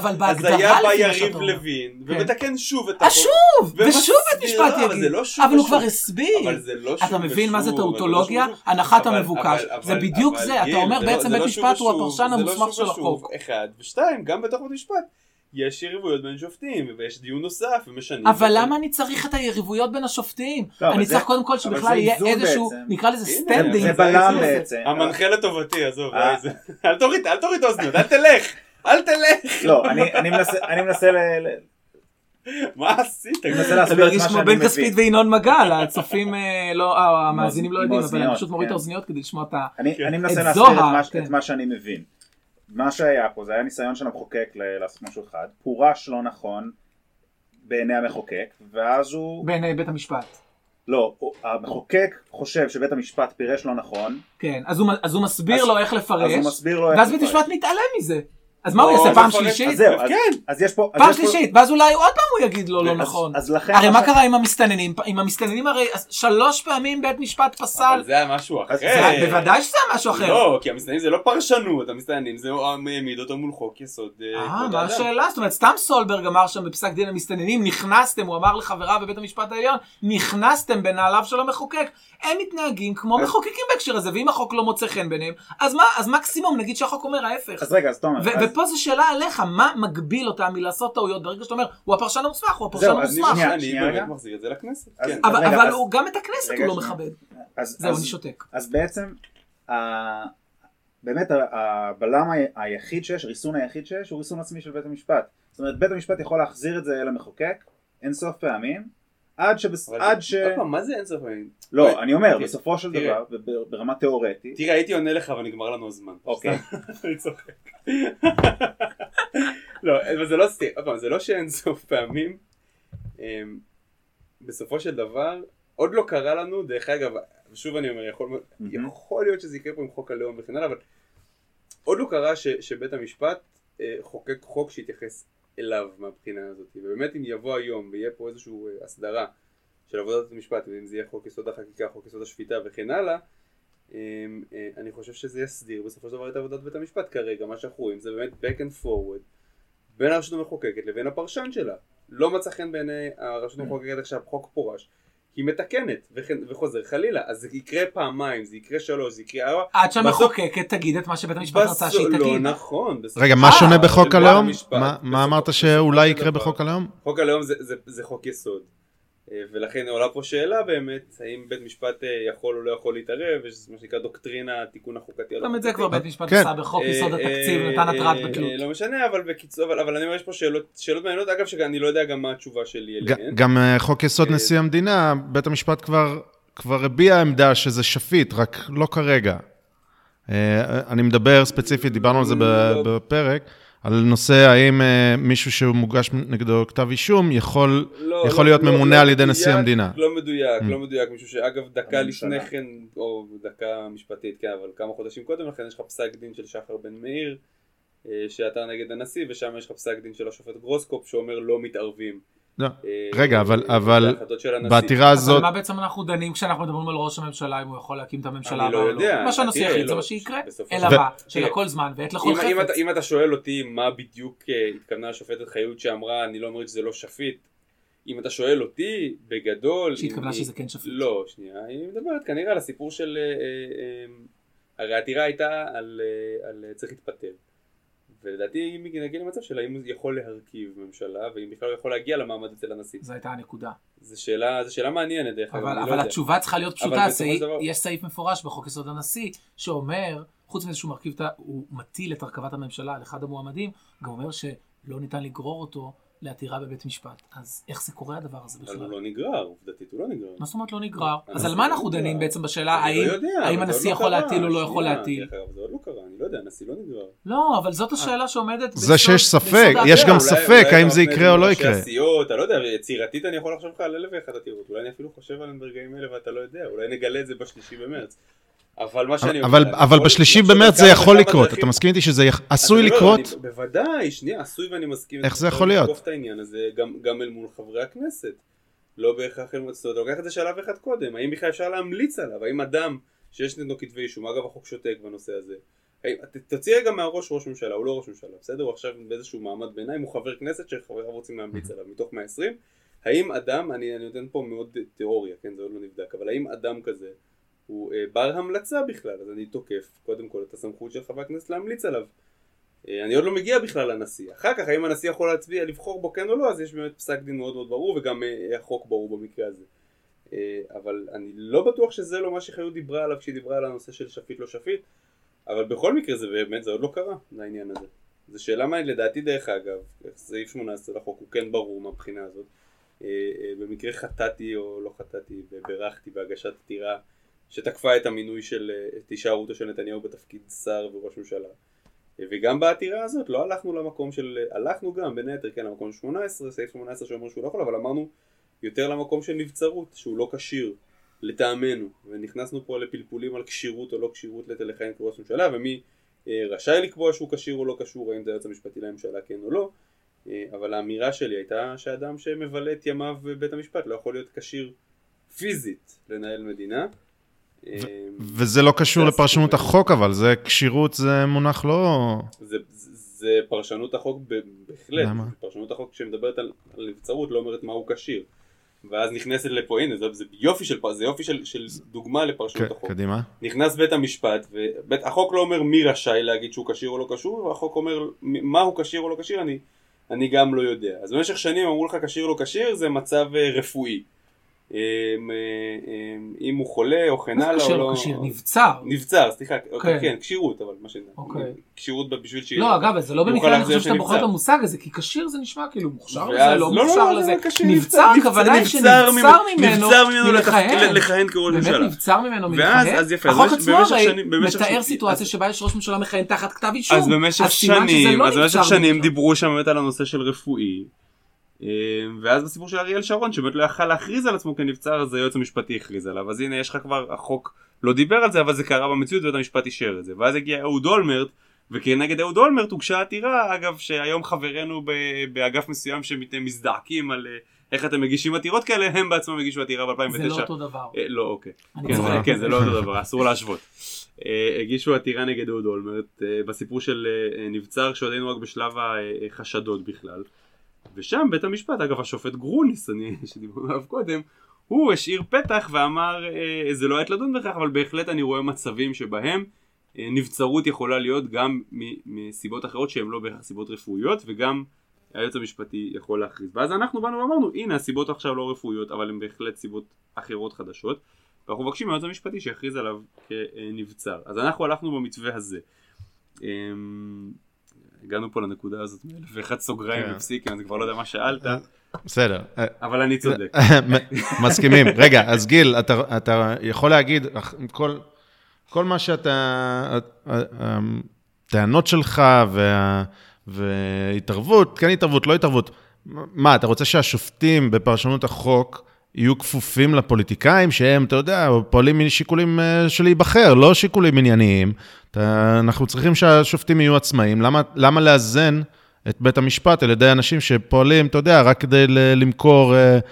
ביריב לוין, ומתקן שוב את החוק. שוב! ושוב בית משפט יגיד. אבל הוא כבר הסביר. אתה מבין מה זה טאוטולוגיה? הנחת המבוקש. זה בדיוק זה. אתה אומר בעצם בית משפט הוא הפרשן המוסמך של החוק. אחד ושתיים, גם בתוך בית משפט. יש יריבויות בין שופטים, ויש דיון נוסף, ומשנים. אבל למה אני צריך את היריבויות בין השופטים? אני צריך קודם כל שבכלל יהיה איזשהו, נקרא לזה סטנדינג. זה בלם בעצם. המנחה לטובתי, עזוב. אל תוריד, אל תוריד אוזניות, אל תלך. אל תלך. לא, אני מנסה ל... מה עשית? אני מנסה להסביר את מה שאני מבין. בן כספית וינון מגל, הצופים, המאזינים לא יודעים, אבל אני פשוט מוריד את האוזניות כדי לשמוע את הזוהר. אני מנסה להסביר את מה שאני מבין. מה שהיה פה, זה היה ניסיון של המחוקק לעשות משהו אחד, פורש לא נכון בעיני המחוקק, ואז הוא... בעיני בית המשפט. לא, המחוקק חושב שבית המשפט פירש לא נכון. כן, אז הוא, אז הוא מסביר אז, לו איך לפרש, אז הוא מסביר לו איך ואז בית המשפט מתעלם מזה. אז מה הוא יעשה? פעם שלישית? אז זהו, אז יש פה... פעם שלישית, ואז אולי עוד פעם הוא יגיד לו לא נכון. הרי מה קרה עם המסתננים? עם המסתננים הרי שלוש פעמים בית משפט פסל. אבל זה היה משהו אחר. בוודאי שזה היה משהו אחר. לא, כי המסתננים זה לא פרשנות, המסתננים זה העמיד אותו מול חוק יסוד. אה, מה השאלה? זאת אומרת, סתם סולברג אמר שם בפסק דין המסתננים, נכנסתם, הוא אמר לחברה בבית המשפט העליון, נכנסתם בנעליו של המחוקק. הם מתנהגים כמו מחוקקים בהקשר הזה, ואם החוק לא מוצא חן ביניהם, אז מה, אז מקסימום נגיד שהחוק אומר ההפך. אז רגע, אז תומר, פה זו שאלה עליך, מה מגביל אותם מלעשות טעויות ברגע שאתה אומר, הוא הפרשן המוסמך, הוא הפרשן המוסמך. אני באמת מחזיר את זה לכנסת. אבל גם את הכנסת הוא לא מכבד. זהו, אני שותק. אז בעצם, באמת הבלם היחיד שיש, ריסון היחיד שיש, הוא ריסון עצמי של בית המשפט. זאת אומרת, בית המשפט יכול להחזיר את זה אל המחוקק, אין סוף פעמים, עד שבס... עד ש... מה זה אין סוף פעמים? לא, אני אומר, בסופו של דבר, ברמה תיאורטית... תראה, הייתי עונה לך, אבל נגמר לנו הזמן. אוקיי. אני צוחק. לא, אבל זה לא סתיר. זה לא שאין סוף פעמים. בסופו של דבר, עוד לא קרה לנו, דרך אגב, ושוב אני אומר, יכול להיות שזה יקרה פה עם חוק הלאום וכן הלאה, אבל עוד לא קרה שבית המשפט חוקק חוק שהתייחס אליו מהבחינה הזאת, ובאמת אם יבוא היום ויהיה פה איזושהי הסדרה של עבודת המשפט, ואם זה יהיה חוק יסוד החקיקה, חוק יסוד השפיטה וכן הלאה, אני חושב שזה יסדיר בסופו של דבר את עבודת בית המשפט כרגע, מה שאנחנו רואים זה באמת back and forward בין הרשות המחוקקת לבין הפרשן שלה. לא מצא חן בעיני הרשות המחוקקת עכשיו חוק פורש, היא מתקנת וחוזר חלילה, אז זה יקרה פעמיים, זה יקרה שלוש, זה יקרה ארבע. עד שהמחוקקת תגיד את מה שבית המשפט רצה שהיא תגיד. לא נכון. רגע, מה שונה בחוק הלאום? מה אמרת שאולי יקרה בחוק הלאום? חוק הלאום זה חוק יסוד. ולכן עולה פה שאלה באמת, האם בית משפט יכול או לא יכול להתערב, יש מה שנקרא דוקטרינה, תיקון החוקתי. גם את זה כבר בית משפט עשה בחוק יסוד התקציב, נתן התראת בטלות. לא משנה, אבל בקיצור, אבל אני אומר, יש פה שאלות מעניינות, אגב שאני לא יודע גם מה התשובה שלי אליהן. גם חוק יסוד נשיא המדינה, בית המשפט כבר הביע עמדה שזה שפיט, רק לא כרגע. אני מדבר ספציפית, דיברנו על זה בפרק, על נושא האם מישהו שהוא מוגש נגדו כתב אישום יכול להיות ממונה על ידי נשיא המדינה. לא מדויק, לא מדויק, מישהו שאגב דקה לפני כן, או דקה משפטית, כן, אבל כמה חודשים קודם לכן יש לך פסק דין של שחר בן מאיר, שעתר נגד הנשיא, ושם יש לך פסק דין של השופט גרוסקופ שאומר לא מתערבים. רגע, אבל בעתירה הזאת... אבל מה בעצם אנחנו דנים כשאנחנו מדברים על ראש הממשלה, אם הוא יכול להקים את הממשלה? אני לא יודע. מה שהנשיא יחליט, זה מה שיקרה. אלא מה, שלכל זמן ועת לכל חפץ. אם אתה שואל אותי מה בדיוק התכוונה השופטת חיות שאמרה, אני לא אומרת שזה לא שפיט, אם אתה שואל אותי, בגדול... שהתכוונה שזה כן שפיט. לא, שנייה, היא מדברת כנראה על הסיפור של... הרי העתירה הייתה על צריך להתפטר. ולדעתי נגיע למצב של האם הוא יכול להרכיב ממשלה, ואם בכלל הוא יכול להגיע למעמד אצל הנשיא. זו הייתה הנקודה. זו שאלה, זו שאלה מעניינת דרך אגב. אבל, אבל התשובה צריכה להיות פשוטה, סעיף, יש סעיף מפורש בחוק יסוד הנשיא, שאומר, חוץ מזה שהוא מרכיב, הוא מטיל את הרכבת הממשלה על אחד המועמדים, גם אומר שלא ניתן לגרור אותו לעתירה בבית משפט. אז איך זה קורה הדבר הזה בכלל? הוא לא נגרר, עובדתית הוא לא נגרר. מה זאת אומרת לא נגרר? אז על מה אנחנו דנים בעצם בשאלה, האם הנשיא יכול להטיל או לא יכול להטיל? זה עוד לא קרה, אני לא יודע, הנשיא לא נגרר. לא, אבל זאת השאלה שעומדת... זה שיש ספק, יש גם ספק האם זה יקרה או לא יקרה. אתה לא יודע, יצירתית אני יכול לחשוב לך על אלף ואחת עתירות, אולי אני אפילו חושב עליהם ברגעים אלה ואתה לא יודע, אולי נגלה את זה בשלישי במרץ. אבל מה שאני אומר... אבל בשלישי במרץ זה יכול לקרות, אתה מסכים איתי שזה עשוי לקרות? בוודאי, שנייה, עשוי ואני מסכים. איך זה יכול להיות? את העניין הזה גם אל מול חברי הכנסת. לא בהכרח אל מול הצדות, אתה לוקח את זה שלב אחד קודם, האם בכלל אפשר להמליץ עליו, האם אדם שיש נגדו כתבי אישום, אגב החוק שותק בנושא הזה, תוציא רגע מהראש ראש ממשלה, הוא לא ראש ממשלה, בסדר? הוא עכשיו באיזשהו מעמד ביניים, הוא חבר כנסת שחבריו רוצים להמליץ עליו, מתוך מאה ועשרים, האם אדם, אני, אני נותן פה מאוד תיאוריה, כן, זה עוד לא נבדק, אבל האם אדם כזה הוא אה, בר המלצה בכלל, אז אני תוקף קודם כל את הסמכות של חברי הכנסת להמליץ עליו. אה, אני עוד לא מגיע בכלל לנשיא. אחר כך, האם הנשיא יכול להצביע, לבחור בו כן או לא, אז יש באמת פסק דין מאוד מאוד ברור, וגם אה, החוק ברור במקרה הזה. אה, אבל אני לא בטוח שזה לא מה שחיות דיברה עליו, כשהיא דיברה על הנושא של שפיט לא שפיט, אבל בכל מקרה זה באמת, זה עוד לא קרה, לעניין הזה. זו שאלה מה, לדעתי דרך אגב, סעיף שמונה עשרה לחוק הוא כן ברור מהבחינה הזאת. אה, אה, במקרה חטאתי או לא חטאתי, וברחתי בהגשת עתירה, שתקפה את המינוי של הישארותו של נתניהו בתפקיד שר וראש ממשלה. וגם בעתירה הזאת לא הלכנו למקום של, הלכנו גם בין היתר, כן, למקום של שמונה עשרה, סעיף שמונה עשרה שאומר שהוא לא יכול, אבל אמרנו יותר למקום של נבצרות, שהוא לא קשיר לטעמנו, ונכנסנו פה לפלפולים על קשירות או לא קשירות לכהן כראש ממשלה, ומי רשאי לקבוע שהוא קשיר או לא קשור, האם זה היועץ המשפטי לממשלה כן או לא, אבל האמירה שלי הייתה שאדם שמבלה את ימיו בבית המשפט לא יכול להיות קשיר פיזית לנהל מדינה, וזה לא קשור לפרשנות החוק, אבל זה קשירות, זה מונח לא... זה פרשנות החוק בהחלט. פרשנות החוק שמדברת על נבצרות לא אומרת מה הוא קשיר. ואז נכנסת לפה, הנה, זה, זה יופי של, זה יופי של, של דוגמה לפרשנות החוק. קדימה. נכנס בית המשפט, והחוק לא אומר מי רשאי להגיד שהוא קשיר או לא קשור, והחוק אומר מה הוא קשיר או לא קשיר, אני, אני גם לא יודע. אז במשך שנים אמרו לך קשיר או לא קשיר, זה מצב רפואי. אם הוא חולה או כן הלאה או לא... קשיר, נבצר. נבצר, סליחה, כן, קשירות, אבל מה שנדע. קשירות בשביל ש... לא, אגב, זה לא במקרה, אני חושב שאתה בוחר את המושג הזה, כי קשיר זה נשמע כאילו מוכשר לזה, לא מוכשר לזה. נבצר, הכוונה היא שנבצר ממנו לכהן כראש ממשלה. באמת נבצר ממנו מלכהן. החוק עצמו הרי מתאר סיטואציה שבה יש ראש ממשלה מכהן תחת כתב אישום. אז במשך שנים, אז במשך שנים דיברו שם באמת על הנושא של רפואי. ואז בסיפור של אריאל שרון שבאמת לא יכל להכריז על עצמו כנבצר, אז היועץ המשפטי הכריז עליו. אז הנה יש לך כבר, החוק לא דיבר על זה, אבל זה קרה במציאות ובית המשפט אישר את זה. ואז הגיע אהוד אולמרט, וכנגד אהוד אולמרט הוגשה עתירה, אגב שהיום חברינו באגף מסוים שמזדעקים על איך אתם מגישים עתירות כאלה, הם בעצמם הגישו עתירה ב-אלפיים ותשע. זה לא אותו דבר. לא, אוקיי. כן, זה לא אותו דבר, אסור להשוות. הגישו עתירה נגד אהוד אולמרט בסיפור של נבצר שעודנו רק בשלב החשדות בכלל. ושם בית המשפט, אגב השופט גרוניס, אני שדיברנו עליו קודם, הוא השאיר פתח ואמר, אה, זה לא עת לדון בכך, אבל בהחלט אני רואה מצבים שבהם אה, נבצרות יכולה להיות גם מסיבות אחרות שהן לא בהכרח סיבות רפואיות, וגם היועץ המשפטי יכול להכריז. ואז אנחנו באנו ואמרנו, הנה הסיבות עכשיו לא רפואיות, אבל הן בהחלט סיבות אחרות חדשות, ואנחנו מבקשים מהיועץ המשפטי שיכריז עליו כנבצר. אז אנחנו הלכנו במתווה הזה. אה, הגענו פה לנקודה הזאת, ואחד סוגריים בפסיקים, אני כבר לא יודע מה שאלת. בסדר. אבל אני צודק. מסכימים. רגע, אז גיל, אתה יכול להגיד, כל מה שאתה, הטענות שלך והתערבות, כן התערבות, לא התערבות, מה, אתה רוצה שהשופטים בפרשנות החוק יהיו כפופים לפוליטיקאים, שהם, אתה יודע, פועלים משיקולים של להיבחר, לא שיקולים ענייניים. אנחנו צריכים שהשופטים יהיו עצמאים. למה, למה לאזן את בית המשפט על ידי אנשים שפועלים, אתה יודע, רק כדי למכור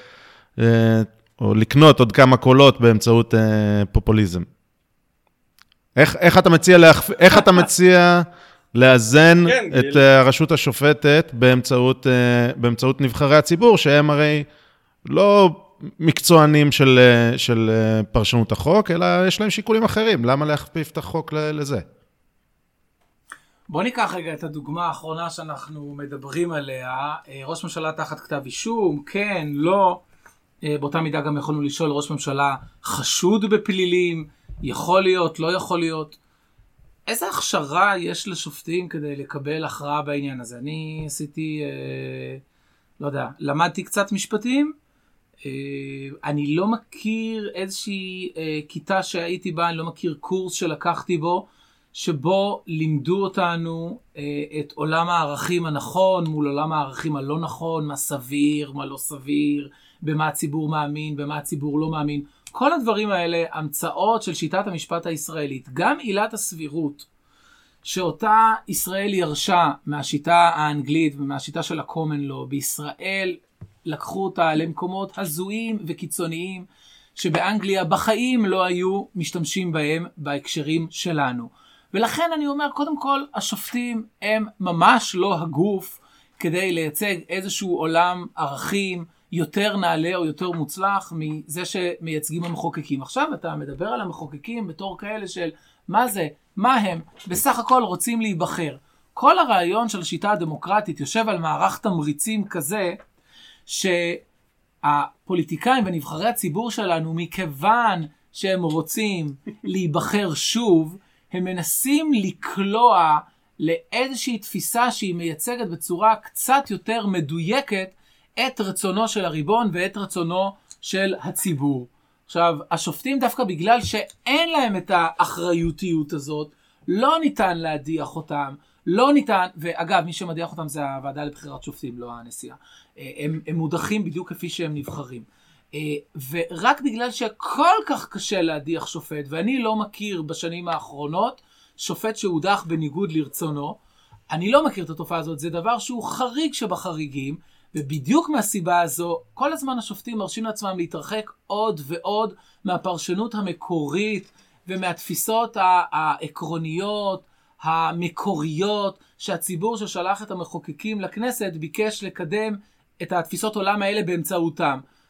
או לקנות עוד כמה קולות באמצעות פופוליזם? איך, איך אתה מציע, להכפ... איך אתה מציע לאזן כן, את גיל. הרשות השופטת באמצעות, באמצעות נבחרי הציבור, שהם הרי לא מקצוענים של, של פרשנות החוק, אלא יש להם שיקולים אחרים. למה להכפיף את החוק לזה? בוא ניקח רגע את הדוגמה האחרונה שאנחנו מדברים עליה. ראש ממשלה תחת כתב אישום, כן, לא. באותה מידה גם יכולנו לשאול ראש ממשלה חשוד בפלילים, יכול להיות, לא יכול להיות. איזה הכשרה יש לשופטים כדי לקבל הכרעה בעניין הזה? אני עשיתי, אה, לא יודע, למדתי קצת משפטים, אני לא מכיר איזושהי כיתה שהייתי בה, אני לא מכיר קורס שלקחתי בו, שבו לימדו אותנו את עולם הערכים הנכון מול עולם הערכים הלא נכון, מה סביר, מה לא סביר, במה הציבור מאמין, במה הציבור לא מאמין. כל הדברים האלה, המצאות של שיטת המשפט הישראלית, גם עילת הסבירות, שאותה ישראל ירשה מהשיטה האנגלית ומהשיטה של ה-common law, בישראל לקחו אותה למקומות הזויים וקיצוניים, שבאנגליה בחיים לא היו משתמשים בהם בהקשרים שלנו. ולכן אני אומר, קודם כל, השופטים הם ממש לא הגוף כדי לייצג איזשהו עולם ערכים יותר נעלה או יותר מוצלח מזה שמייצגים המחוקקים. עכשיו אתה מדבר על המחוקקים בתור כאלה של מה זה, מה הם, בסך הכל רוצים להיבחר. כל הרעיון של השיטה הדמוקרטית יושב על מערך תמריצים כזה, שהפוליטיקאים ונבחרי הציבור שלנו, מכיוון שהם רוצים להיבחר שוב, הם מנסים לקלוע לאיזושהי תפיסה שהיא מייצגת בצורה קצת יותר מדויקת את רצונו של הריבון ואת רצונו של הציבור. עכשיו, השופטים דווקא בגלל שאין להם את האחריותיות הזאת, לא ניתן להדיח אותם, לא ניתן, ואגב, מי שמדיח אותם זה הוועדה לבחירת שופטים, לא הנשיאה. הם, הם מודחים בדיוק כפי שהם נבחרים. ורק בגלל שכל כך קשה להדיח שופט, ואני לא מכיר בשנים האחרונות שופט שהודח בניגוד לרצונו, אני לא מכיר את התופעה הזאת, זה דבר שהוא חריג שבחריגים, ובדיוק מהסיבה הזו, כל הזמן השופטים מרשים לעצמם להתרחק עוד ועוד מהפרשנות המקורית, ומהתפיסות העקרוניות, המקוריות, שהציבור ששלח את המחוקקים לכנסת ביקש לקדם את התפיסות עולם האלה באמצעותם.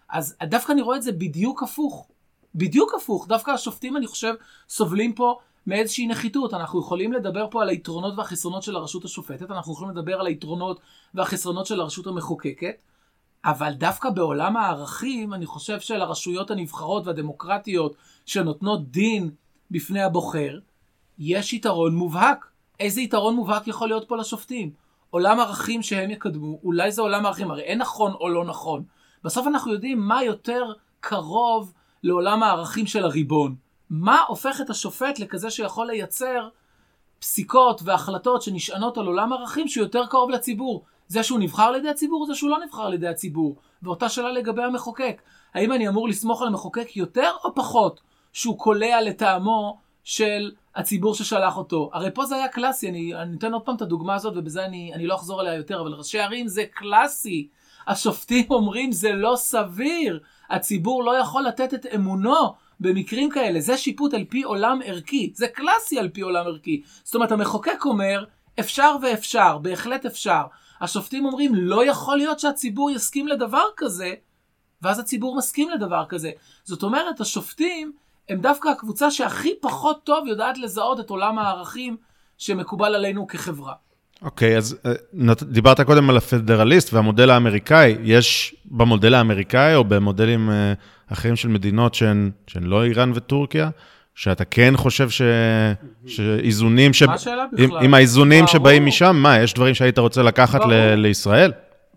אז דווקא אני רואה את זה בדיוק הפוך. בדיוק הפוך. דווקא השופטים, אני חושב, סובלים פה מאיזושהי נחיתות. אנחנו יכולים לדבר פה על היתרונות והחסרונות של הרשות השופטת, אנחנו יכולים לדבר על היתרונות והחסרונות של הרשות המחוקקת, אבל דווקא בעולם הערכים, אני חושב שלרשויות הנבחרות והדמוקרטיות שנותנות דין בפני הבוחר, יש יתרון מובהק. איזה יתרון מובהק יכול להיות פה לשופטים? עולם ערכים שהם יקדמו, אולי זה עולם ערכים, הרי אין נכון או לא נכון. בסוף אנחנו יודעים מה יותר קרוב לעולם הערכים של הריבון. מה הופך את השופט לכזה שיכול לייצר פסיקות והחלטות שנשענות על עולם ערכים שהוא יותר קרוב לציבור? זה שהוא נבחר על ידי הציבור או זה שהוא לא נבחר על ידי הציבור? ואותה שאלה לגבי המחוקק. האם אני אמור לסמוך על המחוקק יותר או פחות שהוא קולע לטעמו של הציבור ששלח אותו? הרי פה זה היה קלאסי, אני, אני אתן עוד פעם את הדוגמה הזאת ובזה אני, אני לא אחזור עליה יותר, אבל ראשי ערים זה קלאסי. השופטים אומרים זה לא סביר. הציבור לא יכול לתת את אמונו במקרים כאלה. זה שיפוט על פי עולם ערכי. זה קלאסי על פי עולם ערכי. זאת אומרת, המחוקק אומר, אפשר ואפשר, בהחלט אפשר. השופטים אומרים, לא יכול להיות שהציבור יסכים לדבר כזה, ואז הציבור מסכים לדבר כזה. זאת אומרת, השופטים הם דווקא הקבוצה שהכי פחות טוב יודעת לזהות את עולם הערכים שמקובל עלינו כחברה. אוקיי, אז דיברת קודם על הפדרליסט והמודל האמריקאי. יש במודל האמריקאי או במודלים אחרים של מדינות שהן, שהן לא איראן וטורקיה, שאתה כן חושב ש... שאיזונים ש... מה השאלה בכלל? עם האיזונים שבאים משם, מה, יש דברים שהיית רוצה לקחת ל... לישראל?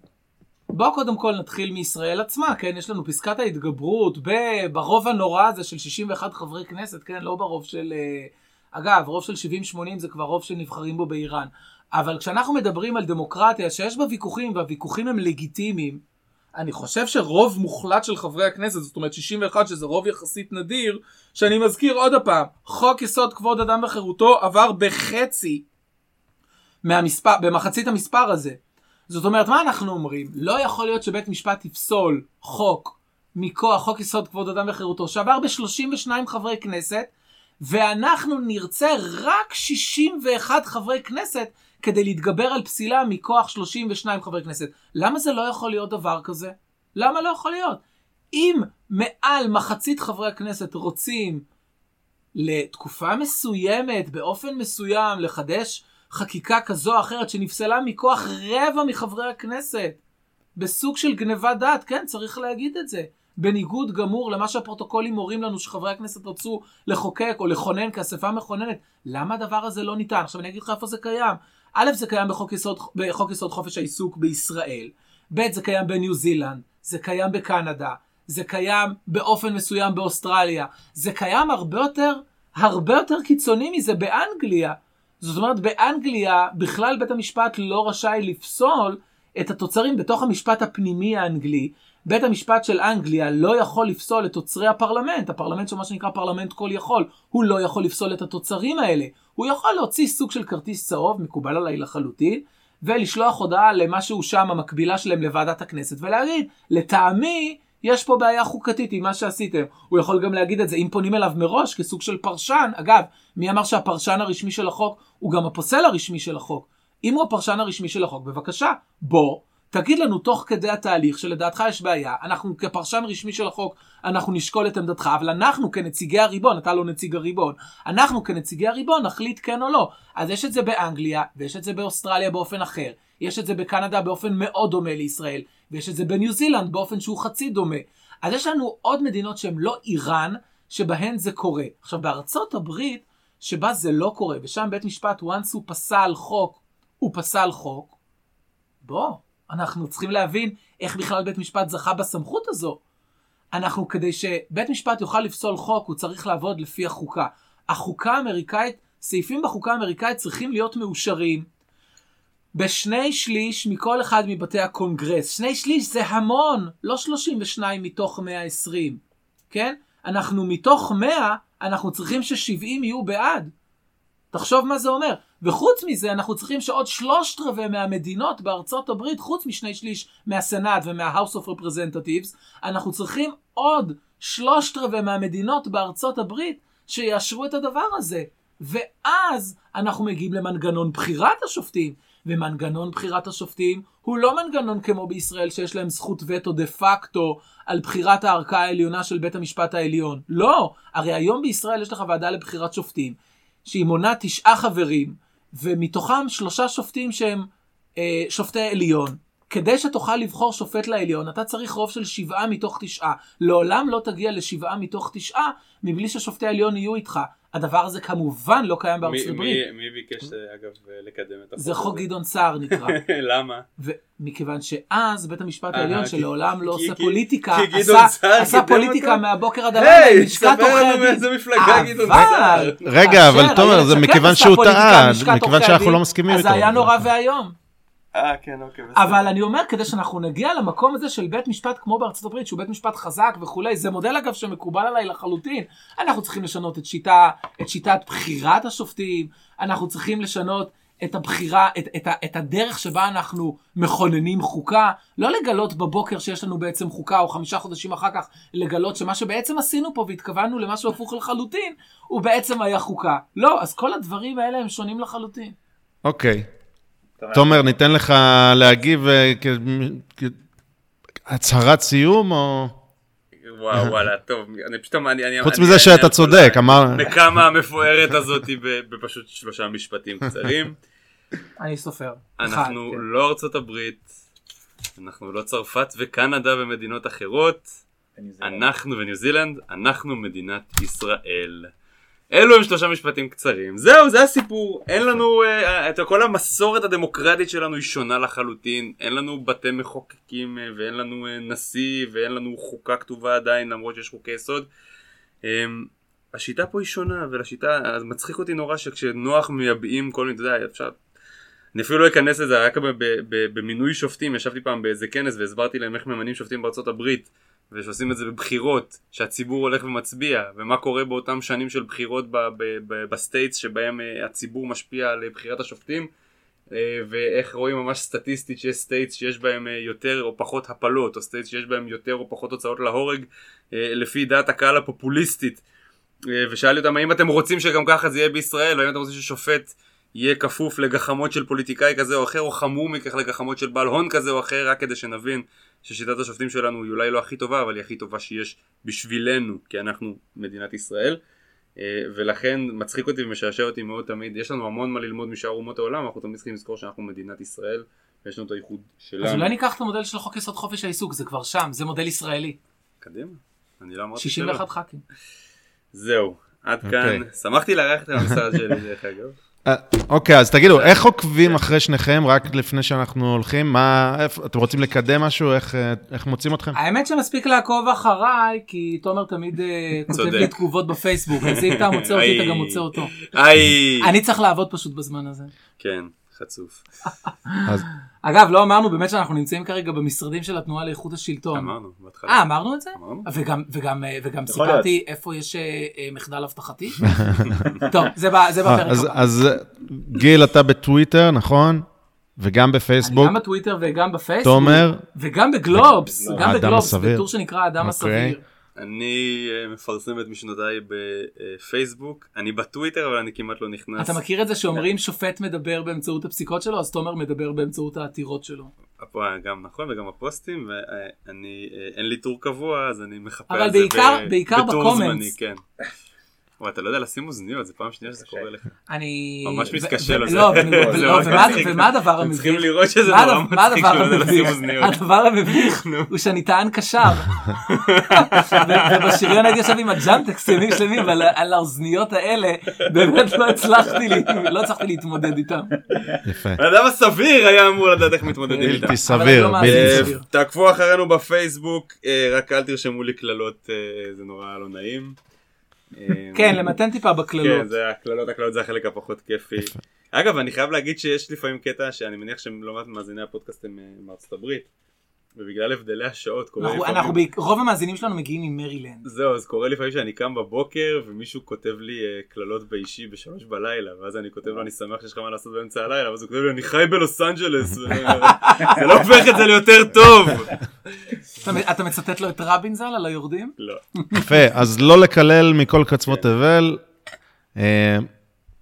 בואו קודם כל נתחיל מישראל עצמה, כן? יש לנו פסקת ההתגברות ברוב הנורא הזה של שישים ואחד חברי כנסת, כן? לא ברוב של... אגב, רוב של שבעים שמונים זה כבר רוב שנבחרים בו באיראן. אבל כשאנחנו מדברים על דמוקרטיה שיש בה ויכוחים, והוויכוחים הם לגיטימיים, אני חושב שרוב מוחלט של חברי הכנסת, זאת אומרת שישים ואחד שזה רוב יחסית נדיר, שאני מזכיר עוד הפעם, חוק יסוד כבוד אדם וחירותו עבר בחצי מהמספר, במחצית המספר הזה. זאת אומרת, מה אנחנו אומרים? לא יכול להיות שבית משפט יפסול חוק מכוח חוק יסוד כבוד אדם וחירותו, שעבר ב-שלושים ושניים חברי כנסת, ואנחנו נרצה רק שישים ואחד חברי כנסת כדי להתגבר על פסילה מכוח שלושים ושניים חברי כנסת. למה זה לא יכול להיות דבר כזה? למה לא יכול להיות? אם מעל מחצית חברי הכנסת רוצים לתקופה מסוימת, באופן מסוים, לחדש חקיקה כזו או אחרת שנפסלה מכוח רבע מחברי הכנסת, בסוג של גנבת דעת, כן, צריך להגיד את זה. בניגוד גמור למה שהפרוטוקולים מורים לנו שחברי הכנסת רצו לחוקק או לכונן כאספה מכוננת. למה הדבר הזה לא ניתן? עכשיו אני אגיד לך איפה זה קיים. א', זה קיים בחוק יסוד, בחוק יסוד חופש העיסוק בישראל. ב', זה קיים בניו זילנד. זה קיים בקנדה. זה קיים באופן מסוים באוסטרליה. זה קיים הרבה יותר, הרבה יותר קיצוני מזה באנגליה. זאת אומרת, באנגליה בכלל בית המשפט לא רשאי לפסול את התוצרים בתוך המשפט הפנימי האנגלי. בית המשפט של אנגליה לא יכול לפסול את תוצרי הפרלמנט, הפרלמנט שמה שנקרא פרלמנט כל יכול, הוא לא יכול לפסול את התוצרים האלה. הוא יכול להוציא סוג של כרטיס צהוב, מקובל עליי לחלוטין, ולשלוח הודעה למשהו שם, המקבילה שלהם לוועדת הכנסת, ולהגיד, לטעמי, יש פה בעיה חוקתית עם מה שעשיתם. הוא יכול גם להגיד את זה, אם פונים אליו מראש, כסוג של פרשן. אגב, מי אמר שהפרשן הרשמי של החוק הוא גם הפוסל הרשמי של החוק? אם הוא הפרשן הרשמי של החוק, בבקשה, בוא, תגיד לנו תוך כדי התהליך שלדעתך יש בעיה, אנחנו כפרשן רשמי של החוק, אנחנו נשקול את עמדתך, אבל אנחנו כנציגי הריבון, אתה לא נציג הריבון, אנחנו כנציגי הריבון נחליט כן או לא. אז יש את זה באנגליה, ויש את זה באוסטרליה באופן אחר, יש את זה בקנדה באופן מאוד דומה לישראל, ויש את זה בניו זילנד באופן שהוא חצי דומה. אז יש לנו עוד מדינות שהן לא איראן, שבהן זה קורה. עכשיו בארצות הברית, שבה זה לא קורה, ושם בית משפט, once הוא פסל חוק, הוא פסל חוק, בוא. אנחנו צריכים להבין איך בכלל בית משפט זכה בסמכות הזו. אנחנו, כדי שבית משפט יוכל לפסול חוק, הוא צריך לעבוד לפי החוקה. החוקה האמריקאית, סעיפים בחוקה האמריקאית צריכים להיות מאושרים בשני שליש מכל אחד מבתי הקונגרס. שני שליש זה המון, לא שלושים ושניים מתוך מאה ועשרים. כן? אנחנו מתוך מאה, אנחנו צריכים ש-שבעים יהיו בעד. תחשוב מה זה אומר. וחוץ מזה, אנחנו צריכים שעוד שלושת רבעי מהמדינות בארצות הברית, חוץ משני שליש מהסנאט ומה-House of Representatives, אנחנו צריכים עוד שלושת רבעי מהמדינות בארצות הברית שיאשרו את הדבר הזה. ואז אנחנו מגיעים למנגנון בחירת השופטים, ומנגנון בחירת השופטים הוא לא מנגנון כמו בישראל שיש להם זכות וטו דה פקטו על בחירת הערכאה העליונה של בית המשפט העליון. לא, הרי היום בישראל יש לך ועדה לבחירת שופטים, שהיא מונה תשעה חברים, ומתוכם שלושה שופטים שהם אה, שופטי עליון. כדי שתוכל לבחור שופט לעליון, אתה צריך רוב של שבעה מתוך תשעה. לעולם לא תגיע לשבעה מתוך תשעה, מבלי ששופטי העליון יהיו איתך. הדבר הזה כמובן לא קיים בארצות הברית. מי, מי ביקש, אגב, לקדם את החוק? זה חוק גדעון סער נקרא. למה? ומכיוון שאז בית המשפט העליון כי- שלעולם לא כי- עושה כי- פוליטיקה, כי גדעון עשה- סער עשה קידם פוליטיקה אותו? מהבוקר עד הלילה, היי, לשכת ספר עורכי לנו הדין. מאיזה מפלגה גדעון אבל- סער. רגע, אבל כאשר תומר, איילת זה שקד מכיוון עשתה שהוא פוליטיקה טעה, בלשכת מכיוון עורכי שאנחנו הדין, לא מסכימים אז איתו. זה היה נורא ואיום. אה, כן, אוקיי, בסדר. אבל אני אומר, כדי שאנחנו נגיע למקום הזה של בית משפט כמו בארצות הברית, שהוא בית משפט חזק וכולי, זה מודל אגב שמקובל עליי לחלוטין. אנחנו צריכים לשנות את שיטה, את שיטת בחירת השופטים, אנחנו צריכים לשנות את הבחירה, את, את, את הדרך שבה אנחנו מכוננים חוקה, לא לגלות בבוקר שיש לנו בעצם חוקה, או חמישה חודשים אחר כך לגלות שמה שבעצם עשינו פה והתכוונו למשהו הפוך לחלוטין, הוא בעצם היה חוקה. לא, אז כל הדברים האלה הם שונים לחלוטין. אוקיי. תומר, ניתן לך להגיב כהצהרת סיום, או... וואו, וואלה, טוב, אני פשוט... אני- אני- חוץ אני- מזה אני- שאתה אני- צודק, אמר... בכמה המפוארת הזאת ב- בפשוט שלושה משפטים קצרים. אני סופר. אנחנו אחד, כן. לא ארצות הברית, אנחנו לא צרפת וקנדה ומדינות אחרות, אנחנו וניו זילנד, אנחנו מדינת ישראל. אלו הם שלושה משפטים קצרים. זהו, זה הסיפור. אין לנו, אה, את כל המסורת הדמוקרטית שלנו היא שונה לחלוטין. אין לנו בתי מחוקקים, אה, ואין לנו אה, נשיא, ואין לנו חוקה כתובה עדיין, למרות שיש חוקי יסוד. אה, השיטה פה היא שונה, ולשיטה, אז מצחיק אותי נורא שכשנוח מייבאים כל מיני, אתה יודע, אפשר... אני אפילו לא אכנס לזה, רק ב- ב- ב- במינוי שופטים, ישבתי פעם באיזה כנס והסברתי להם איך ממנים שופטים בארצות הברית, ושעושים את זה בבחירות, שהציבור הולך ומצביע, ומה קורה באותם שנים של בחירות ב- ב- ב- בסטייטס שבהם uh, הציבור משפיע על בחירת השופטים, uh, ואיך רואים ממש סטטיסטית שיש סטייטס שיש בהם uh, יותר או פחות הפלות, או סטייטס שיש בהם יותר או פחות הוצאות להורג, uh, לפי דעת הקהל הפופוליסטית. Uh, ושאלתי אותם, האם אתם רוצים שגם ככה זה יהיה בישראל, או האם אתם רוצים ששופט יהיה כפוף לגחמות של פוליטיקאי כזה או אחר, או חמור מכך לגחמות של בעל הון כזה או אחר, רק כדי שנבין ששיטת השופטים שלנו היא אולי לא הכי טובה, אבל היא הכי טובה שיש בשבילנו, כי אנחנו מדינת ישראל. ולכן מצחיק אותי ומשעשע אותי מאוד תמיד. יש לנו המון מה ללמוד משאר אומות העולם, אנחנו תמיד צריכים לזכור שאנחנו מדינת ישראל, ויש לנו את הייחוד שלנו. אז אולי ניקח את המודל של חוק יסוד חופש העיסוק, זה כבר שם, זה מודל ישראלי. קדימה, אני לא אמרתי שישים ואחת ח"כים. זהו, עד כאן. שמחתי לארח את המשרד שלי, דרך אגב. אוקיי, אז תגידו, איך עוקבים אחרי שניכם, רק לפני שאנחנו הולכים? מה, אתם רוצים לקדם משהו? איך מוצאים אתכם? האמת שמספיק לעקוב אחריי, כי תומר תמיד כותב לי תגובות בפייסבוק, אז אם אתה מוצא אותי, אתה גם מוצא אותו. אני צריך לעבוד פשוט בזמן הזה. כן, חצוף. אגב, לא אמרנו באמת שאנחנו נמצאים כרגע במשרדים של התנועה לאיכות השלטון. אמרנו, בהתחלה. אה, אמרנו את זה? אמרנו. וגם, וגם, וגם סיפרתי איפה יש מחדל הבטחתי. טוב, זה בפרק הבא. אז גיל, אתה בטוויטר, נכון? וגם בפייסבוק. גם בטוויטר וגם בפייסבוק. תומר. וגם בגלובס. גם האדם בגלובס, הסביר. בטור שנקרא האדם הסביר. אני מפרסם את משנותיי בפייסבוק, אני בטוויטר אבל אני כמעט לא נכנס. אתה מכיר את זה שאומרים שופט מדבר באמצעות הפסיקות שלו, אז תומר מדבר באמצעות העתירות שלו. גם נכון וגם הפוסטים, ואני, אין לי טור קבוע אז אני מחפה אבל על זה בעיקר, בעיקר בטור זמני, בקומנטס. כן. וואי, אתה לא יודע לשים אוזניות, זה פעם שנייה שזה קורה לך. אני... ממש מתקשה לזה. לא, ומה הדבר המביך? צריכים לראות שזה נורא מצחיק שלא יודע לשים אוזניות. הדבר המביך הוא שאני טען קשר. ובשריון הייתי יושב עם הג'אנטקס ימים שלמים, אבל על האוזניות האלה באמת לא הצלחתי להתמודד איתם. יפה. האדם הסביר היה אמור לדעת איך מתמודדים איתם. בלתי סביר, בלתי סביר. תעקבו אחרינו בפייסבוק, רק אל תרשמו לי קללות, זה נורא לא נעים. כן, למתן טיפה בקללות. כן, זה הקללות, הקללות זה החלק הפחות כיפי. אגב, אני חייב להגיד שיש לפעמים קטע שאני מניח שהם לא מעט מאזיני הפודקאסט הם מארצות הברית, ובגלל הבדלי השעות קורה לפעמים... אנחנו, רוב המאזינים שלנו מגיעים ממרילנד. זהו, אז קורה לפעמים שאני קם בבוקר ומישהו כותב לי קללות באישי בשלוש בלילה, ואז אני כותב לו אני שמח שיש לך מה לעשות באמצע הלילה, ואז הוא כותב לי אני חי בלוס אנג'לס, זה לא הופך את זה ליותר טוב. אתה מצטט לו את רבין ז"ל על היורדים? לא. יפה, אז לא לקלל מכל קצוות תבל.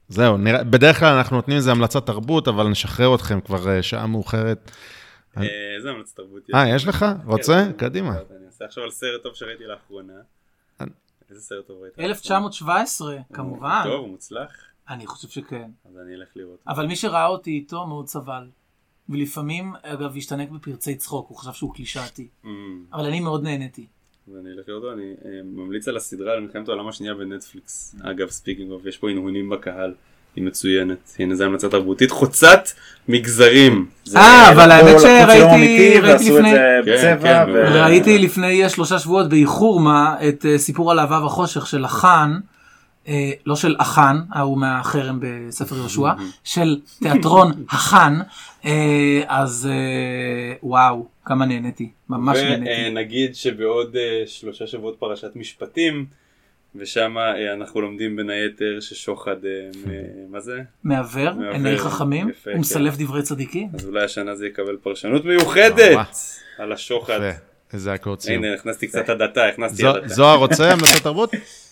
זהו, נראה, בדרך כלל אנחנו נותנים איזה המלצת תרבות, אבל נשחרר אתכם כבר שעה מאוחרת. איזה המלצת תרבות? אה, יש לך? רוצה? קדימה. אני אעשה עכשיו על סרט טוב שראיתי לאחרונה. איזה סרט טוב ראית? אלף תשע מאות שבע עשרה, כמובן. טוב, הוא מוצלח. אני חושב שכן. אז אני אלך לראות. אבל מי שראה אותי איתו מאוד סבל. ולפעמים, אגב, השתנק בפרצי צחוק, הוא חשב שהוא קלישאתי. אבל אני מאוד נהניתי. ואני אלך לראות, אני ממליץ על הסדרה על מלחמת העולם השנייה בנטפליקס. אגב, ספיקינג אוף, יש פה הנהונים בקהל. היא מצוינת. הנה, זו המלצה תרבותית חוצת מגזרים. אה, אבל האמת שראיתי לפני... ראיתי לפני שלושה שבועות באיחור מה את סיפור על אהבה וחושך של החאן, לא של החאן, הוא מהחרם בספר יהושע, של תיאטרון החאן, אז וואו, כמה נהניתי, ממש נהניתי. ונגיד שבעוד שלושה שבועות פרשת משפטים, ושם אנחנו לומדים בין היתר ששוחד, מה זה? מעבר, עיני חכמים, הוא מסלף דברי צדיקים. אז אולי השנה זה יקבל פרשנות מיוחדת על השוחד. איזה הקוד ציום. הנה, הכנסתי קצת הדתה, הכנסתי הדתה. זוהר רוצה המלצת תרבות?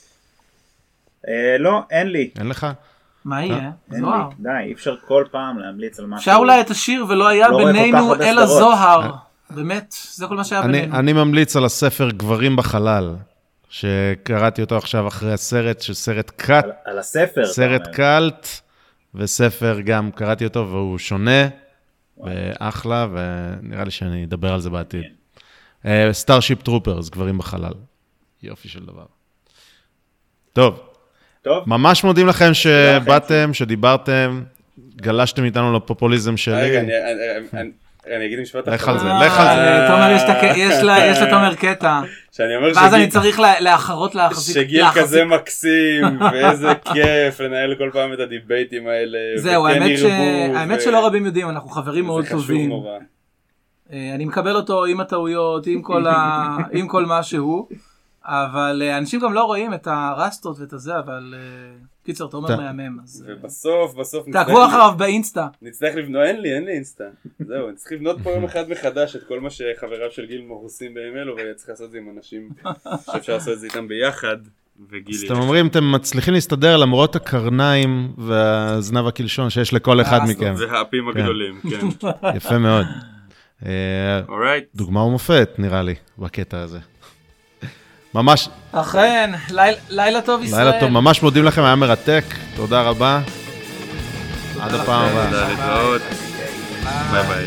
לא, אין לי. אין לך? מה יהיה? זוהר. די, אי אפשר כל פעם להמליץ על משהו. אפשר אולי את השיר ולא היה בינינו אלא זוהר. באמת, זה כל מה שהיה בינינו. אני ממליץ על הספר גברים בחלל. שקראתי אותו עכשיו אחרי הסרט, שסרט קאט. על הספר. סרט קאלט, וספר גם קראתי אותו, והוא שונה, ואחלה, ונראה לי שאני אדבר על זה בעתיד. סטארשיפ טרופרס, גברים בחלל. יופי של דבר. טוב. טוב. ממש מודים לכם שבאתם, שדיברתם, גלשתם איתנו לפופוליזם שלי. רגע, אני... אני אגיד משפט לך על זה, לך על זה. תומר, יש לתומר קטע. ואז אני צריך לאחרות להחזיק. שגיל כזה מקסים, ואיזה כיף לנהל כל פעם את הדיבייטים האלה. זהו, האמת שלא רבים יודעים, אנחנו חברים מאוד טובים. אני מקבל אותו עם הטעויות, עם כל משהו, אבל אנשים גם לא רואים את הרסטות ואת הזה, אבל... קיצר, תומר מהמם. ובסוף, בסוף... תעקבו אחריו באינסטה. נצטרך לבנות, אין לי, אין לי אינסטה. זהו, נצטרך לבנות פה יום אחד מחדש את כל מה שחבריו של גילמור עושים בימים אלו, וצריך לעשות את זה עם אנשים שאפשר לעשות את זה איתם ביחד, וגילי... אז אתם אומרים, אתם מצליחים להסתדר למרות הקרניים והזנב הקלשון שיש לכל אחד מכם. זה האפים הגדולים, כן. יפה מאוד. דוגמה ומופת, נראה לי, בקטע הזה. ממש... אכן, לילה טוב ישראל. לילה טוב, ממש מודים לכם, היה מרתק, תודה רבה. עד הפעם הבאה. תודה להתראות. ביי ביי.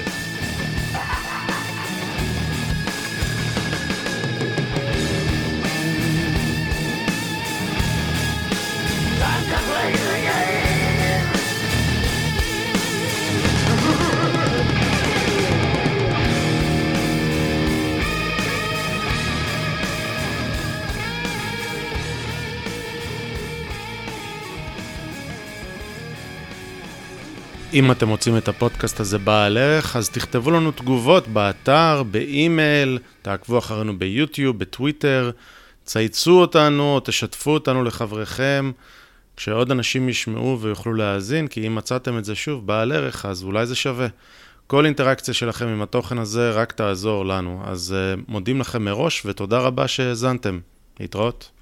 אם אתם רוצים את הפודקאסט הזה בעל ערך, אז תכתבו לנו תגובות באתר, באימייל, תעקבו אחרינו ביוטיוב, בטוויטר, צייצו אותנו, תשתפו אותנו לחבריכם, כשעוד אנשים ישמעו ויוכלו להאזין, כי אם מצאתם את זה שוב בעל ערך, אז אולי זה שווה. כל אינטראקציה שלכם עם התוכן הזה רק תעזור לנו, אז מודים לכם מראש ותודה רבה שהאזנתם. להתראות.